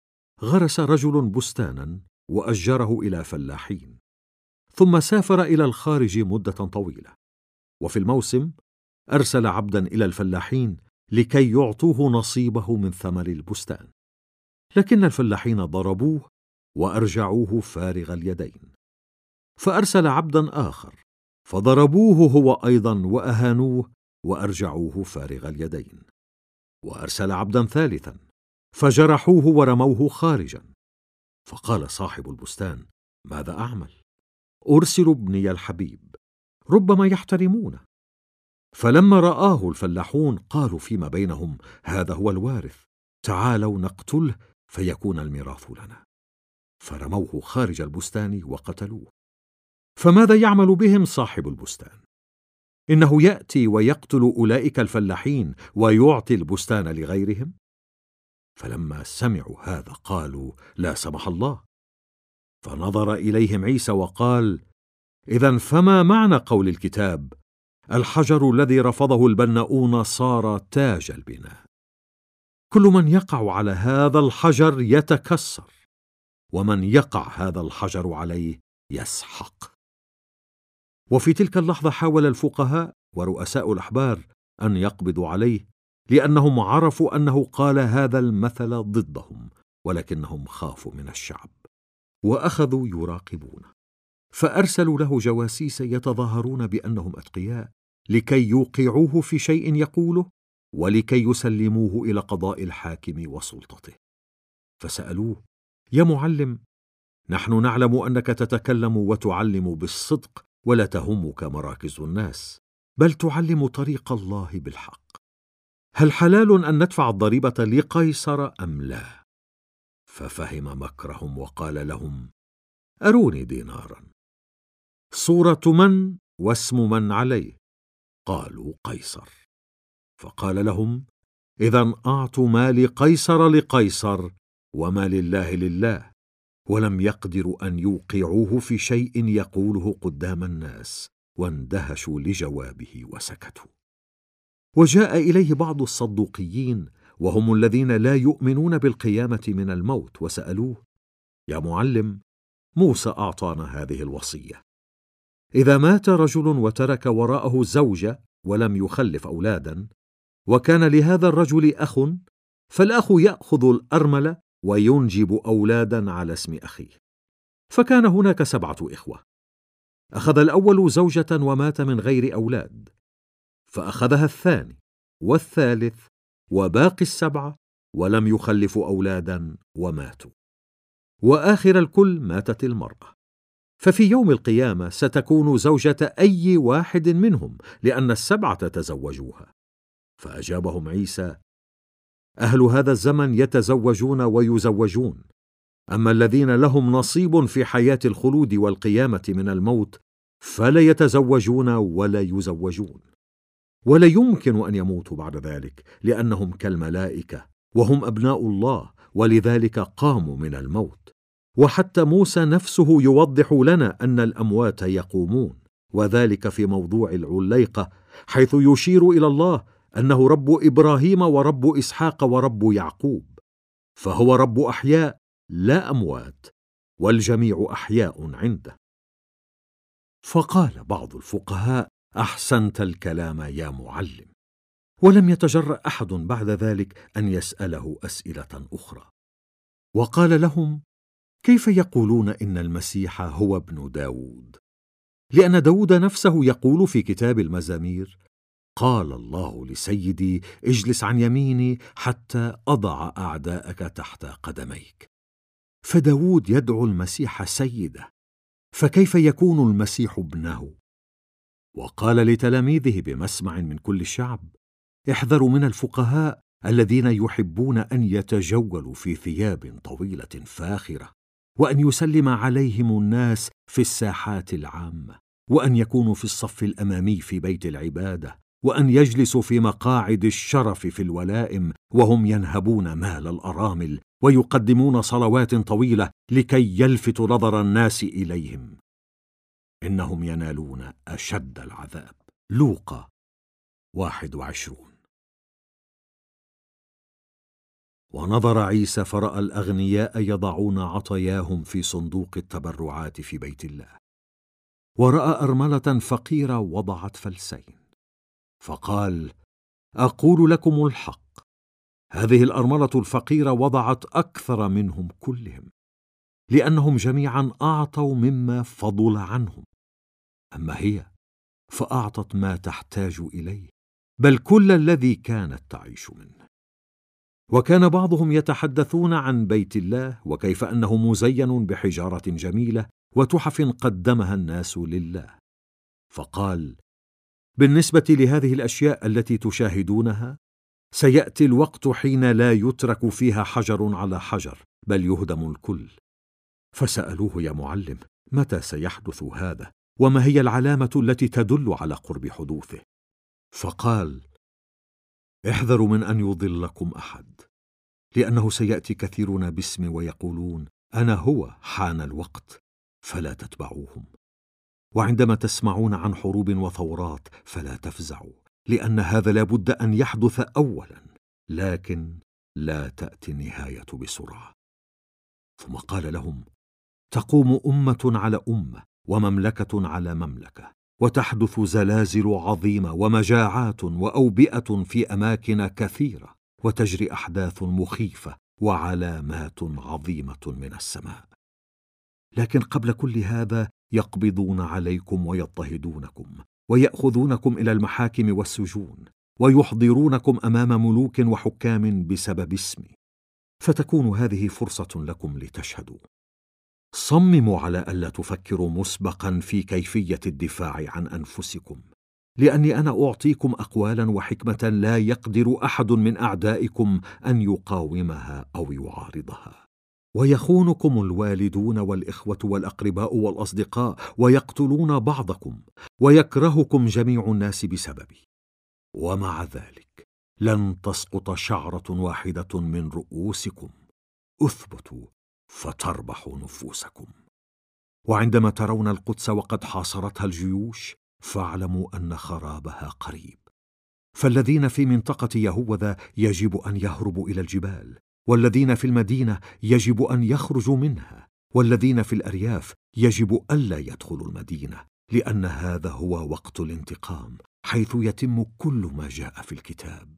غرس رجل بستانا وأجره إلى فلاحين، ثم سافر إلى الخارج مدة طويلة، وفي الموسم أرسل عبدا إلى الفلاحين لكي يعطوه نصيبه من ثمر البستان، لكن الفلاحين ضربوه وأرجعوه فارغ اليدين. فأرسل عبدا آخر فضربوه هو أيضا وأهانوه وأرجعوه فارغ اليدين. وأرسل عبدا ثالثا فجرحوه ورموه خارجا. فقال صاحب البستان: ماذا أعمل؟ أرسل ابني الحبيب، ربما يحترمونه. فلما رآه الفلاحون قالوا فيما بينهم: هذا هو الوارث، تعالوا نقتله فيكون الميراث لنا. فرموه خارج البستان وقتلوه. فماذا يعمل بهم صاحب البستان؟ إنه يأتي ويقتل أولئك الفلاحين ويعطي البستان لغيرهم. فلما سمعوا هذا قالوا: لا سمح الله. فنظر إليهم عيسى وقال: إذن فما معنى قول الكتاب: الحجر الذي رفضه البناؤون صار تاج البناء؟ كل من يقع على هذا الحجر يتكسر، ومن يقع هذا الحجر عليه يسحق. وفي تلك اللحظة حاول الفقهاء ورؤساء الأحبار أن يقبضوا عليه، لأنهم عرفوا أنه قال هذا المثل ضدهم، ولكنهم خافوا من الشعب وأخذوا يراقبون. فأرسلوا له جواسيس يتظاهرون بأنهم أتقياء لكي يوقعوه في شيء يقوله ولكي يسلموه إلى قضاء الحاكم وسلطته. فسألوه: يا معلم، نحن نعلم أنك تتكلم وتعلم بالصدق ولا تهمك مراكز الناس، بل تعلم طريق الله بالحق. هل حلال أن ندفع الضريبة لقيصر أم لا؟ ففهم مكرهم وقال لهم: أروني دينارا. صورة من واسم من عليه؟ قالوا: قيصر. فقال لهم: إذن أعطوا ما لقيصر لقيصر وما لله لله. ولم يقدروا أن يوقعوه في شيء يقوله قدام الناس، واندهشوا لجوابه وسكتوا. وجاء إليه بعض الصدوقيين، وهم الذين لا يؤمنون بالقيامة من الموت، وسألوه: يا معلم، موسى أعطانا هذه الوصية: إذا مات رجل وترك وراءه زوجة ولم يخلف أولادا، وكان لهذا الرجل أخ، فالأخ يأخذ الأرملة وينجب أولادا على اسم أخيه. فكان هناك 7 إخوة. أخذ الأول زوجة ومات من غير أولاد، فأخذها الثاني والثالث وباقي 7 ولم يخلفوا أولادا وماتوا. وآخر الكل ماتت المرأة. ففي يوم القيامة ستكون زوجة أي واحد منهم، لأن 7 تزوجوها. فأجابهم عيسى: أهل هذا الزمن يتزوجون ويزوجون، أما الذين لهم نصيب في حياة الخلود والقيامة من الموت فلا يتزوجون ولا يزوجون، ولا يمكن أن يموتوا بعد ذلك، لأنهم كالملائكة وهم أبناء الله، ولذلك قاموا من الموت. وحتى موسى نفسه يوضح لنا أن الأموات يقومون، وذلك في موضوع العليقة، حيث يشير إلى الله أنه رب إبراهيم ورب إسحاق ورب يعقوب، فهو رب أحياء لا أموات، والجميع أحياء عنده. فقال بعض الفقهاء: أحسنت الكلام يا معلم. ولم يتجرأ أحد بعد ذلك أن يسأله أسئلة أخرى. وقال لهم: كيف يقولون إن المسيح هو ابن داود؟ لأن داود نفسه يقول في كتاب المزامير: قال الله لسيدي اجلس عن يميني حتى أضع أعداءك تحت قدميك. فداود يدعو المسيح سيده، فكيف يكون المسيح ابنه؟ وقال لتلاميذه بمسمع من كل الشعب: احذروا من الفقهاء الذين يحبون أن يتجولوا في ثياب طويلة فاخرة، وأن يسلم عليهم الناس في الساحات العامة، وأن يكونوا في الصف الأمامي في بيت العبادة، وأن يجلسوا في مقاعد الشرف في الولائم، وهم ينهبون مال الأرامل ويقدمون صلوات طويلة لكي يلفتوا نظر الناس إليهم. إنهم ينالون أشد العذاب. لوقا 21. ونظر عيسى فرأى الأغنياء يضعون عطاياهم في صندوق التبرعات في بيت الله، ورأى أرملة فقيرة وضعت فلسين، فقال: أقول لكم الحق، هذه الأرملة الفقيرة وضعت أكثر منهم كلهم، لأنهم جميعا أعطوا مما فضل عنهم، أما هي فأعطت ما تحتاج إليه، بل كل الذي كانت تعيش منه. وكان بعضهم يتحدثون عن بيت الله، وكيف أنه مزين بحجارة جميلة وتحف قدمها الناس لله. فقال: بالنسبة لهذه الأشياء التي تشاهدونها، سيأتي الوقت حين لا يترك فيها حجر على حجر، بل يهدم الكل. فسألوه: يا معلم، متى سيحدث هذا؟ وما هي العلامة التي تدل على قرب حدوثه؟ فقال: احذروا من أن يضلكم أحد، لأنه سيأتي كثيرون باسمي ويقولون: أنا هو، حان الوقت، فلا تتبعوهم. وعندما تسمعون عن حروب وثورات فلا تفزعوا، لأن هذا لا بد أن يحدث أولا، لكن لا تأتي النهاية بسرعة. ثم قال لهم: تقوم أمة على أمة، ومملكة على مملكة، وتحدث زلازل عظيمة ومجاعات وأوبئة في أماكن كثيرة، وتجري أحداث مخيفة وعلامات عظيمة من السماء. لكن قبل كل هذا يقبضون عليكم ويضطهدونكم، ويأخذونكم إلى المحاكم والسجون، ويحضرونكم أمام ملوك وحكام بسبب اسمي، فتكون هذه فرصة لكم لتشهدوا. صمموا على ألا تفكروا مسبقا في كيفية الدفاع عن أنفسكم، لأني أنا أعطيكم أقوالا وحكمة لا يقدر أحد من أعدائكم أن يقاومها أو يعارضها. ويخونكم الوالدون والإخوة والأقرباء والأصدقاء، ويقتلون بعضكم، ويكرهكم جميع الناس بسببي، ومع ذلك لن تسقط شعرة واحدة من رؤوسكم. اثبتوا فتربحوا نفوسكم. وعندما ترون القدس وقد حاصرتها الجيوش فاعلموا أن خرابها قريب. فالذين في منطقة يهوذا يجب أن يهربوا إلى الجبال، والذين في المدينة يجب أن يخرجوا منها، والذين في الأرياف يجب ألا يدخلوا المدينة، لأن هذا هو وقت الانتقام، حيث يتم كل ما جاء في الكتاب.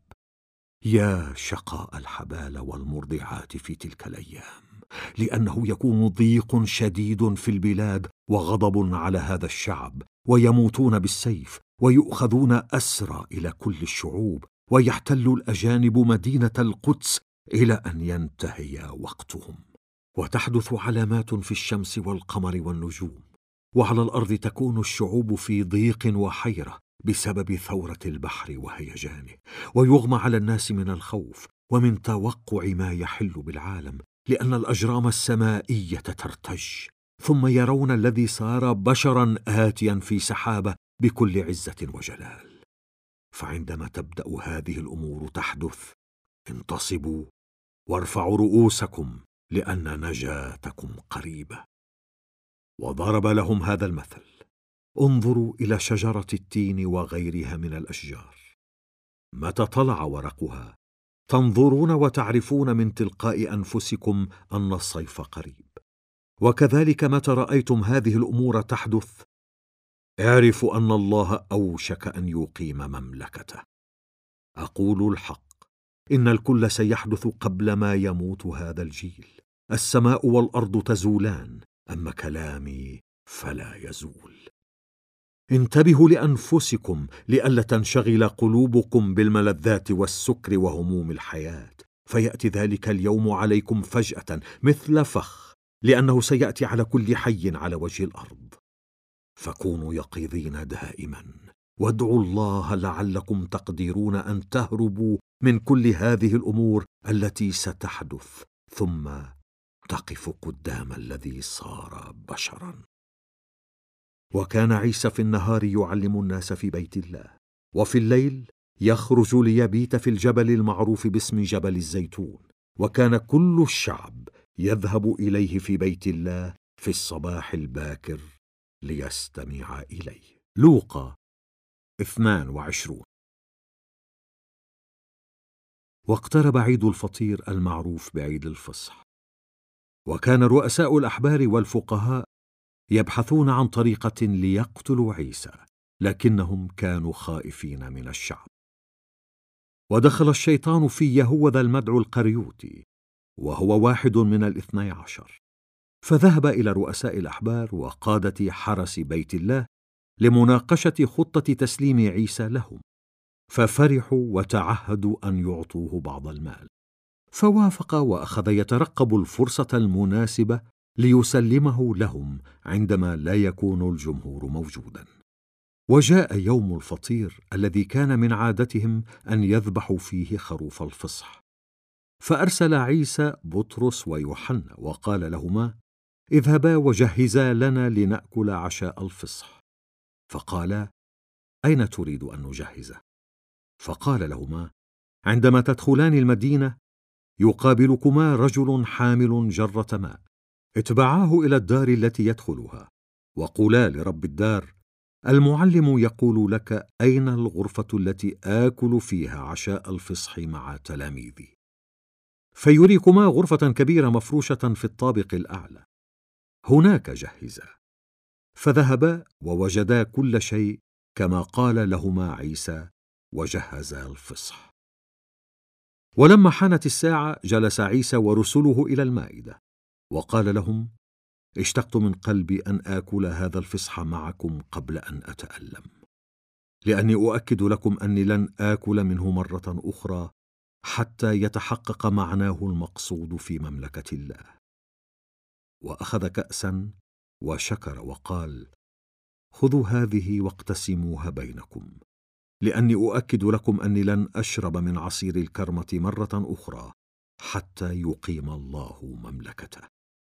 يا شقاء الحبال والمرضعات في تلك الأيام، لأنه يكون ضيق شديد في البلاد وغضب على هذا الشعب، ويموتون بالسيف، ويؤخذون أسرى إلى كل الشعوب، ويحتل الأجانب مدينة القدس إلى أن ينتهي وقتهم. وتحدث علامات في الشمس والقمر والنجوم، وعلى الأرض تكون الشعوب في ضيق وحيرة بسبب ثورة البحر وهيجانه، ويغمى على الناس من الخوف ومن توقع ما يحل بالعالم، لأن الأجرام السمائية ترتج. ثم يرون الذي صار بشرا آتيا في سحابة بكل عزة وجلال. فعندما تبدأ هذه الأمور تحدث، انتصبوا وارفعوا رؤوسكم، لأن نجاتكم قريبة. وضرب لهم هذا المثل: انظروا إلى شجرة التين وغيرها من الأشجار، متى طلع ورقها تنظرون وتعرفون من تلقاء أنفسكم أن الصيف قريب. وكذلك متى رأيتم هذه الأمور تحدث اعرفوا أن الله أوشك أن يقيم مملكته. أقول الحق، إن الكل سيحدث قبل ما يموت هذا الجيل. السماء والأرض تزولان، أما كلامي فلا يزول. انتبهوا لأنفسكم لئلا تنشغل قلوبكم بالملذات والسكر وهموم الحياة، فيأتي ذلك اليوم عليكم فجأة مثل فخ، لأنه سيأتي على كل حي على وجه الأرض. فكونوا يقظين دائما، وادعوا الله لعلكم تقدرون أن تهربوا من كل هذه الأمور التي ستحدث، ثم تقف قدام الذي صار بشرا. وكان عيسى في النهار يعلم الناس في بيت الله، وفي الليل يخرج ليبيت في الجبل المعروف باسم جبل الزيتون. وكان كل الشعب يذهب إليه في بيت الله في الصباح الباكر ليستمع إليه. لوقا 22. واقترب عيد الفطير المعروف بعيد الفصح، وكان رؤساء الأحبار والفقهاء يبحثون عن طريقة ليقتلوا عيسى، لكنهم كانوا خائفين من الشعب. ودخل الشيطان في يهوذا المدعو القريوطي، وهو واحد من 12، فذهب إلى رؤساء الأحبار وقادة حرس بيت الله لمناقشة خطة تسليم عيسى لهم، ففرحوا وتعهدوا أن يعطوه بعض المال، فوافق وأخذ يترقب الفرصة المناسبة ليسلمه لهم عندما لا يكون الجمهور موجودا. وجاء يوم الفطير الذي كان من عادتهم أن يذبحوا فيه خروف الفصح، فأرسل عيسى بطرس ويوحنا وقال لهما: اذهبا وجهزا لنا لنأكل عشاء الفصح. فقالا: أين تريد أن نجهزه؟ فقال لهما: عندما تدخلان المدينة يقابلكما رجل حامل جرة ماء، اتبعاه إلى الدار التي يدخلها، وقولا لرب الدار: المعلم يقول لك أين الغرفة التي آكل فيها عشاء الفصح مع تلاميذي؟ فيريكما غرفة كبيرة مفروشة في الطابق الأعلى، هناك جهزا. فذهبا ووجدا كل شيء كما قال لهما عيسى، وجهزا الفصح. ولما حانت الساعة جلس عيسى ورسله إلى المائدة، وقال لهم: اشتقت من قلبي أن آكل هذا الفصح معكم قبل أن أتألم، لأني أؤكد لكم أني لن آكل منه مرة أخرى حتى يتحقق معناه المقصود في مملكة الله. وأخذ كأسا وشكر وقال: خذوا هذه واقتسموها بينكم، لأني أؤكد لكم أني لن أشرب من عصير الكرمة مرة أخرى حتى يقيم الله مملكته.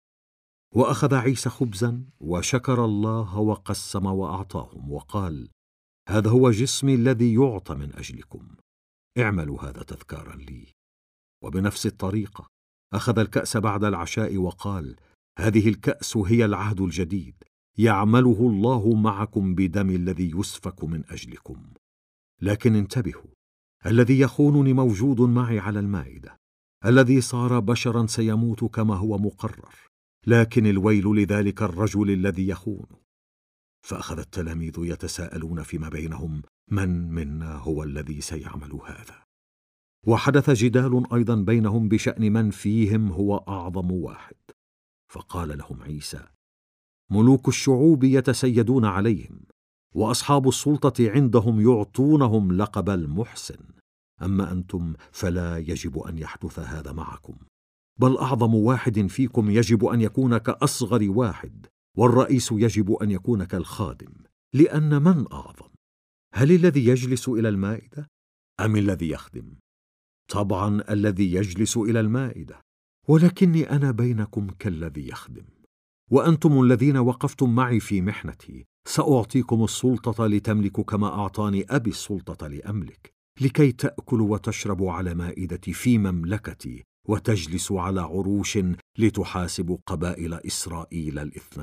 وأخذ عيسى خبزا وشكر الله وقسم وأعطاهم وقال: هذا هو جسمي الذي يعطى من أجلكم، اعملوا هذا تذكارا لي. وبنفس الطريقة أخذ الكأس بعد العشاء وقال: هذه الكأس هي العهد الجديد، يعمله الله معكم بدم الذي يسفك من أجلكم. لكن انتبهوا، الذي يخونني موجود معي على المائدة، الذي صار بشرا سيموت كما هو مقرر، لكن الويل لذلك الرجل الذي يخونه. فأخذ التلاميذ يتساءلون فيما بينهم من منا هو الذي سيعمل هذا. وحدث جدال أيضا بينهم بشأن من فيهم هو أعظم واحد. فقال لهم عيسى: ملوك الشعوب يتسيدون عليهم، وأصحاب السلطة عندهم يعطونهم لقب المحسن، أما أنتم فلا يجب أن يحدث هذا معكم، بل أعظم واحد فيكم يجب أن يكون كأصغر واحد، والرئيس يجب أن يكون كالخادم. لأن من أعظم؟ هل الذي يجلس إلى المائدة أم الذي يخدم؟ طبعا الذي يجلس إلى المائدة، ولكني أنا بينكم كالذي يخدم. وأنتم الذين وقفتم معي في محنتي سأعطيكم السلطة لتملكوا كما أعطاني أبي السلطة لأملك، لكي تأكلوا وتشربوا على مائدتي في مملكتي، وتجلسوا على عروش لتحاسبوا قبائل إسرائيل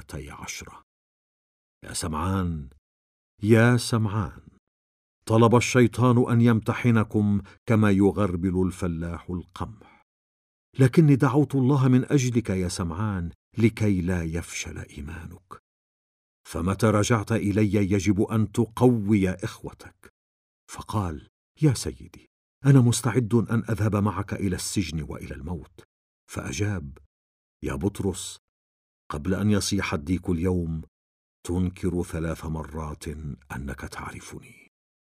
12. يا سمعان، يا سمعان، طلب الشيطان أن يمتحنكم كما يغربل الفلاح القمح، لكني دعوت الله من أجلك يا سمعان لكي لا يفشل إيمانك. فمتى رجعت إلي يجب أن تقوي إخوتك. فقال: يا سيدي، أنا مستعد أن أذهب معك إلى السجن وإلى الموت. فأجاب: يا بطرس، قبل أن يصيح الديك اليوم تنكر 3 مرات أنك تعرفني.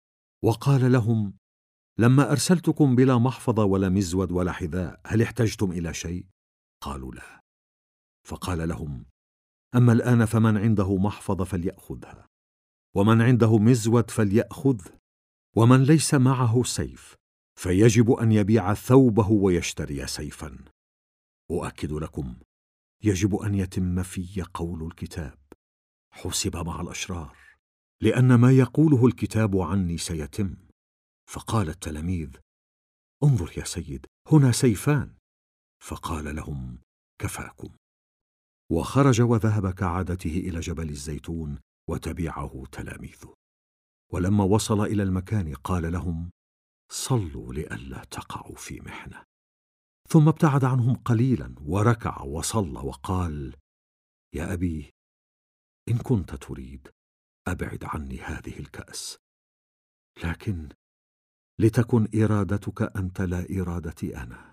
وقال لهم: لما أرسلتكم بلا محفظة ولا مزود ولا حذاء، هل احتجتم إلى شيء؟ قالوا: لا. فقال لهم: أما الآن فمن عنده محفظة فليأخذها، ومن عنده مزود فليأخذه، ومن ليس معه سيف فيجب أن يبيع ثوبه ويشتري سيفا. أؤكد لكم، يجب أن يتم في قول الكتاب: حسب مع الأشرار، لأن ما يقوله الكتاب عني سيتم. فقال التلاميذ: انظر يا سيد، هنا سيفان. فقال لهم: كفاكم. وخرج وذهب كعادته إلى جبل الزيتون، وتبعه تلاميذه. ولما وصل إلى المكان قال لهم: صلوا لئلا تقعوا في محنة. ثم ابتعد عنهم قليلا وركع وصلى وقال: يا أبي، إن كنت تريد أبعد عني هذه الكأس، لكن لتكن إرادتك أنت لا إرادتي أنا.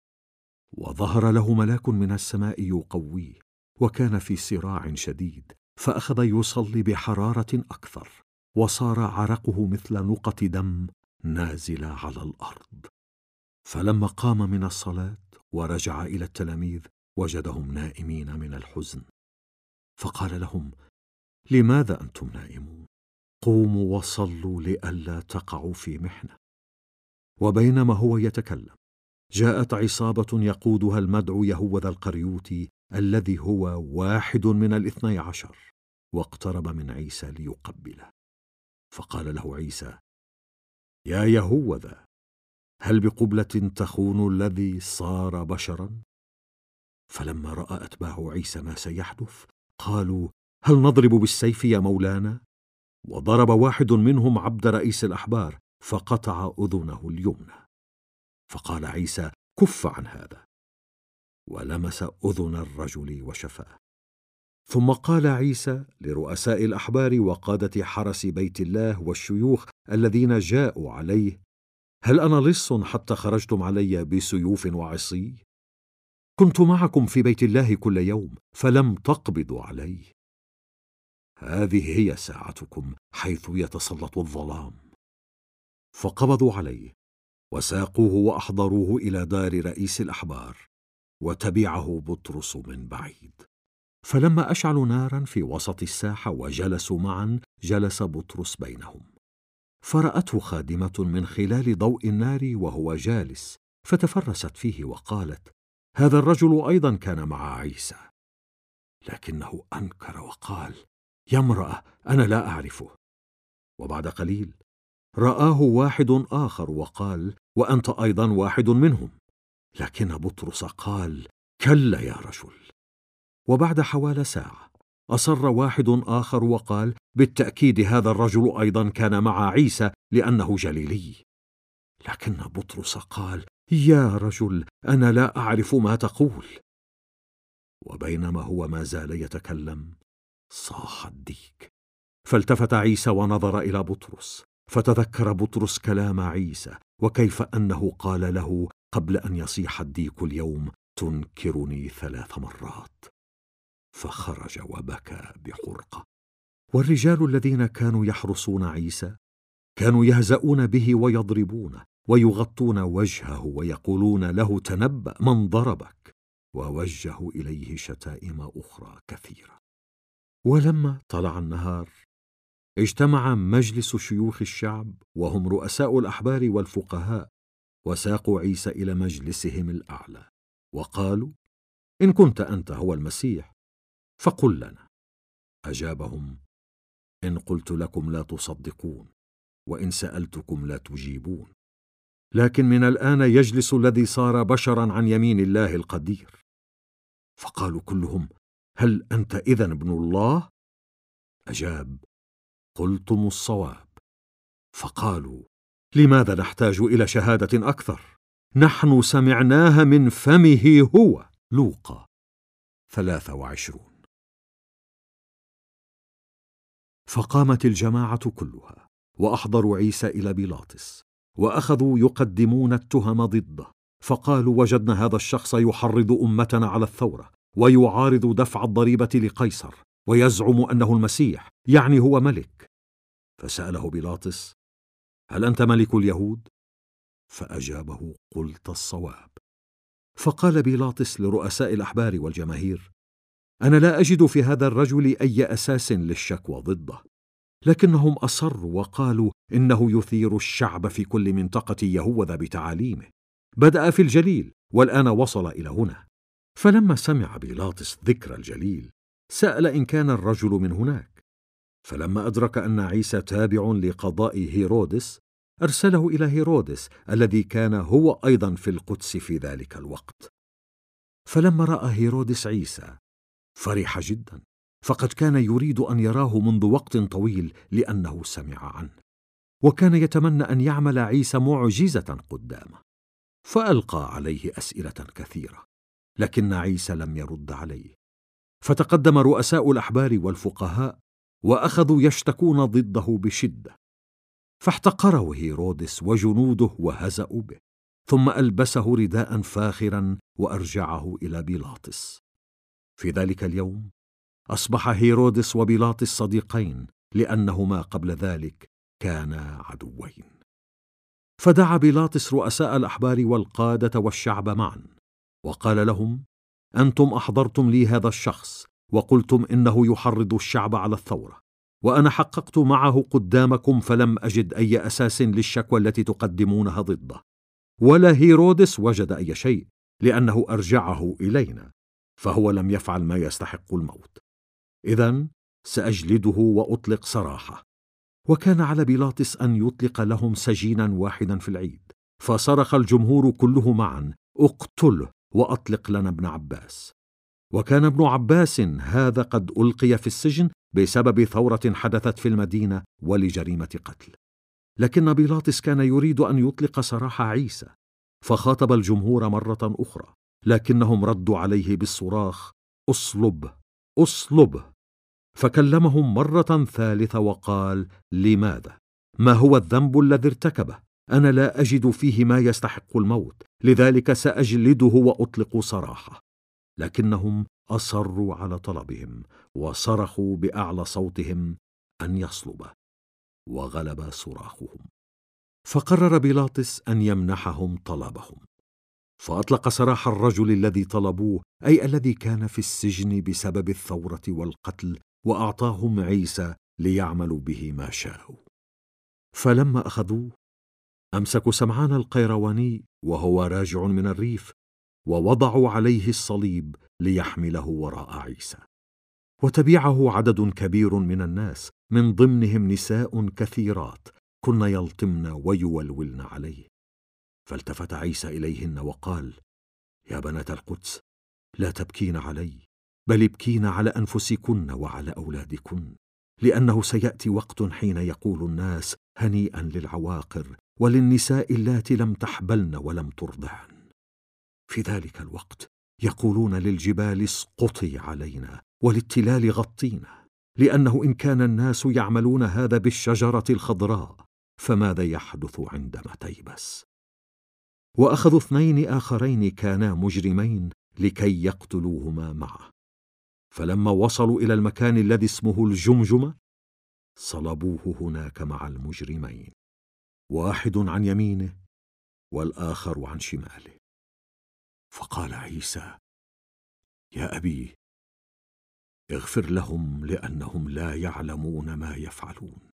وظهر له ملاك من السماء يقويه، وكان في صراع شديد، فأخذ يصلي بحرارة أكثر، وصار عرقه مثل نقط دم نازلة على الأرض. فلما قام من الصلاة ورجع إلى التلاميذ وجدهم نائمين من الحزن، فقال لهم: لماذا أنتم نائمون؟ قوموا وصلوا لئلا تقعوا في محنة. وبينما هو يتكلم جاءت عصابة يقودها المدعو يهوذا القريوطي الذي هو واحد من 12، واقترب من عيسى ليقبله. فقال له عيسى: يا يهوذا، هل بقبلة تخون الذي صار بشرا؟ فلما رأى أتباع عيسى ما سيحدث قالوا: هل نضرب بالسيف يا مولانا؟ وضرب واحد منهم عبد رئيس الأحبار فقطع أذنه اليمنى. فقال عيسى: كف عن هذا، ولمس أذن الرجل وشفاه. ثم قال عيسى لرؤساء الأحبار وقادة حرس بيت الله والشيوخ الذين جاءوا عليه: هل أنا لص حتى خرجتم علي بسيوف وعصي؟ كنت معكم في بيت الله كل يوم فلم تقبضوا علي. هذه هي ساعتكم حيث يتسلط الظلام. فقبضوا عليه وساقوه وأحضروه إلى دار رئيس الأحبار، وتبعه بطرس من بعيد. فلما أشعلوا نارا في وسط الساحة وجلسوا معا، جلس بطرس بينهم. فرأته خادمة من خلال ضوء النار وهو جالس، فتفرست فيه وقالت: هذا الرجل أيضا كان مع عيسى. لكنه أنكر وقال: يا امرأة، أنا لا أعرفه. وبعد قليل رآه واحد آخر وقال: وأنت أيضا واحد منهم. لكن بطرس قال: كلا يا رجل. وبعد حوالي ساعة أصر واحد آخر وقال: بالتأكيد هذا الرجل أيضا كان مع عيسى لأنه جليلي. لكن بطرس قال: يا رجل، أنا لا أعرف ما تقول. وبينما هو ما زال يتكلم صاح الديك، فالتفت عيسى ونظر إلى بطرس، فتذكر بطرس كلام عيسى وكيف أنه قال له قبل أن يصيح الديك اليوم: تنكرني 3 مرات. فخرج وبكى بحرقة. والرجال الذين كانوا يحرسون عيسى كانوا يهزؤون به ويضربونه ويغطون وجهه ويقولون له: تنبأ، من ضربك؟ ووجهوا إليه شتائم أخرى كثيرة. ولما طلع النهار اجتمع مجلس شيوخ الشعب وهم رؤساء الأحبار والفقهاء، وساقوا عيسى إلى مجلسهم الأعلى وقالوا: إن كنت أنت هو المسيح فقل لنا. أجابهم: إن قلت لكم لا تصدقون، وإن سألتكم لا تجيبون، لكن من الآن يجلس الذي صار بشرا عن يمين الله القدير. فقالوا كلهم: هل أنت إذن ابن الله؟ أجاب: قلتم الصواب. فقالوا: لماذا نحتاج إلى شهادة أكثر؟ نحن سمعناها من فمه هو. لوقا 23. فقامت الجماعة كلها وأحضروا عيسى إلى بيلاطس، وأخذوا يقدمون التهم ضده، فقالوا: وجدنا هذا الشخص يحرض أمتنا على الثورة، ويعارض دفع الضريبة لقيصر، ويزعم أنه المسيح، يعني هو ملك. فسأله بيلاطس: هل أنت ملك اليهود؟ فأجابه: قلت الصواب. فقال بيلاطس لرؤساء الأحبار والجماهير: أنا لا أجد في هذا الرجل أي أساس للشكوى ضده، لكنهم أصروا وقالوا إنه يثير الشعب في كل منطقة يهوذا بتعاليمه، بدأ في الجليل والآن وصل إلى هنا. فلما سمع بيلاطس ذكر الجليل سأل إن كان الرجل من هناك، فلما أدرك أن عيسى تابع لقضاء هيرودس أرسله إلى هيرودس الذي كان هو أيضا في القدس في ذلك الوقت. فلما رأى هيرودس عيسى فرح جدا، فقد كان يريد أن يراه منذ وقت طويل لأنه سمع عنه، وكان يتمنى أن يعمل عيسى معجزة قدامه. فألقى عليه أسئلة كثيرة، لكن عيسى لم يرد عليه. فتقدم رؤساء الأحبار والفقهاء وأخذوا يشتكون ضده بشدة، فاحتقره هيرودس وجنوده وهزأوا به، ثم ألبسه رداء فاخرا وأرجعه إلى بيلاطس. في ذلك اليوم أصبح هيرودس وبيلاطس صديقين، لأنهما قبل ذلك كانا عدوين. فدعا بيلاطس رؤساء الأحبار والقادة والشعب معا، وقال لهم: أنتم أحضرتم لي هذا الشخص وقلتم إنه يحرض الشعب على الثورة، وأنا حققت معه قدامكم فلم أجد أي أساس للشكوى التي تقدمونها ضده، ولا هيرودس وجد أي شيء، لأنه أرجعه إلينا، فهو لم يفعل ما يستحق الموت. إذن سأجلده وأطلق سراحه. وكان على بيلاطس أن يطلق لهم سجينا واحدا في العيد، فصرخ الجمهور كله معا: اقتله وأطلق لنا ابن عباس. وكان ابن عباس هذا قد ألقي في السجن بسبب ثورة حدثت في المدينة ولجريمة قتل. لكن بيلاطس كان يريد أن يطلق سراح عيسى، فخاطب الجمهور مرة أخرى، لكنهم ردوا عليه بالصراخ: أصلبه أصلبه. فكلمهم مرة ثالثة وقال: لماذا؟ ما هو الذنب الذي ارتكبه؟ أنا لا أجد فيه ما يستحق الموت، لذلك سأجلده وأطلق سراحه. لكنهم أصروا على طلبهم وصرخوا بأعلى صوتهم أن يصلبه، وغلب صراخهم. فقرر بيلاطس أن يمنحهم طلبهم، فأطلق سراح الرجل الذي طلبوه، أي الذي كان في السجن بسبب الثورة والقتل، وأعطاهم عيسى ليعملوا به ما شاءوا. فلما أخذوه أمسكوا سمعان القيرواني وهو راجع من الريف، ووضعوا عليه الصليب ليحمله وراء عيسى. وتبعه عدد كبير من الناس، من ضمنهم نساء كثيرات كن يلطمن ويولولن عليه. فالتفت عيسى إليهن وقال: يا بنات القدس، لا تبكين علي، بل ابكين على أنفسكن وعلى أولادكن، لأنه سيأتي وقت حين يقول الناس: هنيئا للعواقر وللنساء اللاتي لم تحبلن ولم ترضعن. في ذلك الوقت يقولون للجبال: اسقطي علينا، وللتلال غطينا، لأنه إن كان الناس يعملون هذا بالشجرة الخضراء، فماذا يحدث عندما تيبس؟ وأخذوا 2 آخرين كانا مجرمين لكي يقتلوهما معه. فلما وصلوا إلى المكان الذي اسمه الجمجمة، صلبوه هناك مع المجرمين، واحد عن يمينه والآخر عن شماله. فقال عيسى: يا أبي، اغفر لهم لأنهم لا يعلمون ما يفعلون.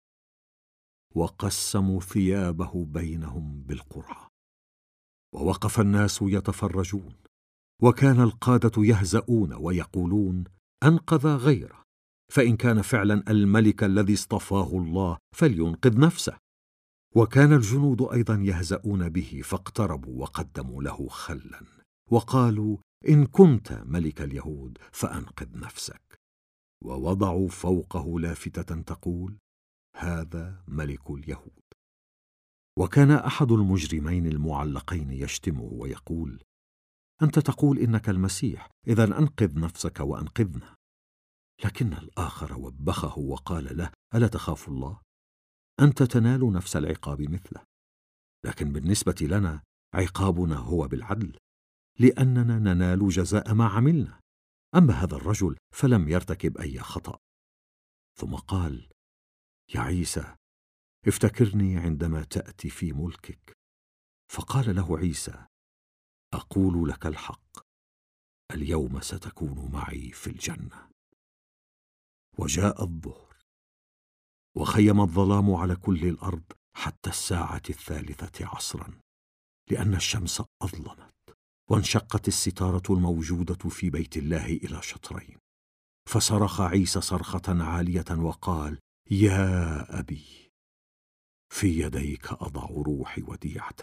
وقسموا ثيابه بينهم بالقرعة. ووقف الناس يتفرجون، وكان القادة يهزؤون ويقولون: أنقذ غيره، فإن كان فعلا الملك الذي اصطفاه الله فلينقذ نفسه. وكان الجنود أيضا يهزؤون به، فاقتربوا وقدموا له خلا وقالوا: إن كنت ملك اليهود فأنقذ نفسك. ووضعوا فوقه لافتة تقول: هذا ملك اليهود. وكان أحد المجرمين المعلقين يشتمه ويقول: أنت تقول إنك المسيح، إذن أنقذ نفسك وأنقذنا. لكن الآخر وبخه وقال له: ألا تخاف الله؟ أنت تنال نفس العقاب مثله، لكن بالنسبة لنا عقابنا هو بالعدل، لأننا ننال جزاء ما عملنا. أما هذا الرجل فلم يرتكب أي خطأ. ثم قال: يا عيسى، افتكرني عندما تأتي في ملكك. فقال له عيسى: أقول لك الحق، اليوم ستكون معي في الجنة. وجاء الظهر، وخيم الظلام على كل الأرض حتى الساعة 3 عصرا، لأن الشمس أظلمت، وانشقت الستارة الموجودة في بيت الله إلى شطرين. فصرخ عيسى صرخة عالية وقال: يا أبي، في يديك أضع روحي وديعة.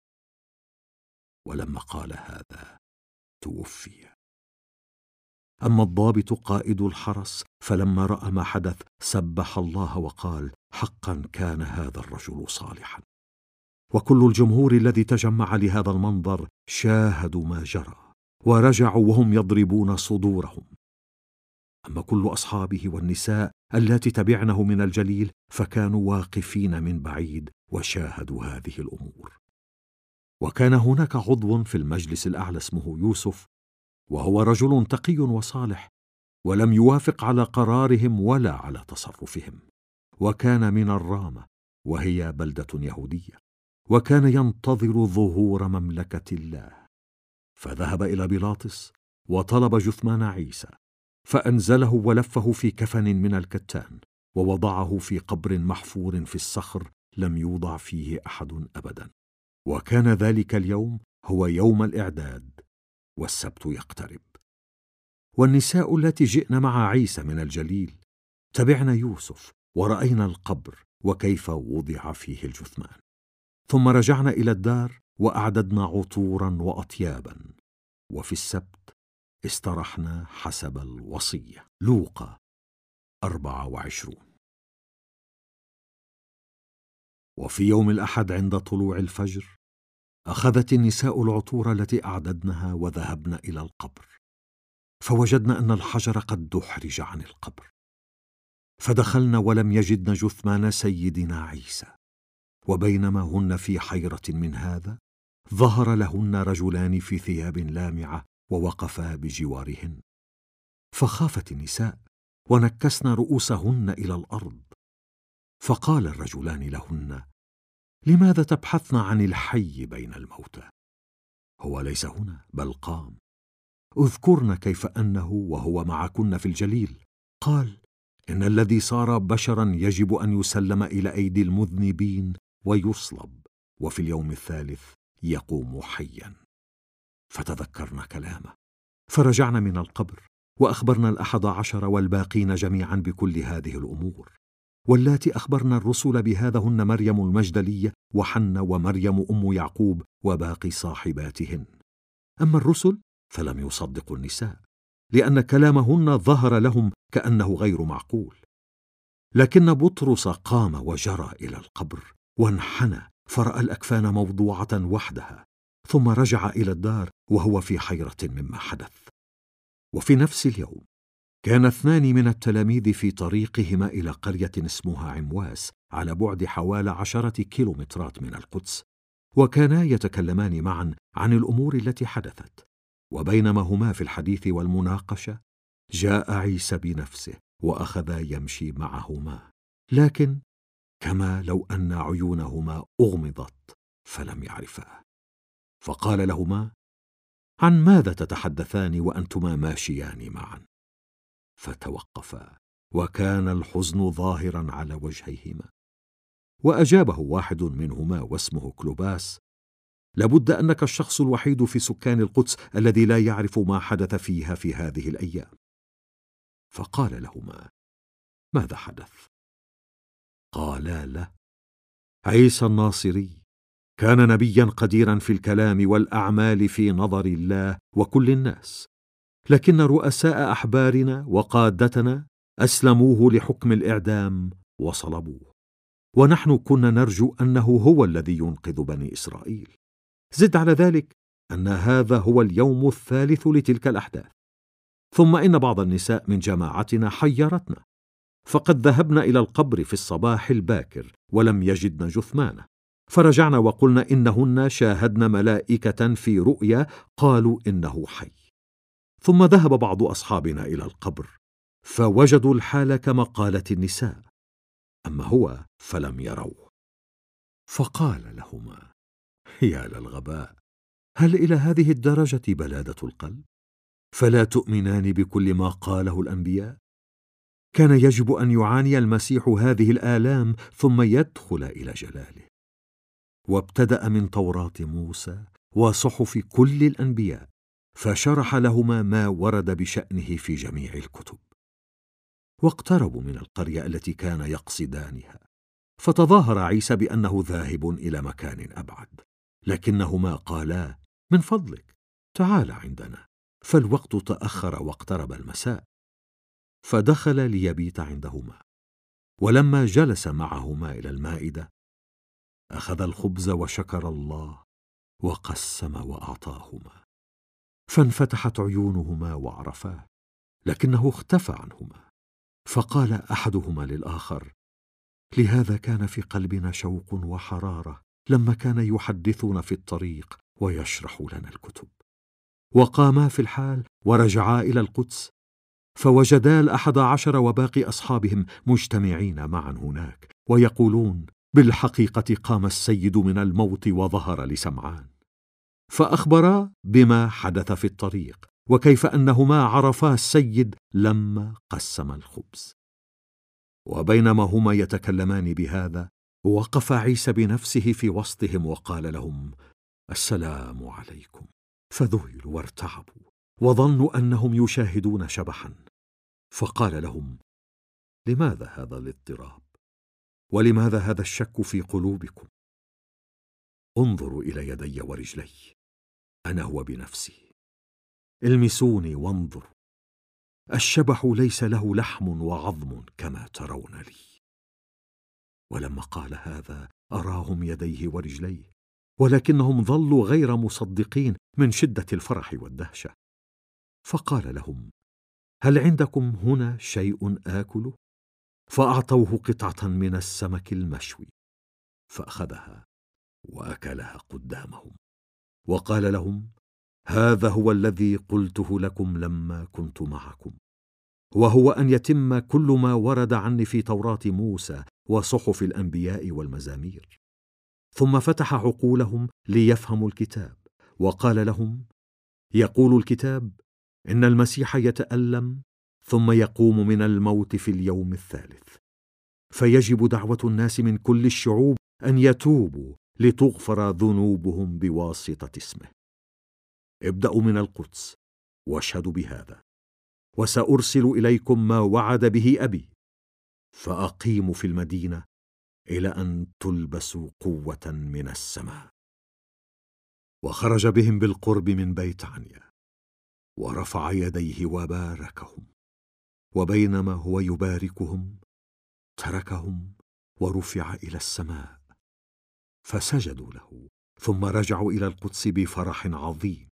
ولما قال هذا توفي. أما الضابط قائد الحرس فلما رأى ما حدث سبح الله وقال: حقا كان هذا الرجل صالحا. وكل الجمهور الذي تجمع لهذا المنظر شاهدوا ما جرى، ورجعوا وهم يضربون صدورهم. أما كل أصحابه والنساء اللاتي تبعنه من الجليل فكانوا واقفين من بعيد وشاهدوا هذه الأمور. وكان هناك عضو في المجلس الأعلى اسمه يوسف، وهو رجل تقي وصالح، ولم يوافق على قرارهم ولا على تصرفهم. وكان من الرامة، وهي بلدة يهودية، وكان ينتظر ظهور مملكة الله. فذهب إلى بيلاطس وطلب جثمان عيسى، فأنزله ولفه في كفن من الكتان، ووضعه في قبر محفور في الصخر لم يوضع فيه أحد أبدا. وكان ذلك اليوم هو يوم الإعداد، والسبت يقترب. والنساء التي جئن مع عيسى من الجليل تبعن يوسف ورأينا القبر وكيف وضع فيه الجثمان. ثم رجعنا إلى الدار وأعددنا عطورا وأطيابا، وفي السبت استرحنا حسب الوصية. لوقا 24. وفي يوم الأحد عند طلوع الفجر أخذت النساء العطور التي أعددنها وذهبن إلى القبر، فوجدنا أن الحجر قد دحرج عن القبر. فدخلنا ولم يجدن جثمان سيدنا عيسى. وبينما هن في حيرة من هذا، ظهر لهن رجلان في ثياب لامعة ووقفا بجوارهن. فخافت النساء ونكسن رؤوسهن إلى الأرض. فقال الرجلان لهن: لماذا تبحثن عن الحي بين الموتى؟ هو ليس هنا، بل قام. اذكرن كيف أنه وهو معكن في الجليل قال: إن الذي صار بشرا يجب أن يسلم إلى أيدي المذنبين ويصلب، وفي اليوم الثالث يقوم حيا. فتذكرنا كلامه، فرجعنا من القبر وأخبرنا 11 والباقين جميعا بكل هذه الأمور، واللاتي أخبرنا الرسل بهذا هن مريم المجدلية وحنة ومريم أم يعقوب وباقي صاحباتهن. أما الرسل فلم يصدقوا النساء، لأن كلامهن ظهر لهم كأنه غير معقول. لكن بطرس قام وجرى إلى القبر وانحنى، فرأى الأكفان موضوعة وحدها، ثم رجع إلى الدار وهو في حيرة مما حدث. وفي نفس اليوم كان 2 من التلاميذ في طريقهما إلى قرية اسمها عمواس على بعد حوالي 10 كيلومترات من القدس، وكانا يتكلمان معا عن الأمور التي حدثت. وبينما هما في الحديث والمناقشة جاء عيسى بنفسه وأخذ يمشي معهما، لكن كما لو أن عيونهما أغمضت فلم يعرفاه. فقال لهما: عن ماذا تتحدثان وأنتما ماشيان معا؟ فتوقفا، وكان الحزن ظاهرا على وجهيهما. وأجابه واحد منهما واسمه كلوباس: لابد أنك الشخص الوحيد في سكان القدس الذي لا يعرف ما حدث فيها في هذه الأيام. فقال لهما: ماذا حدث؟ قالا له: عيسى الناصري كان نبيا قديرا في الكلام والأعمال في نظر الله وكل الناس، لكن رؤساء أحبارنا وقادتنا أسلموه لحكم الإعدام وصلبوه، ونحن كنا نرجو أنه هو الذي ينقذ بني إسرائيل. زد على ذلك أن هذا هو اليوم الثالث لتلك الأحداث. ثم إن بعض النساء من جماعتنا حيرتنا، فقد ذهبنا إلى القبر في الصباح الباكر ولم يجدن جثمانه، فرجعنا وقلنا إنهن شاهدن ملائكة في رؤيا قالوا إنه حي. ثم ذهب بعض أصحابنا إلى القبر فوجدوا الحال كما قالت النساء، أما هو فلم يروه. فقال لهما: يا للغباء، هل إلى هذه الدرجة بلادة القلب؟ فلا تؤمنان بكل ما قاله الأنبياء؟ كان يجب أن يعاني المسيح هذه الآلام ثم يدخل إلى جلاله. وابتدأ من توراة موسى وصحف كل الأنبياء، فشرح لهما ما ورد بشأنه في جميع الكتب. واقتربوا من القرية التي كان يقصدانها، فتظاهر عيسى بأنه ذاهب إلى مكان أبعد، لكنهما قالا: من فضلك تعال عندنا، فالوقت تأخر واقترب المساء. فدخل ليبيت عندهما، ولما جلس معهما إلى المائدة أخذ الخبز وشكر الله وقسم وأعطاهما، فانفتحت عيونهما وعرفاه، لكنه اختفى عنهما. فقال أحدهما للآخر: لهذا كان في قلبنا شوق وحرارة لما كان يحدثنا في الطريق ويشرح لنا الكتب. وقاما في الحال ورجعا إلى القدس، فوجدا 11 وباقي أصحابهم مجتمعين معا هناك ويقولون: بالحقيقة قام السيد من الموت وظهر لسمعان. فأخبرا بما حدث في الطريق، وكيف أنهما عرفا السيد لما قسم الخبز. وبينما هما يتكلمان بهذا وقف عيسى بنفسه في وسطهم وقال لهم: السلام عليكم. فذهلوا وارتعبوا وظنوا أنهم يشاهدون شبحا. فقال لهم: لماذا هذا الاضطراب؟ ولماذا هذا الشك في قلوبكم؟ انظروا إلى يدي ورجلي، أنا هو بنفسي. المسوني وانظروا، الشبح ليس له لحم وعظم كما ترون لي. ولما قال هذا أراهم يديه ورجليه، ولكنهم ظلوا غير مصدقين من شدة الفرح والدهشة. فقال لهم: هل عندكم هنا شيء آكله؟ فأعطوه قطعة من السمك المشوي، فأخذها وأكلها قدامهم، وقال لهم: هذا هو الذي قلته لكم لما كنت معكم، وهو أن يتم كل ما ورد عني في توراة موسى وصحف الأنبياء والمزامير. ثم فتح عقولهم ليفهموا الكتاب، وقال لهم: يقول الكتاب إن المسيح يتألم ثم يقوم من الموت في اليوم الثالث، فيجب دعوة الناس من كل الشعوب أن يتوبوا لتغفر ذنوبهم بواسطة اسمه. ابدأوا من القدس واشهدوا بهذا، وسأرسل إليكم ما وعد به أبي، فأقيموا في المدينة إلى أن تلبسوا قوة من السماء. وخرج بهم بالقرب من بيت عنيا، ورفع يديه وباركهم، وبينما هو يباركهم تركهم ورفع إلى السماء، فسجدوا له، ثم رجعوا إلى القدس بفرح عظيم،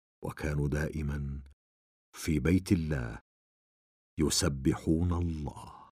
وكانوا دائما في بيت الله يسبحون الله.